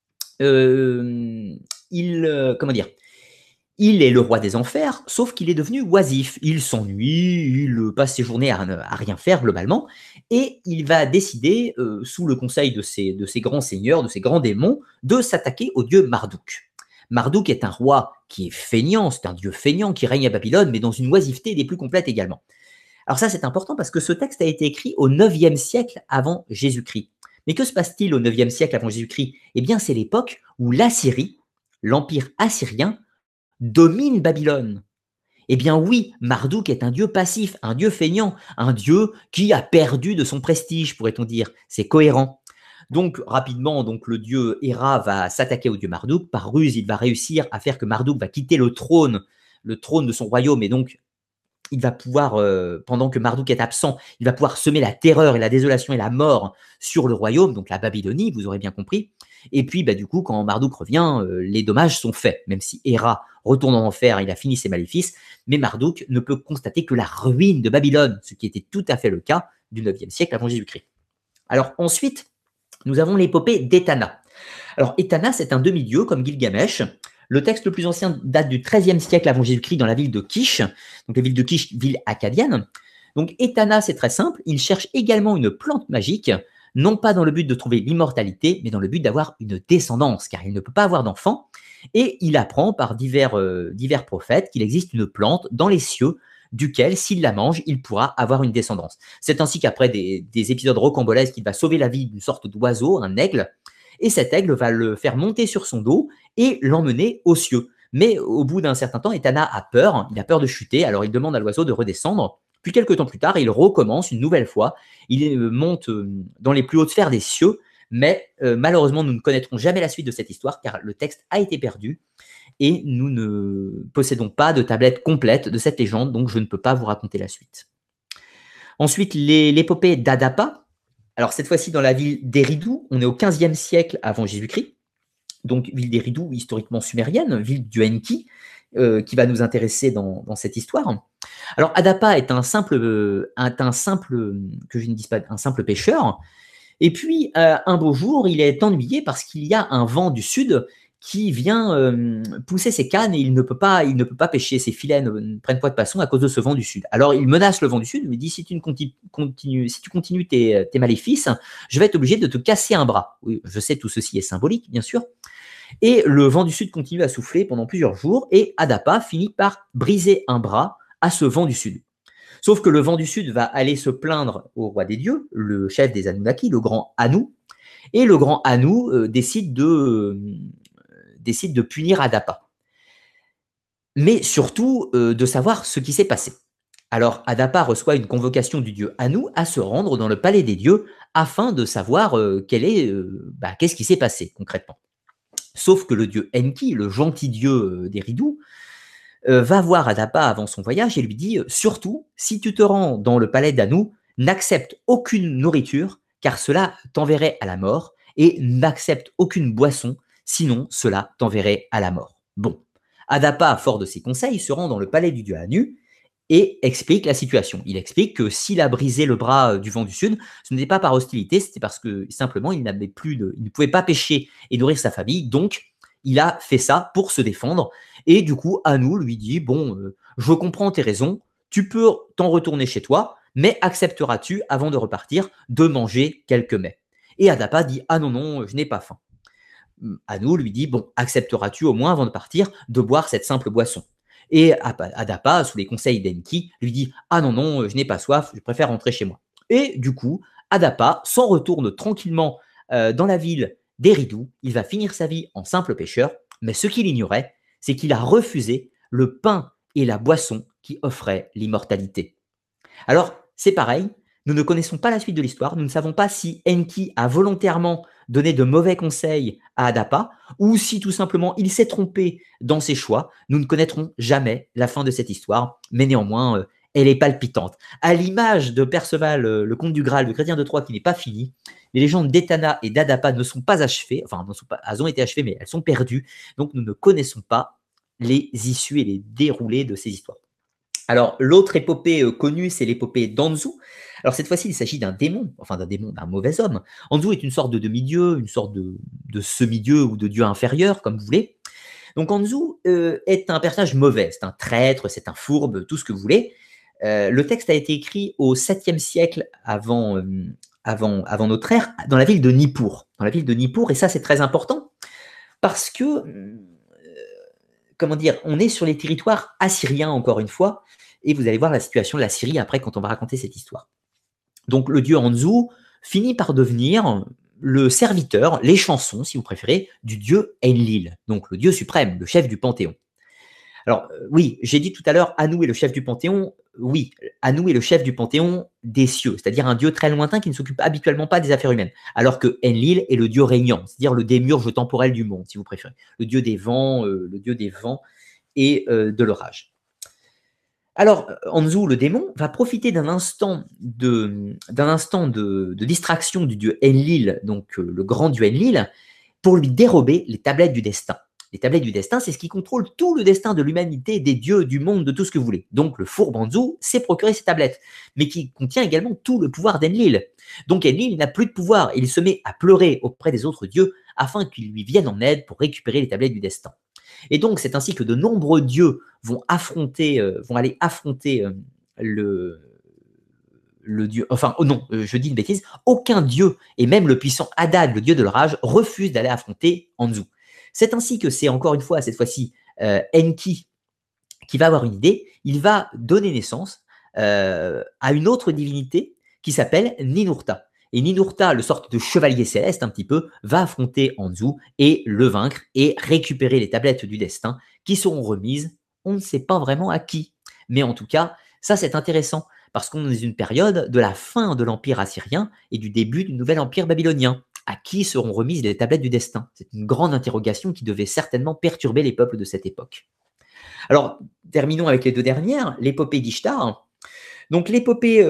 comment dire, il est le roi des enfers, sauf qu'il est devenu oisif. Il s'ennuie, il passe ses journées à rien faire globalement, et il va décider, sous le conseil de ses grands seigneurs, de ses grands démons, de s'attaquer au dieu Marduk. Marduk est un roi qui est feignant, c'est un dieu feignant qui règne à Babylone, mais dans une oisiveté des plus complètes également. Alors ça, c'est important parce que ce texte a été écrit au 9e siècle avant Jésus-Christ. Mais que se passe-t-il au 9e siècle avant Jésus-Christ? Eh bien, c'est l'époque où l'Assyrie, l'empire assyrien, domine Babylone. Eh bien oui, Marduk est un dieu passif, un dieu feignant, un dieu qui a perdu de son prestige, pourrait-on dire. C'est cohérent. Donc rapidement, donc, le dieu Héra va s'attaquer au dieu Marduk. Par ruse, il va réussir à faire que Marduk va quitter le trône de son royaume, et donc il va pouvoir, pendant que Marduk est absent, il va pouvoir semer la terreur et la désolation et la mort sur le royaume, donc la Babylonie, vous aurez bien compris. Et puis, du coup, quand Marduk revient, les dommages sont faits. Même si Héra retourne en enfer, il a fini ses maléfices, mais Marduk ne peut constater que la ruine de Babylone, ce qui était tout à fait le cas du 9e siècle avant Jésus-Christ. Alors ensuite, nous avons l'épopée d'Etana. Alors Etana, c'est un demi-dieu comme Gilgamesh. Le texte le plus ancien date du XIIIe siècle avant Jésus-Christ dans la ville de Kish. Donc la ville de Kish, ville akkadienne. Donc Etana, c'est très simple. Il cherche également une plante magique, non pas dans le but de trouver l'immortalité, mais dans le but d'avoir une descendance, car il ne peut pas avoir d'enfant. Et il apprend par divers prophètes qu'il existe une plante dans les cieux duquel, s'il la mange, il pourra avoir une descendance. C'est ainsi qu'après des épisodes rocambolesques, il va sauver la vie d'une sorte d'oiseau, un aigle, et cet aigle va le faire monter sur son dos et l'emmener aux cieux. Mais au bout d'un certain temps, Etana a peur, il a peur de chuter, alors il demande à l'oiseau de redescendre. Puis quelques temps plus tard, il recommence une nouvelle fois, il monte dans les plus hautes sphères des cieux, mais malheureusement, nous ne connaîtrons jamais la suite de cette histoire, car le texte a été perdu, et nous ne possédons pas de tablette complète de cette légende, donc je ne peux pas vous raconter la suite. Ensuite, l'épopée d'Adapa. Alors cette fois-ci dans la ville d'Eridu, on est au 15e siècle avant Jésus-Christ, donc ville d'Eridu historiquement sumérienne, ville du Enki, qui va nous intéresser dans cette histoire. Alors Adapa est un simple, que je ne dise pas, un simple pêcheur, et puis un beau jour, il est ennuyé parce qu'il y a un vent du sud qui vient pousser ses cannes et il ne peut pas pêcher, ses filets ne prennent pas de poisson à cause de ce vent du sud. Alors il menace le vent du sud, il lui dit si tu continues tes maléfices, je vais être obligé de te casser un bras. Oui, je sais, tout ceci est symbolique, bien sûr. Et le vent du sud continue à souffler pendant plusieurs jours et Adapa finit par briser un bras à ce vent du sud. Sauf que le vent du sud va aller se plaindre au roi des dieux, le chef des Anunnaki, le grand Anu, et le grand Anu décide de punir Adapa. Mais surtout de savoir ce qui s'est passé. Alors Adapa reçoit une convocation du dieu Anu à se rendre dans le palais des dieux afin de savoir qu'est-ce qui s'est passé concrètement. Sauf que le dieu Enki, le gentil dieu d'Eridu, va voir Adapa avant son voyage et lui dit « Surtout, si tu te rends dans le palais d'Anu, n'accepte aucune nourriture, car cela t'enverrait à la mort, et n'accepte aucune boisson, sinon cela t'enverrait à la mort. » Bon, Adapa, fort de ses conseils, se rend dans le palais du dieu Anu et explique la situation. Il explique que s'il a brisé le bras du vent du sud, ce n'était pas par hostilité, c'était parce que simplement il ne pouvait pas pêcher et nourrir sa famille, donc il a fait ça pour se défendre. Et du coup, Anu lui dit « Bon, je comprends tes raisons, tu peux t'en retourner chez toi, mais accepteras-tu, avant de repartir, de manger quelques mets ?» Et Adapa dit « Ah non, non, je n'ai pas faim. » Anu lui dit « Bon, accepteras-tu au moins, avant de partir, de boire cette simple boisson ?» Et Adapa, sous les conseils d'Enki, lui dit « Ah non, non, je n'ai pas soif, je préfère rentrer chez moi. » Et du coup, Adapa s'en retourne tranquillement dans la ville d'Eridu. Il va finir sa vie en simple pêcheur, mais ce qu'il ignorait, c'est qu'il a refusé le pain et la boisson qui offraient l'immortalité. Alors, c'est pareil, nous ne connaissons pas la suite de l'histoire, nous ne savons pas si Enki a volontairement donné de mauvais conseils à Adapa, ou si tout simplement il s'est trompé dans ses choix. Nous ne connaîtrons jamais la fin de cette histoire, mais néanmoins, elle est palpitante. À l'image de Perceval, le conte du Graal, le chrétien de Troie qui n'est pas fini, les légendes d'Etana et d'Adapa ne sont pas achevées, enfin, elles ont été achevées, mais elles sont perdues, donc nous ne connaissons pas les issues et les déroulés de ces histoires. Alors, l'autre épopée connue, c'est l'épopée d'Anzu. Alors, cette fois-ci, il s'agit d'un démon, enfin d'un démon, d'un mauvais homme. Anzu est une sorte de demi-dieu, une sorte de semi-dieu ou de dieu inférieur, comme vous voulez. Donc, Anzu est un personnage mauvais, c'est un traître, c'est un fourbe, tout ce que vous voulez. Le texte a été écrit au 7e siècle avant notre ère, dans la ville de Nippur. Dans la ville de Nippur, et ça, c'est très important, parce que, comment dire, on est sur les territoires assyriens, encore une fois, et vous allez voir la situation de la Syrie après quand on va raconter cette histoire. Donc le dieu Anzu finit par devenir le serviteur, les chansons, si vous préférez, du dieu Enlil, donc le dieu suprême, le chef du Panthéon. Alors oui, j'ai dit tout à l'heure, Anu est le chef du Panthéon. Oui, Anu est le chef du Panthéon des cieux, c'est-à-dire un dieu très lointain qui ne s'occupe habituellement pas des affaires humaines, alors que Enlil est le dieu régnant, c'est-à-dire le démiurge temporel du monde, si vous préférez, le dieu des vents et de l'orage. Alors, Anzu, le démon, va profiter d'un instant de distraction du dieu Enlil, donc le grand dieu Enlil, pour lui dérober les tablettes du destin. Les tablettes du destin, c'est ce qui contrôle tout le destin de l'humanité, des dieux, du monde, de tout ce que vous voulez. Donc, le fourbe Anzu s'est procuré ces tablettes, mais qui contient également tout le pouvoir d'Enlil. Donc, Enlil n'a plus de pouvoir et il se met à pleurer auprès des autres dieux afin qu'ils lui viennent en aide pour récupérer les tablettes du destin. Et donc, c'est ainsi que de nombreux dieux vont aller affronter le dieu. Enfin, oh non, je dis une bêtise. Aucun dieu, et même le puissant Hadad, le dieu de l'orage, refuse d'aller affronter Anzu. C'est ainsi que c'est encore une fois, cette fois-ci, Enki qui va avoir une idée. Il va donner naissance à une autre divinité qui s'appelle Ninurta. Et Ninurta, le sorte de chevalier céleste un petit peu, va affronter Anzu et le vaincre et récupérer les tablettes du destin qui seront remises, on ne sait pas vraiment à qui. Mais en tout cas, ça c'est intéressant parce qu'on est dans une période de la fin de l'empire assyrien et du début du nouvel empire babylonien. À qui seront remises les tablettes du destin? C'est une grande interrogation qui devait certainement perturber les peuples de cette époque. Alors, terminons avec les deux dernières, l'épopée d'Ishtar. Donc l'épopée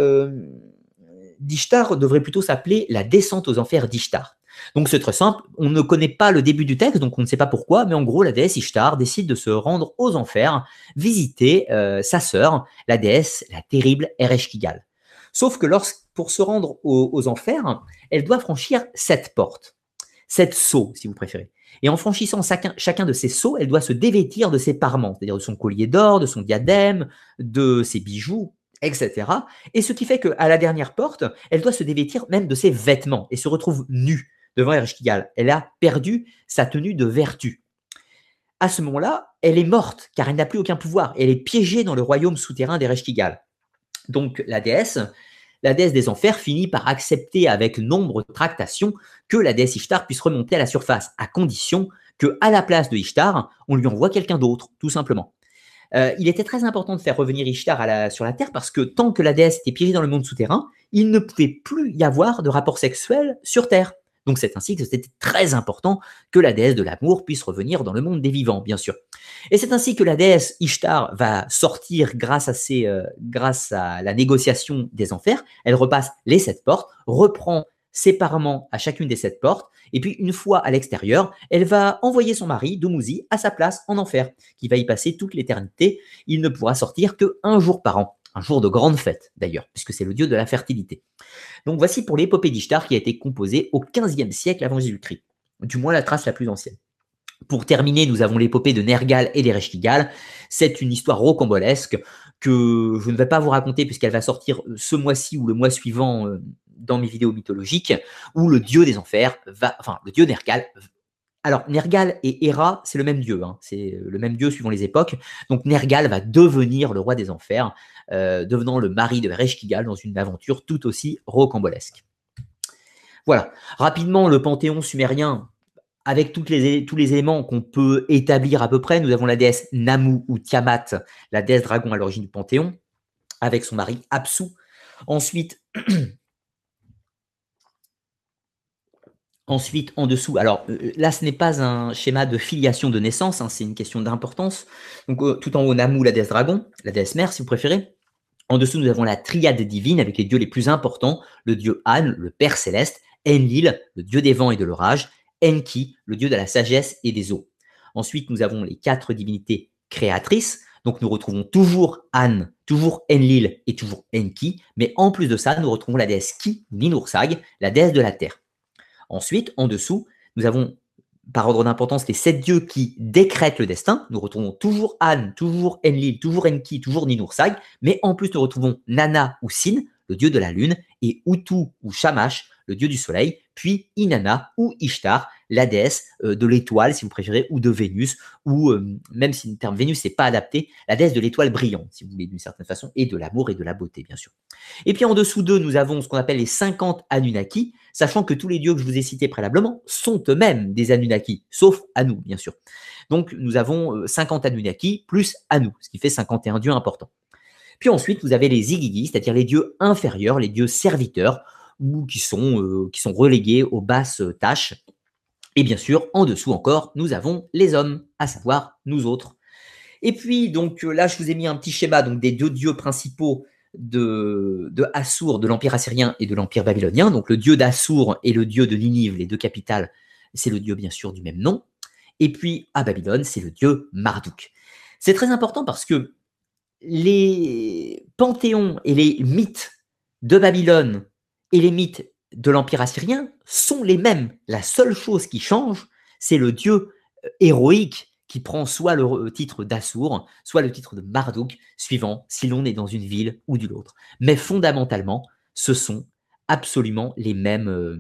d'Ishtar devrait plutôt s'appeler la descente aux enfers d'Ishtar. Donc c'est très simple, on ne connaît pas le début du texte, donc on ne sait pas pourquoi, mais en gros la déesse Ishtar décide de se rendre aux enfers, visiter sa sœur, la déesse, la terrible Ereshkigal. Sauf que pour se rendre aux enfers, elle doit franchir 7 portes, 7 sauts si vous préférez. Et en franchissant chacun de ces sauts, elle doit se dévêtir de ses parements, c'est-à-dire de son collier d'or, de son diadème, de ses bijoux, etc. Et ce qui fait qu'à la dernière porte, elle doit se dévêtir même de ses vêtements et se retrouve nue devant Ereshkigal. Elle a perdu sa tenue de vertu. À ce moment-là, elle est morte car elle n'a plus aucun pouvoir. Elle est piégée dans le royaume souterrain d'Ereshkigal. Donc la déesse des enfers finit par accepter avec nombre de tractations que la déesse Ishtar puisse remonter à la surface, à condition qu'à la place de Ishtar, on lui envoie quelqu'un d'autre, tout simplement. Il était très important de faire revenir Ishtar sur la Terre parce que tant que la déesse était piégée dans le monde souterrain, il ne pouvait plus y avoir de rapport sexuel sur Terre. Donc c'est ainsi que c'était très important que la déesse de l'amour puisse revenir dans le monde des vivants, bien sûr. Et c'est ainsi que la déesse Ishtar va sortir grâce à la négociation des enfers. Elle repasse les 7 portes, reprend séparément à chacune des 7 portes, et puis une fois à l'extérieur, elle va envoyer son mari, Dumuzi, à sa place en enfer, qui va y passer toute l'éternité. Il ne pourra sortir qu'un jour par an, un jour de grande fête d'ailleurs, puisque c'est le dieu de la fertilité. Donc voici pour l'épopée d'Ishtar qui a été composée au XVe siècle avant Jésus-Christ, du moins la trace la plus ancienne. Pour terminer, nous avons l'épopée de Nergal et d'Ereshkigal. C'est une histoire rocambolesque que je ne vais pas vous raconter puisqu'elle va sortir ce mois-ci ou le mois suivant dans mes vidéos mythologiques, où le dieu des enfers le dieu Nergal. Alors, Nergal et Héra, c'est le même dieu, hein, c'est le même dieu suivant les époques. Donc, Nergal va devenir le roi des enfers, devenant le mari de Ereshkigal dans une aventure tout aussi rocambolesque. Voilà. Rapidement, le panthéon sumérien, avec tous les éléments qu'on peut établir à peu près, nous avons la déesse Namu ou Tiamat, la déesse dragon à l'origine du panthéon, avec son mari Apsu. Ensuite, en dessous, alors là, ce n'est pas un schéma de filiation de naissance, hein, c'est une question d'importance. Donc, tout en haut, Namu, la déesse dragon, la déesse mère, si vous préférez. En dessous, nous avons la triade divine avec les dieux les plus importants, le dieu An, le père céleste, Enlil, le dieu des vents et de l'orage, Enki, le dieu de la sagesse et des eaux. Ensuite, nous avons les 4 divinités créatrices, Donc nous retrouvons toujours An, toujours Enlil et toujours Enki, mais en plus de ça, nous retrouvons la déesse Ki, Ninursag, la déesse de la terre. Ensuite, en dessous, nous avons par ordre d'importance les 7 dieux qui décrètent le destin. Nous retrouvons toujours An, toujours Enlil, toujours Enki, toujours Ninursag, mais en plus nous retrouvons Nana ou Sin, le dieu de la lune, et Utu ou Shamash, le dieu du soleil, puis Inanna ou Ishtar, la déesse de l'étoile, si vous préférez, ou de Vénus, ou même si le terme Vénus n'est pas adapté, la déesse de l'étoile brillante, si vous voulez, d'une certaine façon, et de l'amour et de la beauté, bien sûr. Et puis en dessous d'eux, nous avons ce qu'on appelle les 50 Anunnaki, sachant que tous les dieux que je vous ai cités préalablement sont eux-mêmes des Anunnaki, sauf Anu, bien sûr. Donc nous avons 50 Anunnaki plus Anu, ce qui fait 51 dieux importants. Puis ensuite, vous avez les Igigi, c'est-à-dire les dieux inférieurs, les dieux serviteurs, ou qui sont relégués aux basses tâches. Et bien sûr, en dessous encore, nous avons les hommes, à savoir nous autres. Et puis, donc là, je vous ai mis un petit schéma donc, des 2 dieux principaux de Assur, de l'Empire assyrien et de l'Empire babylonien. Donc le dieu d'Assur et le dieu de Ninive, les 2 capitales, c'est le dieu bien sûr du même nom. Et puis à Babylone, c'est le dieu Marduk. C'est très important parce que les panthéons et les mythes de Babylone et les mythes de l'Empire assyrien sont les mêmes. La seule chose qui change, c'est le dieu héroïque qui prend soit le titre d'Assur, soit le titre de Marduk, suivant si l'on est dans une ville ou d'une autre. Mais fondamentalement, ce sont absolument les mêmes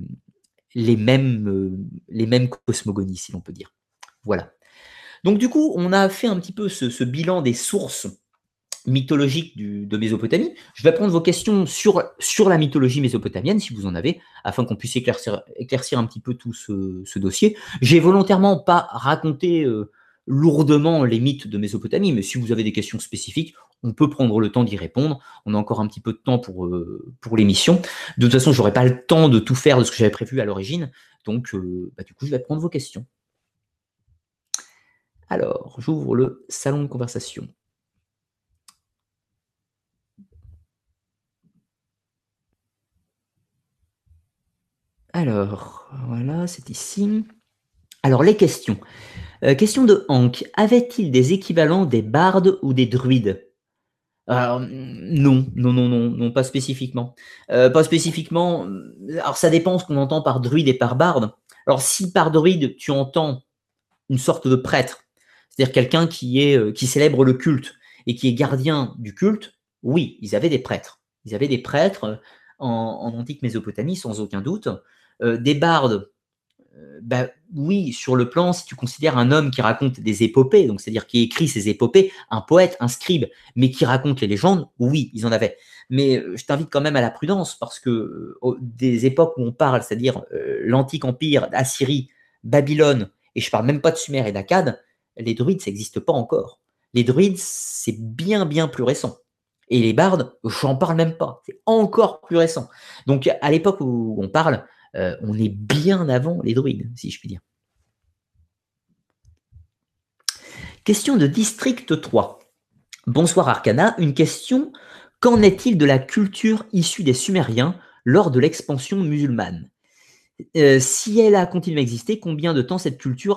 cosmogonies, si l'on peut dire. Voilà. Donc du coup, on a fait un petit peu ce bilan des sources mythologique de Mésopotamie. Je vais prendre vos questions sur la mythologie mésopotamienne, si vous en avez, afin qu'on puisse éclaircir un petit peu tout ce dossier. J'ai volontairement pas raconté lourdement les mythes de Mésopotamie, mais si vous avez des questions spécifiques, on peut prendre le temps d'y répondre. On a encore un petit peu de temps pour l'émission. De toute façon, je n'aurai pas le temps de tout faire de ce que j'avais prévu à l'origine. Donc, du coup, je vais prendre vos questions. Alors, j'ouvre le salon de conversation. Alors, voilà, c'est ici. Alors, les questions. Question de Hank. Avait-il des équivalents des bardes ou des druides? Alors, non, pas spécifiquement. Pas spécifiquement. Alors, ça dépend ce qu'on entend par druide et par barde. Alors, si par druide, tu entends une sorte de prêtre, c'est-à-dire quelqu'un qui célèbre le culte et qui est gardien du culte, oui, ils avaient des prêtres. Ils avaient des prêtres en antique Mésopotamie, sans aucun doute. Des bardes, oui, sur le plan, si tu considères un homme qui raconte des épopées, donc c'est-à-dire qui écrit ses épopées, un poète, un scribe, mais qui raconte les légendes, oui, ils en avaient. Mais je t'invite quand même à la prudence, parce que des époques où on parle, c'est-à-dire l'Antique Empire, Assyrie, Babylone, et je parle même pas de Sumer et d'Akkad, les druides, ça n'existe pas encore. Les druides, c'est bien plus récent. Et les bardes, j'en parle même pas. C'est encore plus récent. Donc, à l'époque où on parle, on est bien avant les druides, si je puis dire. Question de District 3. Bonsoir Arcana, une question. Qu'en est-il de la culture issue des Sumériens lors de l'expansion musulmane? Si elle a continué à exister, combien de temps cette culture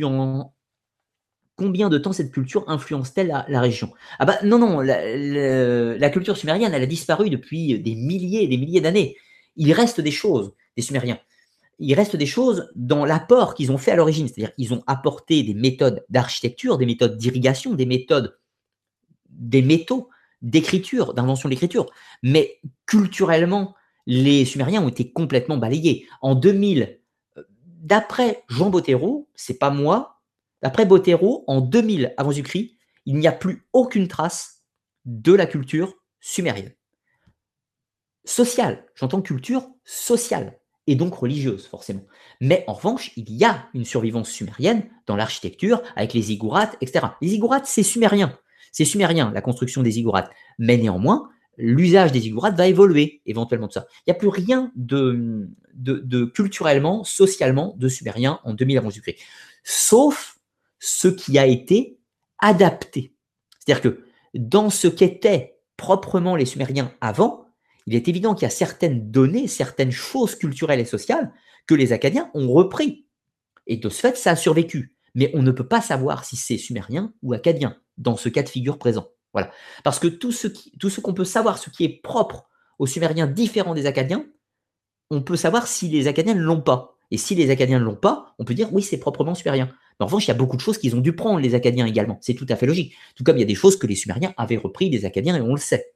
influence-t-elle la région? Ah bah non, la culture sumérienne, elle a disparu depuis des milliers et des milliers d'années. Il reste des choses des Sumériens. Il reste des choses dans l'apport qu'ils ont fait à l'origine. C'est-à-dire qu'ils ont apporté des méthodes d'architecture, des méthodes d'irrigation, des méthodes, des métaux d'écriture, d'invention de l'écriture. Mais culturellement, les Sumériens ont été complètement balayés. En 2000, d'après Jean Bottero, c'est pas moi, d'après Bottero, en 2000 avant Jésus-Christ, il n'y a plus aucune trace de la culture sumérienne. Sociale, j'entends culture sociale, et donc religieuse, forcément. Mais en revanche, il y a une survivance sumérienne dans l'architecture, avec les ziggourats, etc. Les ziggourats, c'est sumérien. C'est sumérien, la construction des ziggourats. Mais néanmoins, l'usage des ziggourats va évoluer, éventuellement de ça. Il n'y a plus rien de culturellement, socialement, de sumérien en 2000 avant Jésus-Christ. Sauf ce qui a été adapté. C'est-à-dire que dans ce qu'étaient proprement les Sumériens avant, il est évident qu'il y a certaines données, certaines choses culturelles et sociales que les Akkadiens ont repris. Et de ce fait, ça a survécu. Mais on ne peut pas savoir si c'est sumérien ou akkadien. dans ce cas de figure présent. Voilà. Parce que tout ce qu'on peut savoir, ce qui est propre aux Sumériens différent des Akkadiens, on peut savoir si les Akkadiens ne l'ont pas. Et si les Akkadiens ne l'ont pas, on peut dire oui, c'est proprement sumérien. Mais en revanche, il y a beaucoup de choses qu'ils ont dû prendre, les Akkadiens également. C'est tout à fait logique. Tout comme il y a des choses que les Sumériens avaient repris des Akkadiens et on le sait.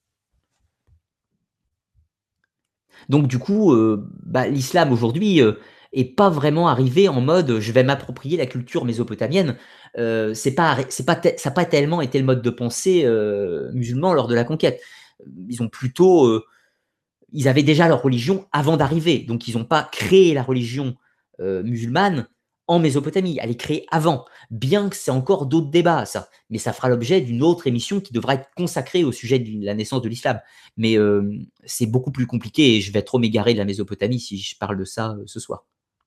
Donc du coup, l'islam aujourd'hui est pas vraiment arrivé en mode je vais m'approprier la culture mésopotamienne. Ça n'a pas tellement été le mode de pensée musulman lors de la conquête. Ils ont plutôt ils avaient déjà leur religion avant d'arriver. Donc, ils n'ont pas créé la religion musulmane en Mésopotamie. Elle est créée avant. Bien que c'est encore d'autres débats, ça. Mais ça fera l'objet d'une autre émission qui devra être consacrée au sujet de la naissance de l'islam. Mais c'est beaucoup plus compliqué et je vais trop m'égarer de la Mésopotamie si je parle de ça ce soir.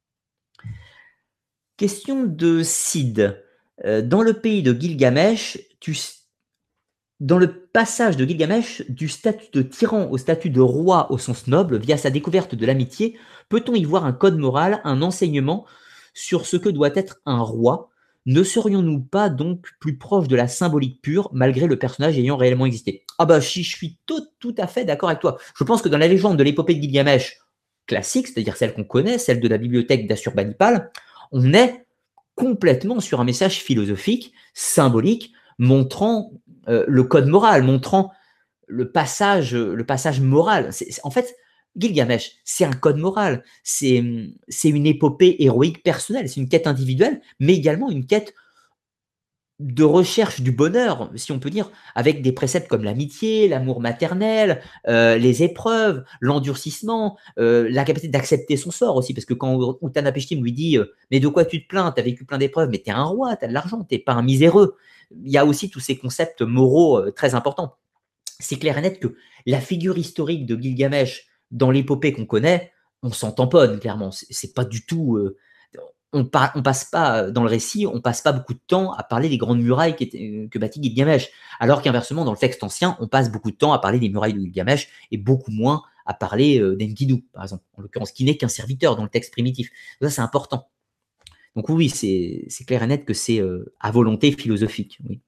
Question de Sid. Dans le pays de Gilgamesh, dans le passage de Gilgamesh du statut de tyran au statut de roi au sens noble, via sa découverte de l'amitié, peut-on y voir un code moral, un enseignement sur ce que doit être un roi? Ne serions-nous pas donc plus proches de la symbolique pure, malgré le personnage ayant réellement existé? Ah bah si, je suis tout à fait d'accord avec toi. Je pense que dans la légende de l'épopée de Gilgamesh classique, c'est-à-dire celle qu'on connaît, celle de la bibliothèque d'Assurbanipal, on est complètement sur un message philosophique, symbolique, montrant le code moral, montrant le passage moral. En fait, Gilgamesh, c'est un code moral, c'est une épopée héroïque personnelle, c'est une quête individuelle, mais également une quête de recherche du bonheur, si on peut dire, avec des préceptes comme l'amitié, l'amour maternel, les épreuves, l'endurcissement, la capacité d'accepter son sort aussi, parce que quand Utanapishtim lui dit mais de quoi tu te plains, tu as vécu plein d'épreuves, mais tu es un roi, tu as de l'argent, tu n'es pas un miséreux. Il y a aussi tous ces concepts moraux très importants. C'est clair et net que la figure historique de Gilgamesh dans l'épopée qu'on connaît, on s'en tamponne clairement. C'est pas du tout on passe pas dans le récit, on passe pas beaucoup de temps à parler des grandes murailles que bâtit Gilgamesh, alors qu'inversement dans le texte ancien, on passe beaucoup de temps à parler des murailles de Gilgamesh et beaucoup moins à parler d'Enkidu, par exemple, en l'occurrence, qui n'est qu'un serviteur dans le texte primitif. Ça, c'est important. Donc oui, c'est clair et net que c'est à volonté philosophique. Oui.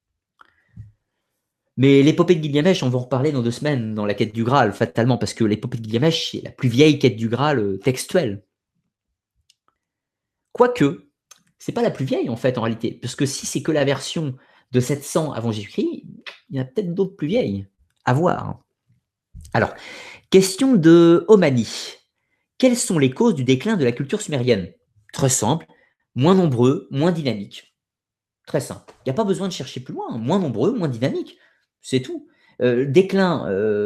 Mais l'épopée de Gilgamesh, on va en reparler dans 2 semaines dans la quête du Graal, fatalement, parce que l'épopée de Gilgamesh, c'est la plus vieille quête du Graal textuelle. Quoique, c'est pas la plus vieille en fait en réalité, parce que si c'est que la version de 700 avant Jésus-Christ, il y en a peut-être d'autres plus vieilles. À voir. Alors, question de Omani. Quelles sont les causes du déclin de la culture sumérienne? Très simple, moins nombreux, moins dynamiques. Très simple. Il n'y a pas besoin de chercher plus loin. Moins nombreux, moins dynamiques. C'est tout. Déclin.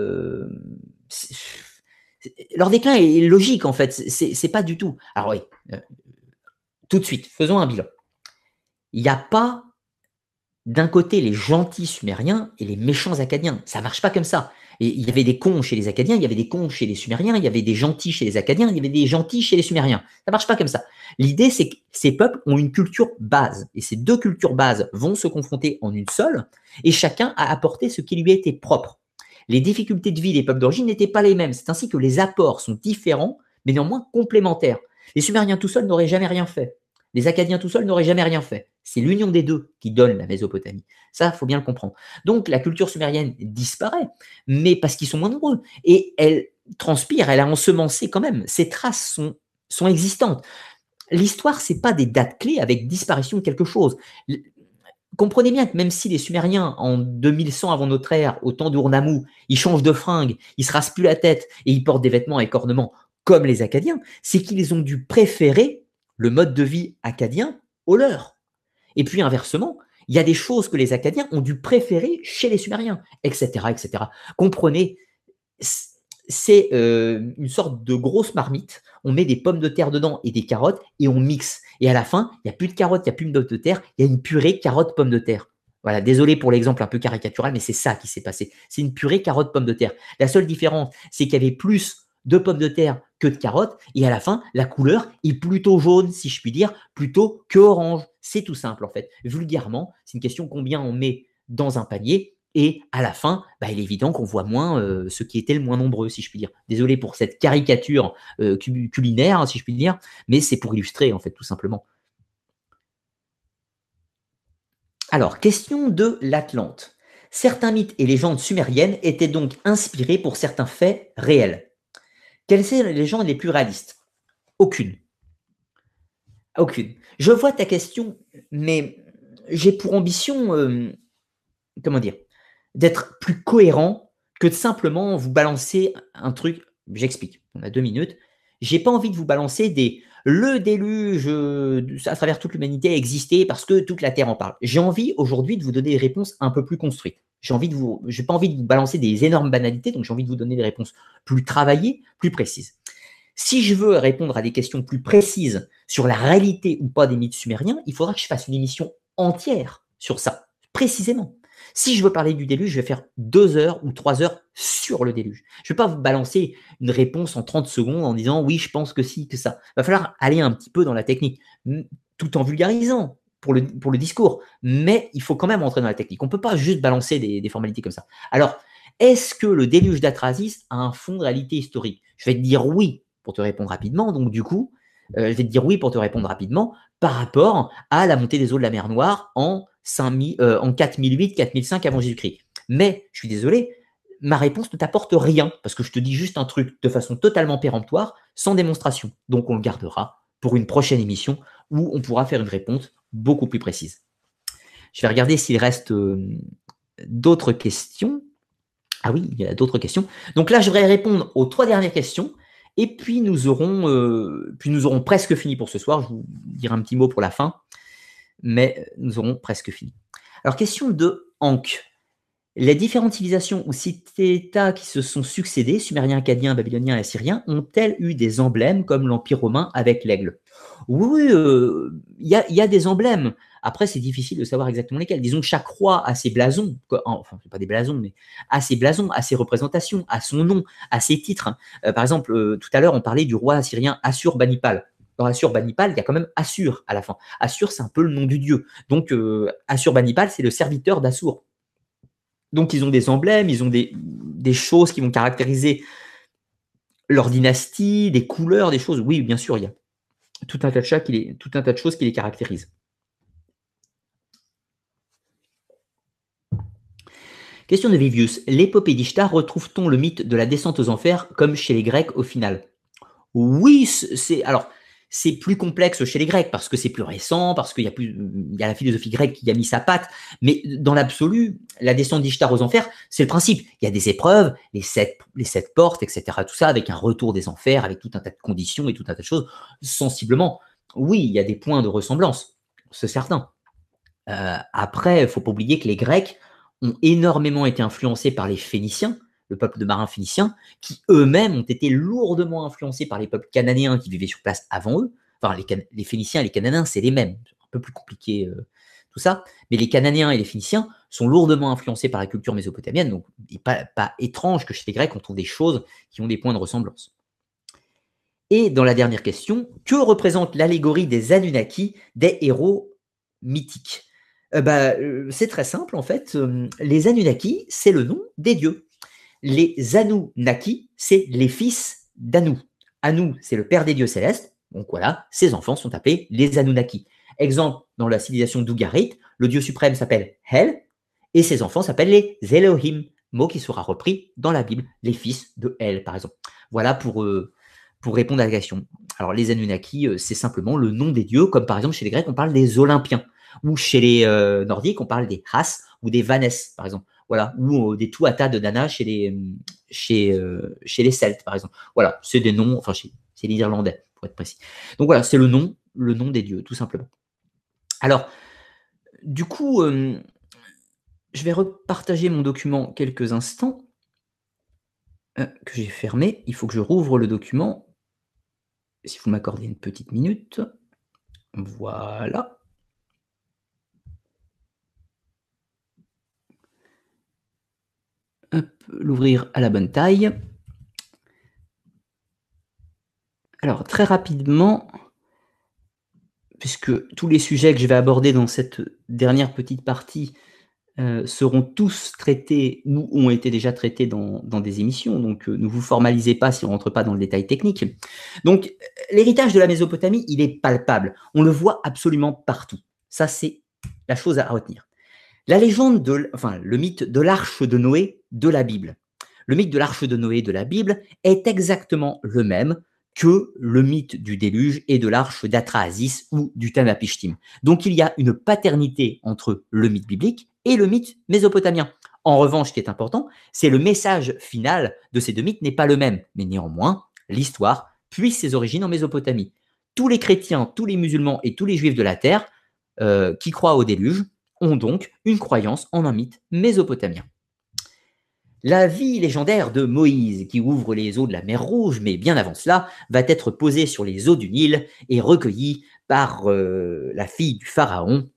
Leur déclin est logique en fait. C'est pas du tout. Alors oui, tout de suite, faisons un bilan. Il n'y a pas d'un côté les gentils Sumériens et les méchants Akkadiens. Ça ne marche pas comme ça. Et il y avait des cons chez les Akkadiens, il y avait des cons chez les Sumériens, il y avait des gentils chez les Akkadiens, il y avait des gentils chez les Sumériens. Ça ne marche pas comme ça. L'idée, c'est que ces peuples ont une culture base. Et ces 2 cultures bases vont se confronter en une seule, et chacun a apporté ce qui lui était propre. Les difficultés de vie des peuples d'origine n'étaient pas les mêmes. C'est ainsi que les apports sont différents, mais néanmoins complémentaires. Les Sumériens tout seuls n'auraient jamais rien fait. Les Akkadiens tout seuls n'auraient jamais rien fait. C'est l'union des 2 qui donne la Mésopotamie. Ça, il faut bien le comprendre. Donc, la culture sumérienne disparaît, mais parce qu'ils sont moins nombreux. Et elle transpire, elle a ensemencé quand même. Ces traces sont existantes. L'histoire, ce n'est pas des dates clés avec disparition de quelque chose. Comprenez bien que même si les Sumériens, en 2100 avant notre ère, au temps d'Urnammu, ils changent de fringues, ils se rasent plus la tête et ils portent des vêtements avec ornements comme les Akkadiens, c'est qu'ils ont dû préférer le mode de vie akkadien au leur. Et puis inversement, il y a des choses que les Akkadiens ont dû préférer chez les Sumériens, etc. etc. Comprenez, c'est une sorte de grosse marmite. On met des pommes de terre dedans et des carottes et on mixe. Et à la fin, il n'y a plus de carottes, il n'y a plus de pommes de terre, il y a une purée carottes-pommes de terre. Voilà, désolé pour l'exemple un peu caricatural, mais c'est ça qui s'est passé. C'est une purée carottes-pommes de terre. La seule différence, c'est qu'il y avait plus de pommes de terre que de carottes, et à la fin, la couleur est plutôt jaune, si je puis dire, plutôt que orange. C'est tout simple en fait. Vulgairement, c'est une question combien on met dans un panier, et à la fin, il est évident qu'on voit moins ceux qui étaient le moins nombreux, si je puis dire. Désolé pour cette caricature culinaire, si je puis dire, mais c'est pour illustrer en fait, tout simplement. Alors, question de l'Atlante. Certains mythes et légendes sumériennes étaient donc inspirés pour certains faits réels. Quelles sont les légendes les plus réalistes? Aucune. Aucune. Je vois ta question, mais j'ai pour ambition, comment dire, d'être plus cohérent que de simplement vous balancer un truc. J'explique. On a 2 minutes. J'ai pas envie de vous balancer le déluge à travers toute l'humanité a existé parce que toute la Terre en parle. J'ai envie aujourd'hui de vous donner des réponses un peu plus construites. J'ai pas envie de vous balancer des énormes banalités, donc j'ai envie de vous donner des réponses plus travaillées, plus précises. Si je veux répondre à des questions plus précises sur la réalité ou pas des mythes sumériens, il faudra que je fasse une émission entière sur ça, précisément. Si je veux parler du déluge, je vais faire 2 heures ou 3 heures sur le déluge. Je ne vais pas vous balancer une réponse en 30 secondes en disant oui, je pense que si, que ça. Il va falloir aller un petit peu dans la technique, tout en vulgarisant pour le discours. Mais il faut quand même rentrer dans la technique. On ne peut pas juste balancer des formalités comme ça. Alors, est-ce que le déluge d'Atrasis a un fond de réalité historique? Je vais te dire oui pour te répondre rapidement. Donc, du coup, je vais te dire oui pour te répondre rapidement par rapport à la montée des eaux de la mer Noire en 4008, 4005 avant Jésus-Christ. Mais, je suis désolé, ma réponse ne t'apporte rien parce que je te dis juste un truc de façon totalement péremptoire, sans démonstration. Donc, on le gardera pour une prochaine émission où on pourra faire une réponse beaucoup plus précise. Je vais regarder s'il reste d'autres questions. Ah oui, il y a d'autres questions. Donc là, je vais répondre aux 3 dernières questions. Et puis nous aurons presque fini pour ce soir. Je vous dirai un petit mot pour la fin, mais nous aurons presque fini. Alors, question de Hank. Les différentes civilisations ou cités-États qui se sont succédés, sumériens, akkadiens, babyloniens et assyriens, ont-elles eu des emblèmes comme l'Empire romain avec l'aigle? Oui, il y a des emblèmes. Après, c'est difficile de savoir exactement lesquels. Disons que chaque roi a ses blasons, enfin, c'est pas des blasons, mais a ses blasons, a ses représentations, a son nom, a ses titres. Par exemple, tout à l'heure, on parlait du roi assyrien Assur-Banipal. Dans Assur-Banipal, il y a quand même Assur à la fin. Assur, c'est un peu le nom du dieu. Donc, Assur-Banipal, c'est le serviteur d'Assur. Donc, ils ont des emblèmes, ils ont des choses qui vont caractériser leur dynastie, des couleurs, des choses. Oui, bien sûr, il y a tout un tas de choses qui les caractérisent. Question de Vivius. L'épopée d'Ishtar, retrouve-t-on le mythe de la descente aux enfers comme chez les Grecs au final? Oui, c'est plus complexe chez les Grecs parce que c'est plus récent, parce qu'il y a la philosophie grecque qui a mis sa patte. Mais dans l'absolu, la descente d'Ishtar aux enfers, c'est le principe. Il y a des épreuves, les sept portes, etc. Tout ça avec un retour des enfers, avec tout un tas de conditions et tout un tas de choses. Sensiblement, oui, il y a des points de ressemblance, c'est certain. Après, il ne faut pas oublier que les Grecs ont énormément été influencés par les Phéniciens, le peuple de marins phéniciens, qui eux-mêmes ont été lourdement influencés par les peuples cananéens qui vivaient sur place avant eux. Enfin, les Phéniciens et les Cananéens, c'est les mêmes. C'est un peu plus compliqué tout ça. Mais les Cananéens et les Phéniciens sont lourdement influencés par la culture mésopotamienne. Donc, il n'est pas étrange que chez les Grecs, on trouve des choses qui ont des points de ressemblance. Et dans la dernière question, que représente l'allégorie des Anunnaki, des héros mythiques? C'est très simple en fait. Les Anunnaki, c'est le nom des dieux. Les Anunnaki, c'est les fils d'Anu. Anu, c'est le père des dieux célestes. Donc voilà, ses enfants sont appelés les Anunnaki. Exemple, dans la civilisation d'Ugarit, le dieu suprême s'appelle Hel et ses enfants s'appellent les Elohim, mot qui sera repris dans la Bible, les fils de Hel par exemple. Voilà pour répondre à la question. Alors les Anunnaki, c'est simplement le nom des dieux, comme par exemple chez les Grecs, on parle des Olympiens. Ou chez les Nordiques, on parle des Has ou des Vanes, par exemple. Voilà. Ou des Tuatha de Dana chez les Celtes, par exemple. Voilà, c'est des noms, enfin, c'est les Irlandais, pour être précis. Donc voilà, c'est le nom des dieux, tout simplement. Alors, du coup, je vais repartager mon document quelques instants que j'ai fermé. Il faut que je rouvre le document. Si vous m'accordez une petite minute. Voilà. L'ouvrir à la bonne taille. Alors, très rapidement, puisque tous les sujets que je vais aborder dans cette dernière petite partie seront tous traités ou ont été déjà traités dans des émissions, donc ne vous formalisez pas si on ne rentre pas dans le détail technique. Donc, l'héritage de la Mésopotamie, il est palpable. On le voit absolument partout. Ça, c'est la chose à retenir. La légende le mythe de l'arche de Noé de la Bible. Le mythe de l'arche de Noé de la Bible est exactement le même que le mythe du déluge et de l'arche d'Atrahasis ou du Tanapishtim. Donc il y a une paternité entre le mythe biblique et le mythe mésopotamien. En revanche, ce qui est important, c'est le message final de ces deux mythes n'est pas le même, mais néanmoins, l'histoire puise ses origines en Mésopotamie. Tous les chrétiens, tous les musulmans et tous les juifs de la terre qui croient au déluge ont donc une croyance en un mythe mésopotamien. La vie légendaire de Moïse, qui ouvre les eaux de la mer Rouge, mais bien avant cela, va être posée sur les eaux du Nil et recueillie par la fille du pharaon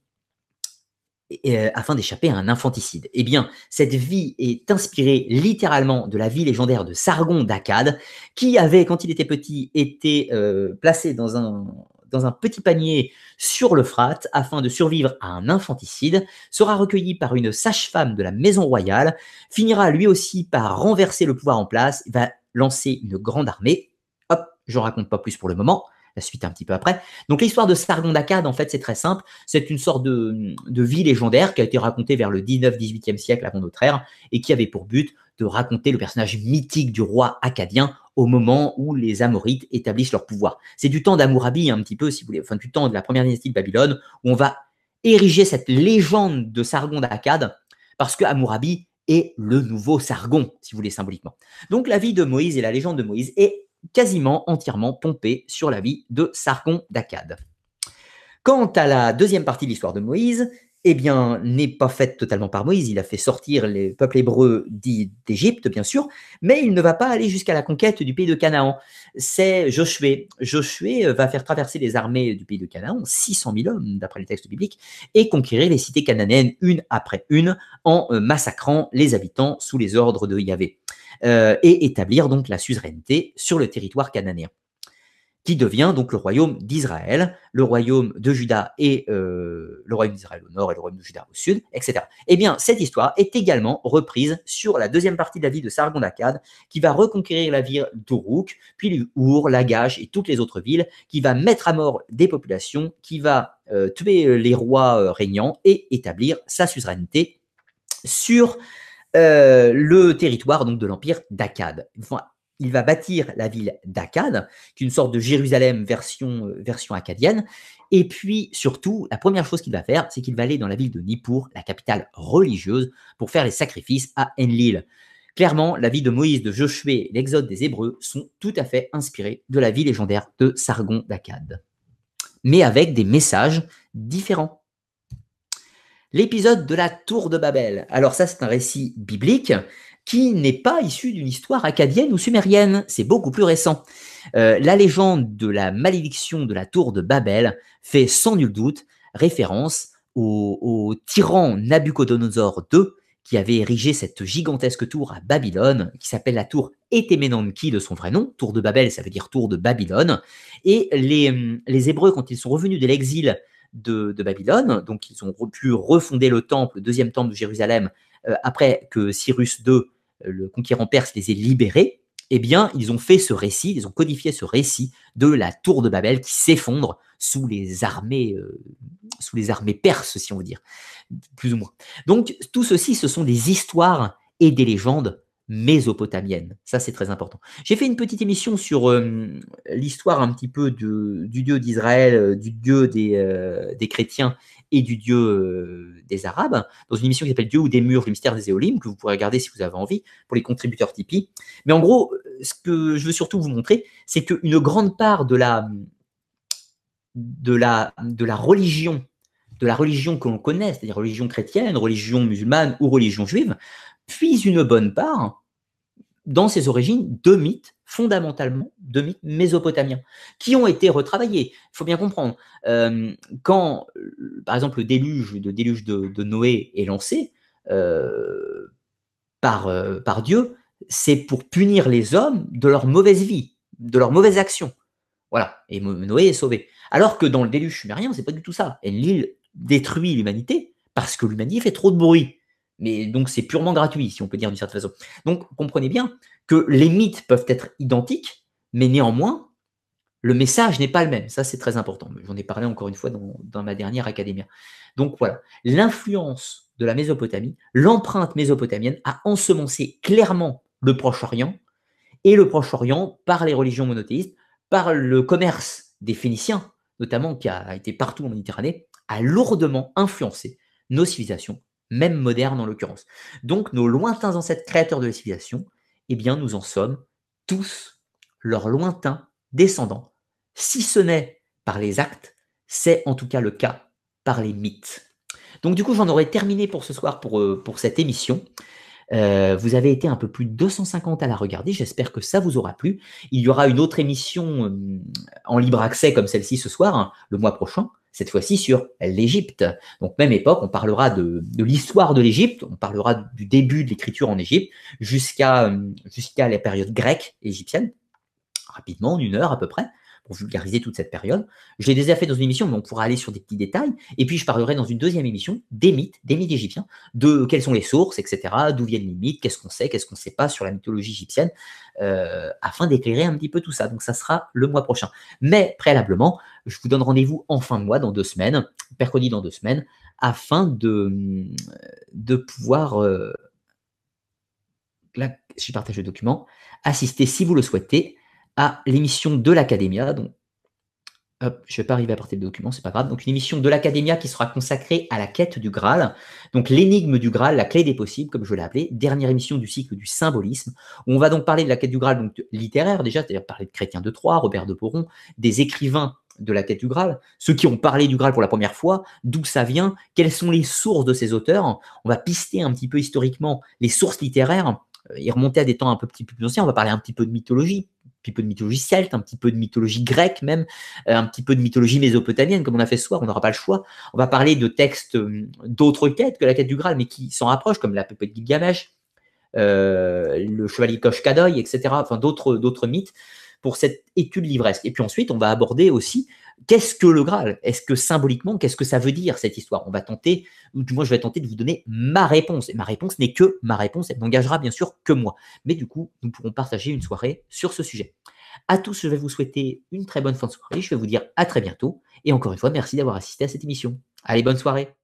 afin d'échapper à un infanticide. Eh bien, cette vie est inspirée littéralement de la vie légendaire de Sargon d'Akkad, qui avait, quand il était petit, été placé dans un petit panier sur l'Euphrate afin de survivre à un infanticide, sera recueilli par une sage-femme de la maison royale, finira lui aussi par renverser le pouvoir en place, va lancer une grande armée. Hop, je ne raconte pas plus pour le moment, la suite un petit peu après. Donc l'histoire de Sargon d'Akkad, en fait, c'est très simple. C'est une sorte de vie légendaire qui a été racontée vers le 19-18e siècle avant notre ère et qui avait pour but de raconter le personnage mythique du roi akkadien au moment où les Amorites établissent leur pouvoir. C'est du temps d'Hammurabi, un petit peu, si vous voulez, enfin du temps de la première dynastie de Babylone, où on va ériger cette légende de Sargon d'Akkad parce que Hammurabi est le nouveau Sargon, si vous voulez, symboliquement. Donc la vie de Moïse et la légende de Moïse est quasiment entièrement pompée sur la vie de Sargon d'Akkad. Quant à la deuxième partie de l'histoire de Moïse, eh bien, n'est pas faite totalement par Moïse. Il a fait sortir les peuples hébreux dits d'Égypte, bien sûr, mais il ne va pas aller jusqu'à la conquête du pays de Canaan. C'est Josué. Josué va faire traverser les armées du pays de Canaan, 600 000 hommes, d'après les textes bibliques, et conquérir les cités cananéennes une après une, en massacrant les habitants sous les ordres de Yahvé, et établir donc la suzeraineté sur le territoire cananéen, qui devient donc le royaume d'Israël, le royaume de Juda et le royaume d'Israël au nord et le royaume de Juda au sud, etc. Eh bien, cette histoire est également reprise sur la deuxième partie de la vie de Sargon d'Akkad, qui va reconquérir la ville d'Uruk, puis Our, Lagash et toutes les autres villes, qui va mettre à mort des populations, qui va tuer les rois régnants et établir sa suzeraineté sur le territoire donc de l'empire d'Akkad. Enfin, il va bâtir la ville d'Akkad, qui est une sorte de Jérusalem version akkadienne. Et puis, surtout, la première chose qu'il va faire, c'est qu'il va aller dans la ville de Nippur, la capitale religieuse, pour faire les sacrifices à Enlil. Clairement, la vie de Moïse, de Josué et l'exode des Hébreux sont tout à fait inspirés de la vie légendaire de Sargon d'Akkad, mais avec des messages différents. L'épisode de la tour de Babel. Alors ça, c'est un récit biblique qui n'est pas issu d'une histoire akkadienne ou sumérienne. C'est beaucoup plus récent. La légende de la malédiction de la tour de Babel fait sans nul doute référence au tyran Nabuchodonosor II qui avait érigé cette gigantesque tour à Babylone, qui s'appelle la tour Etemenanki de son vrai nom. Tour de Babel, ça veut dire tour de Babylone. Et les Hébreux, quand ils sont revenus de l'exil de Babylone, donc ils ont pu refonder le temple, le deuxième temple de Jérusalem, après que Cyrus II, le conquérant perse, les ait libérés. Eh bien, ils ont fait ce récit, ils ont codifié ce récit de la tour de Babel qui s'effondre sous les armées perses, si on veut dire, plus ou moins. Donc, tout ceci, ce sont des histoires et des légendes mésopotamiennes. Ça, c'est très important. J'ai fait une petite émission sur l'histoire un petit peu du Dieu d'Israël, du Dieu des chrétiens et du Dieu des Arabes, dans une émission qui s'appelle Dieu ou des murs, le mystère des Éolim, que vous pourrez regarder si vous avez envie, pour les contributeurs Tipeee. Mais en gros, ce que je veux surtout vous montrer, c'est qu'une grande part de la religion, que l'on connaît, c'est-à-dire religion chrétienne, religion musulmane ou religion juive, puise une bonne part dans ses origines de mythes, fondamentalement de mythes mésopotamiens, qui ont été retravaillés. Il faut bien comprendre, quand, par exemple, le déluge de Noé est lancé par Dieu, c'est pour punir les hommes de leur mauvaise vie, de leurs mauvaises actions. Voilà, et Noé est sauvé. Alors que dans le déluge sumérien, c'est pas du tout ça. Enlil détruit l'humanité parce que l'humanité fait trop de bruit. Mais donc c'est purement gratuit, si on peut dire d'une certaine façon. Donc comprenez bien que les mythes peuvent être identiques, mais néanmoins, le message n'est pas le même. Ça, c'est très important. J'en ai parlé encore une fois dans ma dernière académia. Donc voilà, l'influence de la Mésopotamie, l'empreinte mésopotamienne a ensemencé clairement le Proche-Orient, et le Proche-Orient, par les religions monothéistes, par le commerce des Phéniciens, notamment qui a été partout en Méditerranée, a lourdement influencé nos civilisations, même modernes en l'occurrence. Donc nos lointains ancêtres créateurs de la civilisation, eh bien nous en sommes tous leurs lointains descendants. Si ce n'est par les actes, c'est en tout cas le cas par les mythes. Donc du coup, j'en aurais terminé pour ce soir pour cette émission. Vous avez été un peu plus de 250 à la regarder. J'espère que ça vous aura plu. Il y aura une autre émission en libre accès comme celle-ci ce soir, hein, le mois prochain, cette fois-ci sur l'Égypte. Donc même époque, on parlera de l'histoire de l'Égypte, on parlera du début de l'écriture en Égypte jusqu'à la période grecque égyptienne, rapidement, en 1 heure à peu près, pour vulgariser toute cette période. Je l'ai déjà fait dans une émission, mais on pourra aller sur des petits détails. Et puis, je parlerai dans une deuxième émission des mythes égyptiens, de quelles sont les sources, etc., d'où viennent les mythes, qu'est-ce qu'on sait, qu'est-ce qu'on ne sait pas sur la mythologie égyptienne, afin d'éclairer un petit peu tout ça. Donc, ça sera le mois prochain. Mais, préalablement, je vous donne rendez-vous en fin de mois, dans 2 semaines, mercredi dans 2 semaines, afin de pouvoir... là, je partage le document, assister, si vous le souhaitez, à l'émission de l'Académia. Donc, hop, je ne vais pas arriver à porter le document, c'est pas grave. Donc, une émission de l'Académia qui sera consacrée à la quête du Graal. Donc, l'énigme du Graal, la clé des possibles, comme je l'ai appelé. Dernière émission du cycle du symbolisme, où on va donc parler de la quête du Graal, donc littéraire déjà, c'est-à-dire parler de Chrétien de Troyes, Robert de Boron, des écrivains de la quête du Graal, ceux qui ont parlé du Graal pour la première fois, d'où ça vient, quelles sont les sources de ces auteurs. On va pister un petit peu historiquement les sources littéraires et remonter à des temps un petit peu plus anciens. On va parler un petit peu de mythologie, un petit peu de mythologie celte, un petit peu de mythologie grecque même, un petit peu de mythologie mésopotamienne, comme on a fait ce soir, on n'aura pas le choix. On va parler de textes d'autres quêtes que la quête du Graal, mais qui s'en rapprochent, comme la Pépée de Gilgamesh, le chevalier Kosh-Kadoy, etc., enfin d'autres mythes, pour cette étude livresque. Et puis ensuite, on va aborder aussi qu'est-ce que le Graal? Est-ce que symboliquement, qu'est-ce que ça veut dire cette histoire? On va tenter, ou du moins je vais tenter de vous donner ma réponse. Et ma réponse n'est que ma réponse, elle n'engagera bien sûr que moi. Mais du coup, nous pourrons partager une soirée sur ce sujet. À tous, je vais vous souhaiter une très bonne fin de soirée. Je vais vous dire à très bientôt. Et encore une fois, merci d'avoir assisté à cette émission. Allez, bonne soirée.